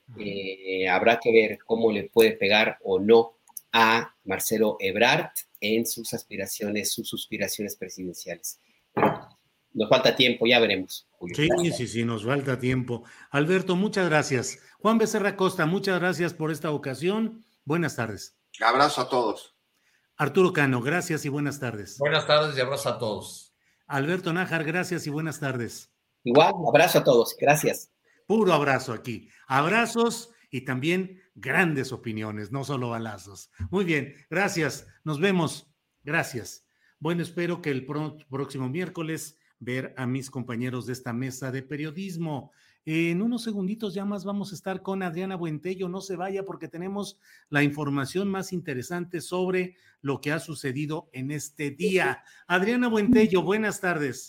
S14: Habrá que ver cómo le puede pegar o no a Marcelo Ebrard en sus suspiraciones presidenciales. Pero nos falta tiempo, ya veremos, Julio.
S5: Sí, nos falta tiempo. Alberto, muchas gracias. Juan Becerra Costa, muchas gracias por esta ocasión. Buenas tardes.
S12: Abrazo a todos.
S5: Arturo Cano, gracias y buenas tardes.
S13: Buenas tardes y abrazo a todos.
S5: Alberto Nájar, gracias y buenas tardes.
S14: Igual, abrazo a todos, gracias.
S5: Puro abrazo aquí. Abrazos y también grandes opiniones, no solo balazos. Muy bien, gracias. Nos vemos. Gracias. Bueno, espero que el próximo miércoles ver a mis compañeros de esta mesa de periodismo. En unos segunditos ya más vamos a estar con Adriana Buentello. No se vaya porque tenemos la información más interesante sobre lo que ha sucedido en este día. Adriana Buentello, buenas tardes.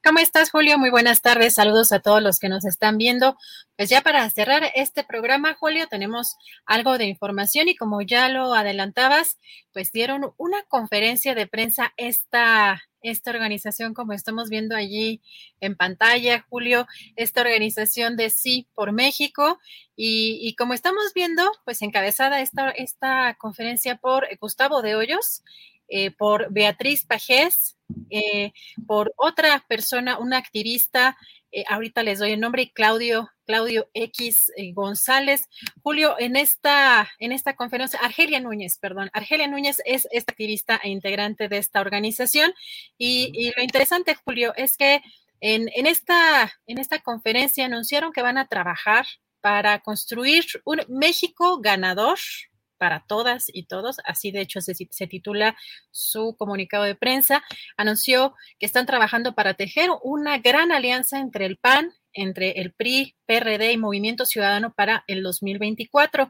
S18: ¿Cómo estás, Julio? Muy buenas tardes. Saludos a todos los que nos están viendo. Pues ya para cerrar este programa, Julio, tenemos algo de información y como ya lo adelantabas, pues dieron una conferencia de prensa esta organización, como estamos viendo allí en pantalla, Julio, esta organización de Sí por México. Y como estamos viendo, pues encabezada esta conferencia por Gustavo de Hoyos, por Beatriz Pajés, por otra persona, una activista, ahorita les doy el nombre, Claudio X González. Julio, en esta conferencia, Argelia Núñez es esta activista e integrante de esta organización, y lo interesante, Julio, es que en esta conferencia anunciaron que van a trabajar para construir un México ganador para todas y todos, así de hecho se titula su comunicado de prensa. Anunció que están trabajando para tejer una gran alianza entre el PAN, entre el PRI, PRD y Movimiento Ciudadano para el 2024.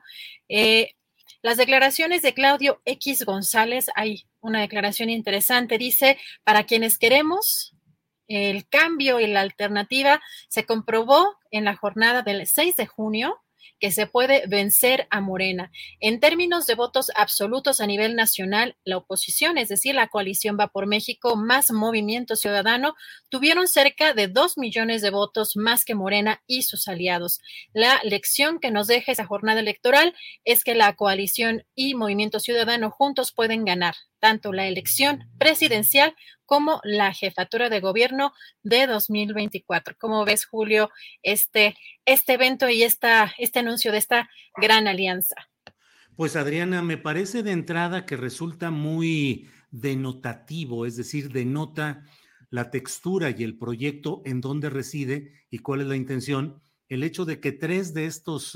S18: Las declaraciones de Claudio X González, hay una declaración interesante, dice: para quienes queremos el cambio y la alternativa, se comprobó en la jornada del 6 de junio que se puede vencer a Morena. En términos de votos absolutos a nivel nacional, la oposición, es decir, la coalición Va por México más Movimiento Ciudadano, tuvieron cerca de 2 millones de votos más que Morena y sus aliados. La lección que nos deja esa jornada electoral es que la coalición y Movimiento Ciudadano juntos pueden ganar tanto la elección presidencial como la jefatura de gobierno de 2024. ¿Cómo ves, Julio, este evento y este anuncio de esta gran alianza?
S5: Pues, Adriana, me parece de entrada que resulta muy denotativo, es decir, denota la textura y el proyecto en dónde reside y cuál es la intención, el hecho de que 3 de estos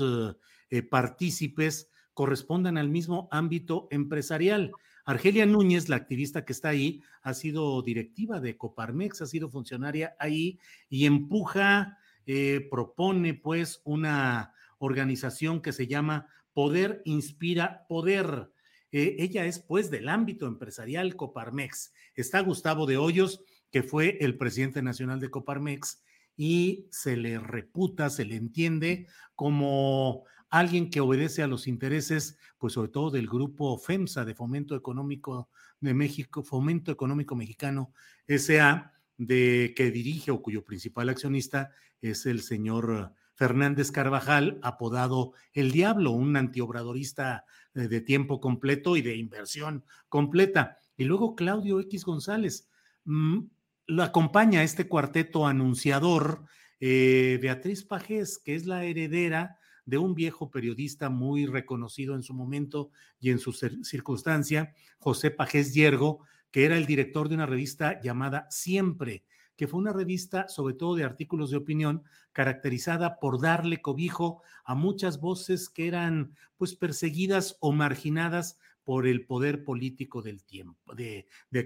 S5: partícipes correspondan al mismo ámbito empresarial. Argelia Núñez, la activista que está ahí, ha sido directiva de Coparmex, ha sido funcionaria ahí y empuja, propone pues una organización que se llama Poder Inspira Poder. Ella es pues del ámbito empresarial Coparmex. Está Gustavo de Hoyos, que fue el presidente nacional de Coparmex, y se le reputa, se le entiende como alguien que obedece a los intereses, pues sobre todo del grupo FEMSA, de Fomento Económico de México, Fomento Económico Mexicano, S.A., que dirige o cuyo principal accionista es el señor Fernández Carvajal, apodado El Diablo, un antiobradorista de tiempo completo y de inversión completa. Y luego Claudio X González. Lo acompaña este cuarteto anunciador, Beatriz Pajés, que es la heredera de un viejo periodista muy reconocido en su momento y en su circunstancia, José Pajés Yergo, que era el director de una revista llamada Siempre, que fue una revista sobre todo de artículos de opinión, caracterizada por darle cobijo a muchas voces que eran pues perseguidas o marginadas por el poder político del tiempo, de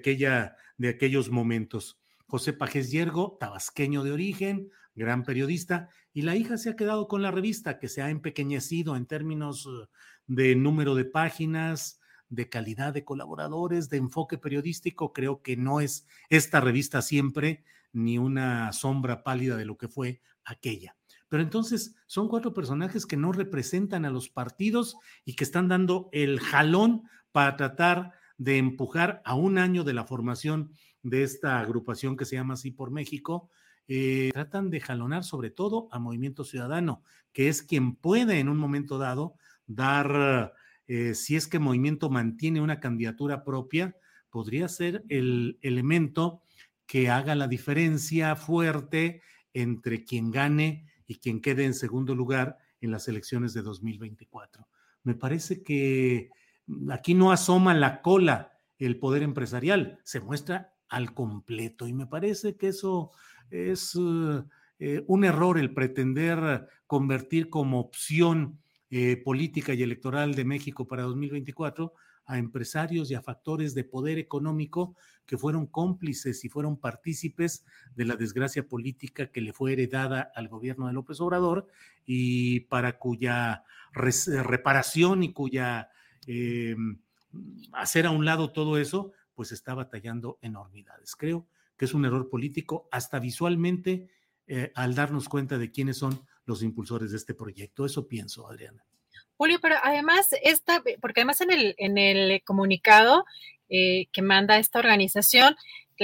S5: aquellos momentos. José Pajés Yergo, tabasqueño de origen, gran periodista, y la hija se ha quedado con la revista, que se ha empequeñecido en términos de número de páginas, de calidad de colaboradores, de enfoque periodístico. Creo que no es esta revista Siempre ni una sombra pálida de lo que fue aquella. Pero entonces son 4 personajes que no representan a los partidos y que están dando el jalón para tratar de empujar a un año de la formación de esta agrupación que se llama Sí por México. Tratan de jalonar sobre todo a Movimiento Ciudadano, que es quien puede en un momento dado dar, si es que Movimiento mantiene una candidatura propia, podría ser el elemento que haga la diferencia fuerte entre quien gane y quien quede en segundo lugar en las elecciones de 2024. Me parece que aquí no asoma la cola el poder empresarial, se muestra al completo, y me parece que eso es un error, el pretender convertir como opción política y electoral de México para 2024 a empresarios y a factores de poder económico que fueron cómplices y fueron partícipes de la desgracia política que le fue heredada al gobierno de López Obrador y para cuya reparación y cuya hacer a un lado todo eso, pues está batallando enormidades. Creo que es un error político, hasta visualmente, al darnos cuenta de quiénes son los impulsores de este proyecto. Eso pienso, Adriana.
S18: Julio, pero además porque además en el comunicado que manda esta organización,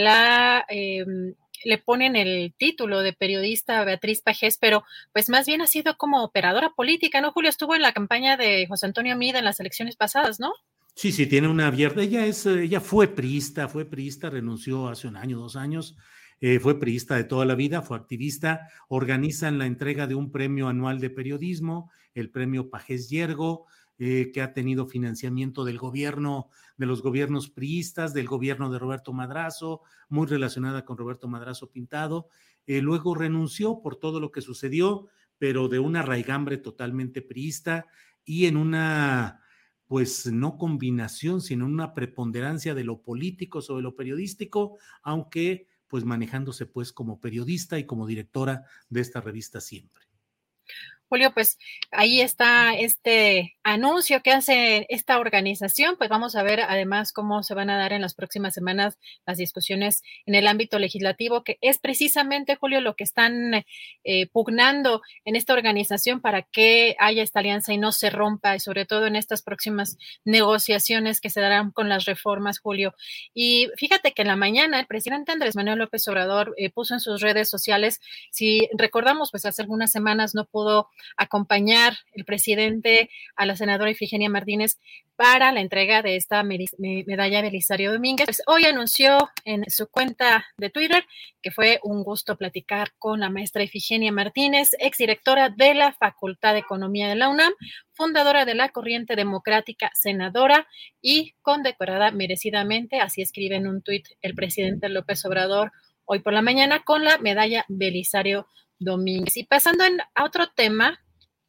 S18: le ponen el título de periodista Beatriz Pajés, pero pues más bien ha sido como operadora política, ¿no, Julio? Estuvo en la campaña de José Antonio Mida en las elecciones pasadas, ¿no?
S5: Sí, tiene una abierta. Ella fue priista, renunció hace un año, 2 años. Fue priista de toda la vida, fue activista, organizan la entrega de un premio anual de periodismo, el premio Pajés Yergo, que ha tenido financiamiento del gobierno, de los gobiernos priistas, del gobierno de Roberto Madrazo, muy relacionada con Roberto Madrazo Pintado. Luego renunció por todo lo que sucedió, pero de una raigambre totalmente priista y en una, pues no combinación, sino una preponderancia de lo político sobre lo periodístico, aunque pues manejándose pues como periodista y como directora de esta revista Siempre.
S18: Julio, pues ahí está este anuncio que hace esta organización, pues vamos a ver además cómo se van a dar en las próximas semanas las discusiones en el ámbito legislativo, que es precisamente, Julio, lo que están pugnando en esta organización para que haya esta alianza y no se rompa, y sobre todo en estas próximas negociaciones que se darán con las reformas, Julio. Y fíjate que en la mañana el presidente Andrés Manuel López Obrador puso en sus redes sociales, si recordamos, pues hace algunas semanas no pudo acompañar el presidente a la senadora Ifigenia Martínez para la entrega de esta medalla Belisario Domínguez. Pues hoy anunció en su cuenta de Twitter que fue un gusto platicar con la maestra Ifigenia Martínez, exdirectora de la Facultad de Economía de la UNAM, fundadora de la Corriente Democrática, senadora y condecorada merecidamente, así escribe en un tuit el presidente López Obrador hoy por la mañana, con la medalla Belisario Domínguez. Y pasando a otro tema,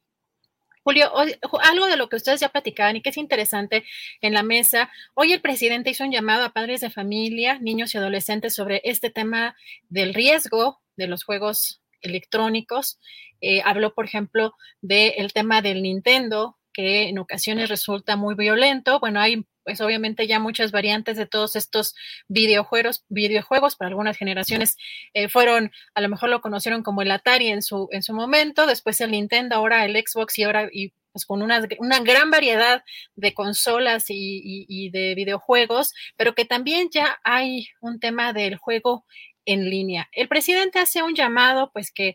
S18: Julio, algo de lo que ustedes ya platicaban y que es interesante en la mesa, hoy el presidente hizo un llamado a padres de familia, niños y adolescentes sobre este tema del riesgo de los juegos electrónicos. Habló, por ejemplo, del tema del Nintendo, que en ocasiones resulta muy violento. Bueno, hay pues obviamente ya muchas variantes de todos estos videojuegos, para algunas generaciones fueron, a lo mejor lo conocieron como el Atari en su momento, después el Nintendo, ahora el Xbox y pues con una gran variedad de consolas y de videojuegos, pero que también ya hay un tema del juego en línea. El presidente hace un llamado, pues que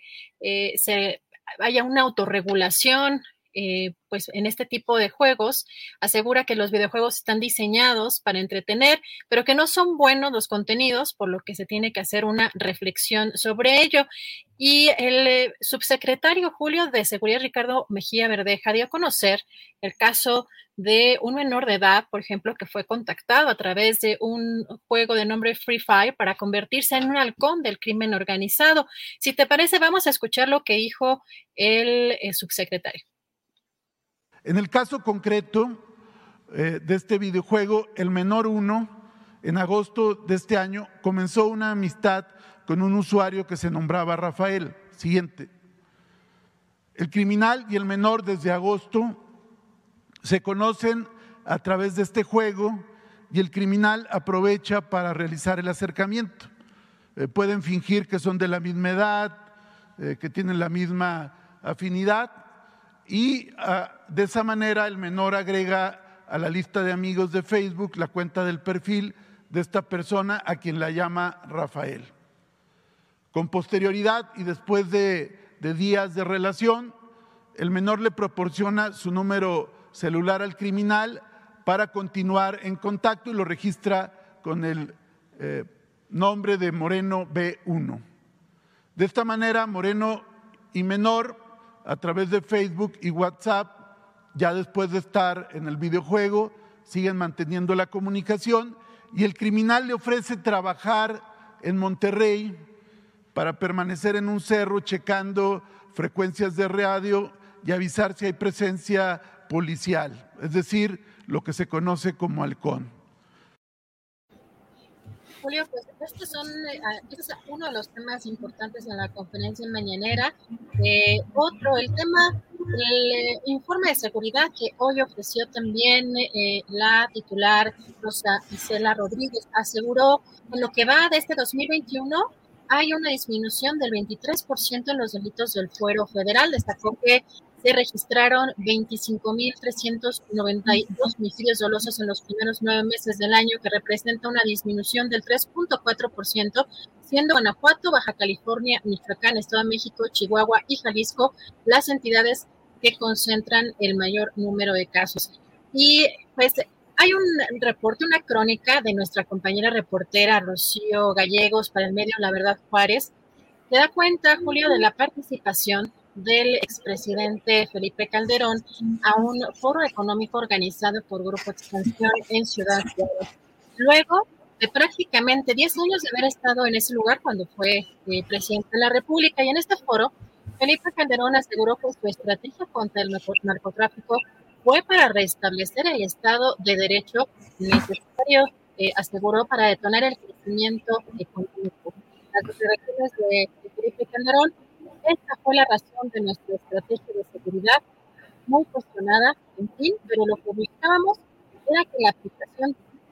S18: se haya una autorregulación pues en este tipo de juegos. Asegura que los videojuegos están diseñados para entretener, pero que no son buenos los contenidos, por lo que se tiene que hacer una reflexión sobre ello. Y el subsecretario Julio de Seguridad, Ricardo Mejía Verdeja, dio a conocer el caso de un menor de edad, por ejemplo, que fue contactado a través de un juego de nombre Free Fire para convertirse en un halcón del crimen organizado. Si te parece, vamos a escuchar lo que dijo el subsecretario.
S19: En el caso concreto de este videojuego, el menor 1, en agosto de este año, comenzó una amistad con un usuario que se nombraba Rafael. Siguiente. El criminal y el menor desde agosto se conocen a través de este juego y el criminal aprovecha para realizar el acercamiento. Pueden fingir que son de la misma edad, que tienen la misma afinidad, y de esa manera el menor agrega a la lista de amigos de Facebook la cuenta del perfil de esta persona a quien la llama Rafael. Con posterioridad y después de días de relación, el menor le proporciona su número celular al criminal para continuar en contacto y lo registra con el nombre de Moreno B1. De esta manera, Moreno y menor, a través de Facebook y WhatsApp, ya después de estar en el videojuego, siguen manteniendo la comunicación y el criminal le ofrece trabajar en Monterrey para permanecer en un cerro checando frecuencias de radio y avisar si hay presencia policial, es decir, lo que se conoce como halcón.
S18: Julio, pues este es uno de los temas importantes en la conferencia mañanera. Otro, el tema el informe de seguridad que hoy ofreció también la titular Rosa Isela Rodríguez aseguró que en lo que va de este 2021 hay una disminución del 23% en los delitos del fuero federal. Destacó que se registraron 25.392 homicidios dolosos en los primeros 9 meses del año, que representa una disminución del 3.4%, siendo Guanajuato, Baja California, Michoacán, Estado de México, Chihuahua y Jalisco las entidades que concentran el mayor número de casos. Y pues hay un reporte, una crónica de nuestra compañera reportera Rocío Gallegos para el medio La Verdad Juárez, que da cuenta, Julio, de la participación del expresidente Felipe Calderón a un foro económico organizado por Grupo Expansión en Ciudad Juárez. Luego de prácticamente 10 años de haber estado en ese lugar cuando fue presidente de la República, y en este foro, Felipe Calderón aseguró que su estrategia contra el narcotráfico fue para restablecer el Estado de Derecho necesario, aseguró, para detonar el crecimiento económico. Las declaraciones de Felipe Calderón: esta fue la razón de nuestra estrategia de seguridad, muy cuestionada, en fin, pero lo que buscábamos era que la aplicación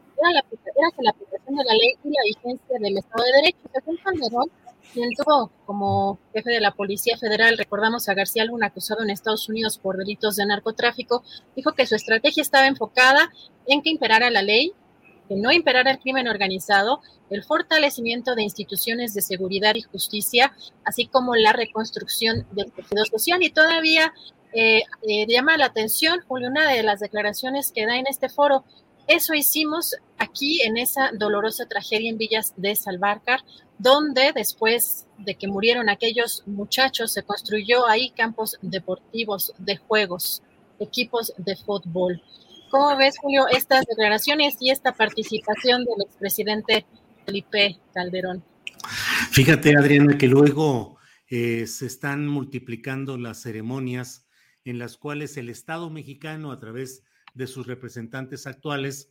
S18: de la ley y la vigencia del Estado de Derecho. Según Calderón, quien tuvo como jefe de la Policía Federal, recordamos, a García Luna, acusado en Estados Unidos por delitos de narcotráfico, dijo que su estrategia estaba enfocada en que imperara la ley, que no imperara el crimen organizado, el fortalecimiento de instituciones de seguridad y justicia, así como la reconstrucción del tejido social. Y todavía llama la atención, Julio, una de las declaraciones que da en este foro: eso hicimos aquí en esa dolorosa tragedia en Villas de Salvarcar, donde después de que murieron aquellos muchachos se construyó ahí campos deportivos de juegos, equipos de fútbol. ¿Cómo ves, Julio, estas declaraciones y esta participación del expresidente Felipe Calderón?
S5: Fíjate, Adriana, que luego se están multiplicando las ceremonias en las cuales el Estado mexicano, a través de sus representantes actuales,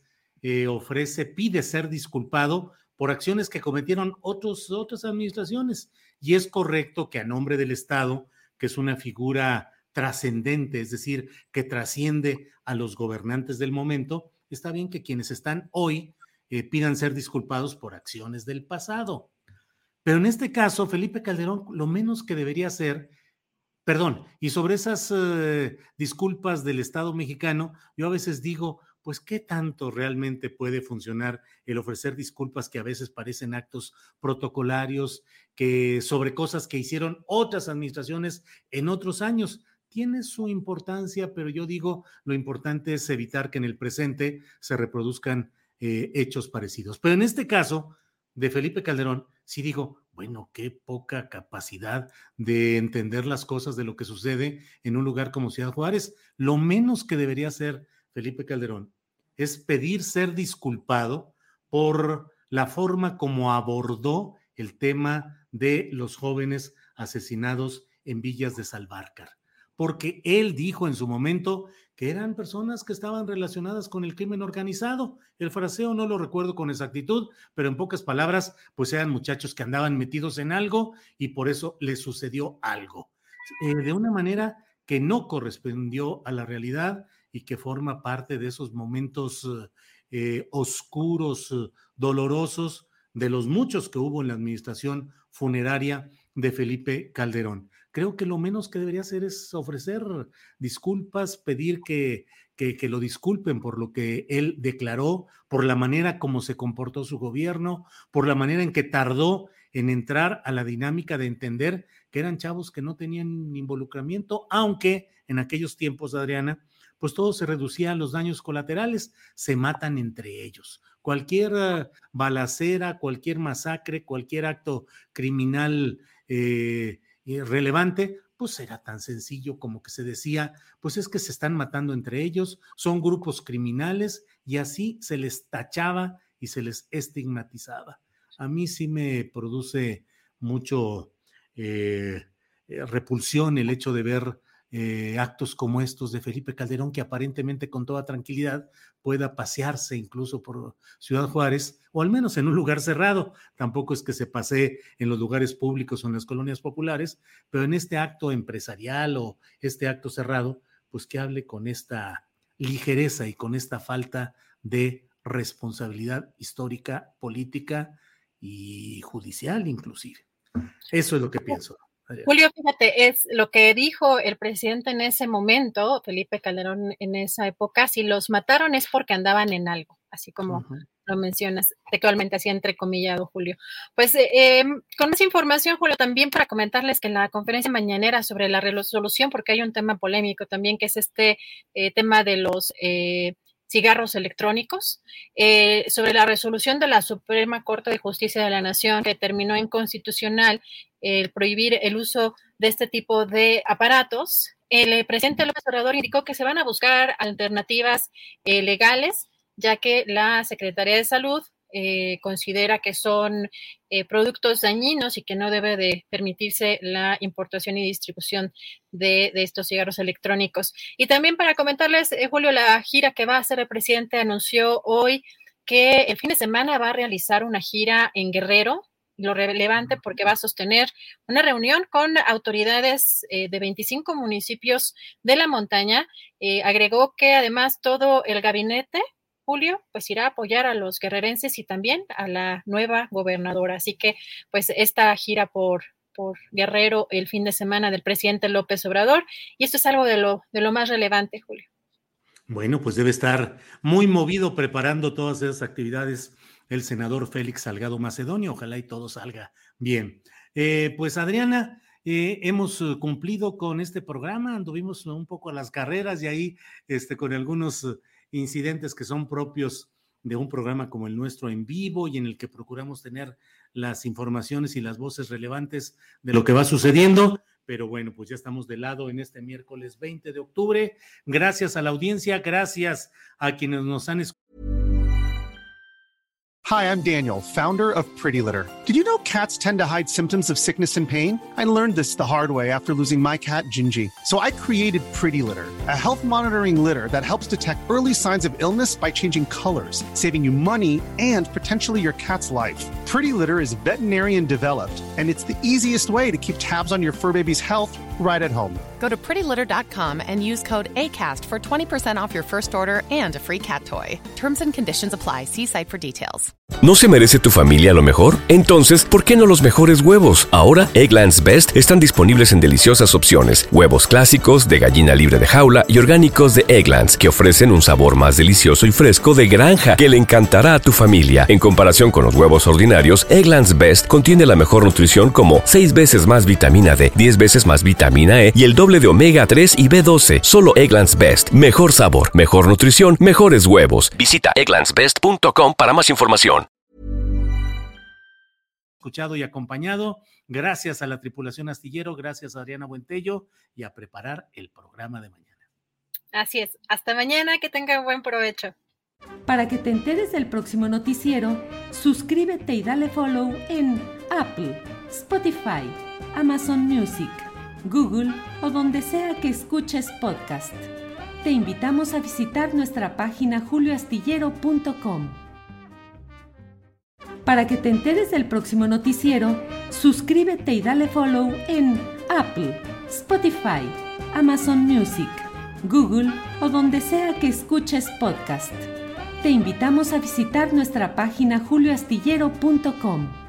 S5: pide ser disculpado por acciones que cometieron otras administraciones. Y es correcto que a nombre del Estado, que es una figura trascendente, es decir, que trasciende a los gobernantes del momento, está bien que quienes están hoy pidan ser disculpados por acciones del pasado. Pero en este caso, Felipe Calderón, lo menos que debería hacer, y sobre esas disculpas del Estado mexicano, yo a veces digo, pues qué tanto realmente puede funcionar el ofrecer disculpas que a veces parecen actos protocolarios, que sobre cosas que hicieron otras administraciones en otros años. Tiene su importancia, pero yo digo, lo importante es evitar que en el presente se reproduzcan hechos parecidos. Pero en este caso de Felipe Calderón, sí digo, bueno, qué poca capacidad de entender las cosas de lo que sucede en un lugar como Ciudad Juárez. Lo menos que debería hacer Felipe Calderón es pedir ser disculpado por la forma como abordó el tema de los jóvenes asesinados en Villas de Salvarcar, porque él dijo en su momento que eran personas que estaban relacionadas con el crimen organizado. El fraseo no lo recuerdo con exactitud, pero en pocas palabras, pues eran muchachos que andaban metidos en algo y por eso les sucedió algo. De una manera que no correspondió a la realidad y que forma parte de esos momentos oscuros, dolorosos, de los muchos que hubo en la administración funeraria de Felipe Calderón. Creo que lo menos que debería hacer es ofrecer disculpas, pedir que lo disculpen por lo que él declaró, por la manera como se comportó su gobierno, por la manera en que tardó en entrar a la dinámica de entender que eran chavos que no tenían involucramiento, aunque en aquellos tiempos, Adriana, pues todo se reducía a los daños colaterales, se matan entre ellos. Cualquier balacera, cualquier masacre, cualquier acto criminal relevante, pues era tan sencillo como que se decía, pues es que se están matando entre ellos, son grupos criminales, y así se les tachaba y se les estigmatizaba. A mí sí me produce mucho repulsión el hecho de ver actos como estos de Felipe Calderón, que aparentemente con toda tranquilidad pueda pasearse incluso por Ciudad Juárez, o al menos en un lugar cerrado. Tampoco es que se pasee en los lugares públicos o en las colonias populares, pero en este acto empresarial o este acto cerrado, pues que hable con esta ligereza y con esta falta de responsabilidad histórica, política y judicial inclusive. Eso es lo que pienso.
S18: Julio, fíjate, es lo que dijo el presidente en ese momento, Felipe Calderón en esa época: si los mataron es porque andaban en algo, así como lo mencionas textualmente, así entrecomillado, Julio. Pues con más información, Julio, también para comentarles que en la conferencia mañanera sobre la resolución, porque hay un tema polémico también, que es este tema de los cigarros electrónicos, sobre la resolución de la Suprema Corte de Justicia de la Nación, que determinó inconstitucional el prohibir el uso de este tipo de aparatos. El presidente López Obrador indicó que se van a buscar alternativas legales, ya que la Secretaría de Salud considera que son productos dañinos y que no debe de permitirse la importación y distribución de estos cigarros electrónicos. Y también para comentarles, Julio, la gira que va a hacer el presidente anunció hoy que el fin de semana va a realizar una gira en Guerrero. Lo relevante porque va a sostener una reunión con autoridades de 25 municipios de la montaña. Agregó que además todo el gabinete, Julio, pues irá a apoyar a los guerrerenses y también a la nueva gobernadora. Así que pues esta gira por Guerrero el fin de semana del presidente López Obrador, y esto es algo de lo más relevante, Julio.
S5: Bueno, pues debe estar muy movido preparando todas esas actividades el senador Félix Salgado Macedonio. Ojalá y todo salga bien. Pues Adriana, hemos cumplido con este programa, anduvimos un poco a las carreras y ahí con algunos incidentes que son propios de un programa como el nuestro en vivo y en el que procuramos tener las informaciones y las voces relevantes de lo que va sucediendo. Pero bueno, pues ya estamos de lado en este miércoles 20 de octubre. Gracias a la audiencia, gracias a quienes nos han escuchado.
S20: Hi, I'm Daniel, founder of Pretty Litter. Did you know cats tend to hide symptoms of sickness and pain? I learned this the hard way after losing my cat, Gingy. So I created Pretty Litter, a health monitoring litter that helps detect early signs of illness by changing colors, saving you money and potentially your cat's life. Pretty Litter is veterinarian developed, and it's the easiest way to keep tabs on your fur baby's health right at home.
S21: Go to prettylitter.com and use code ACAST for 20% off your first order and a free cat toy. Terms and conditions apply. See site for details.
S22: ¿No se merece tu familia lo mejor? Entonces, ¿por qué no los mejores huevos? Ahora, Eggland's Best están disponibles en deliciosas opciones. Huevos clásicos, de gallina libre de jaula y orgánicos de Eggland's, que ofrecen un sabor más delicioso y fresco de granja que le encantará a tu familia. En comparación con los huevos ordinarios, Eggland's Best contiene la mejor nutrición, como 6 veces más vitamina D, 10 veces más vitamina E y el doble de omega 3 y B12. Solo Eggland's Best. Mejor sabor, mejor nutrición, mejores huevos. Visita egglandsbest.com para más información.
S5: Escuchado y acompañado, gracias a la tripulación astillero, gracias a Adriana Buentello, y a preparar el programa de mañana.
S18: Así es, hasta mañana, que tengan buen provecho.
S1: Para que te enteres del próximo noticiero, suscríbete y dale follow en Apple, Spotify, Amazon Music, Google o donde sea que escuches podcast. Te invitamos a visitar nuestra página julioastillero.com. Para que te enteres del próximo noticiero, suscríbete y dale follow en Apple, Spotify, Amazon Music, Google o donde sea que escuches podcast. Te invitamos a visitar nuestra página julioastillero.com.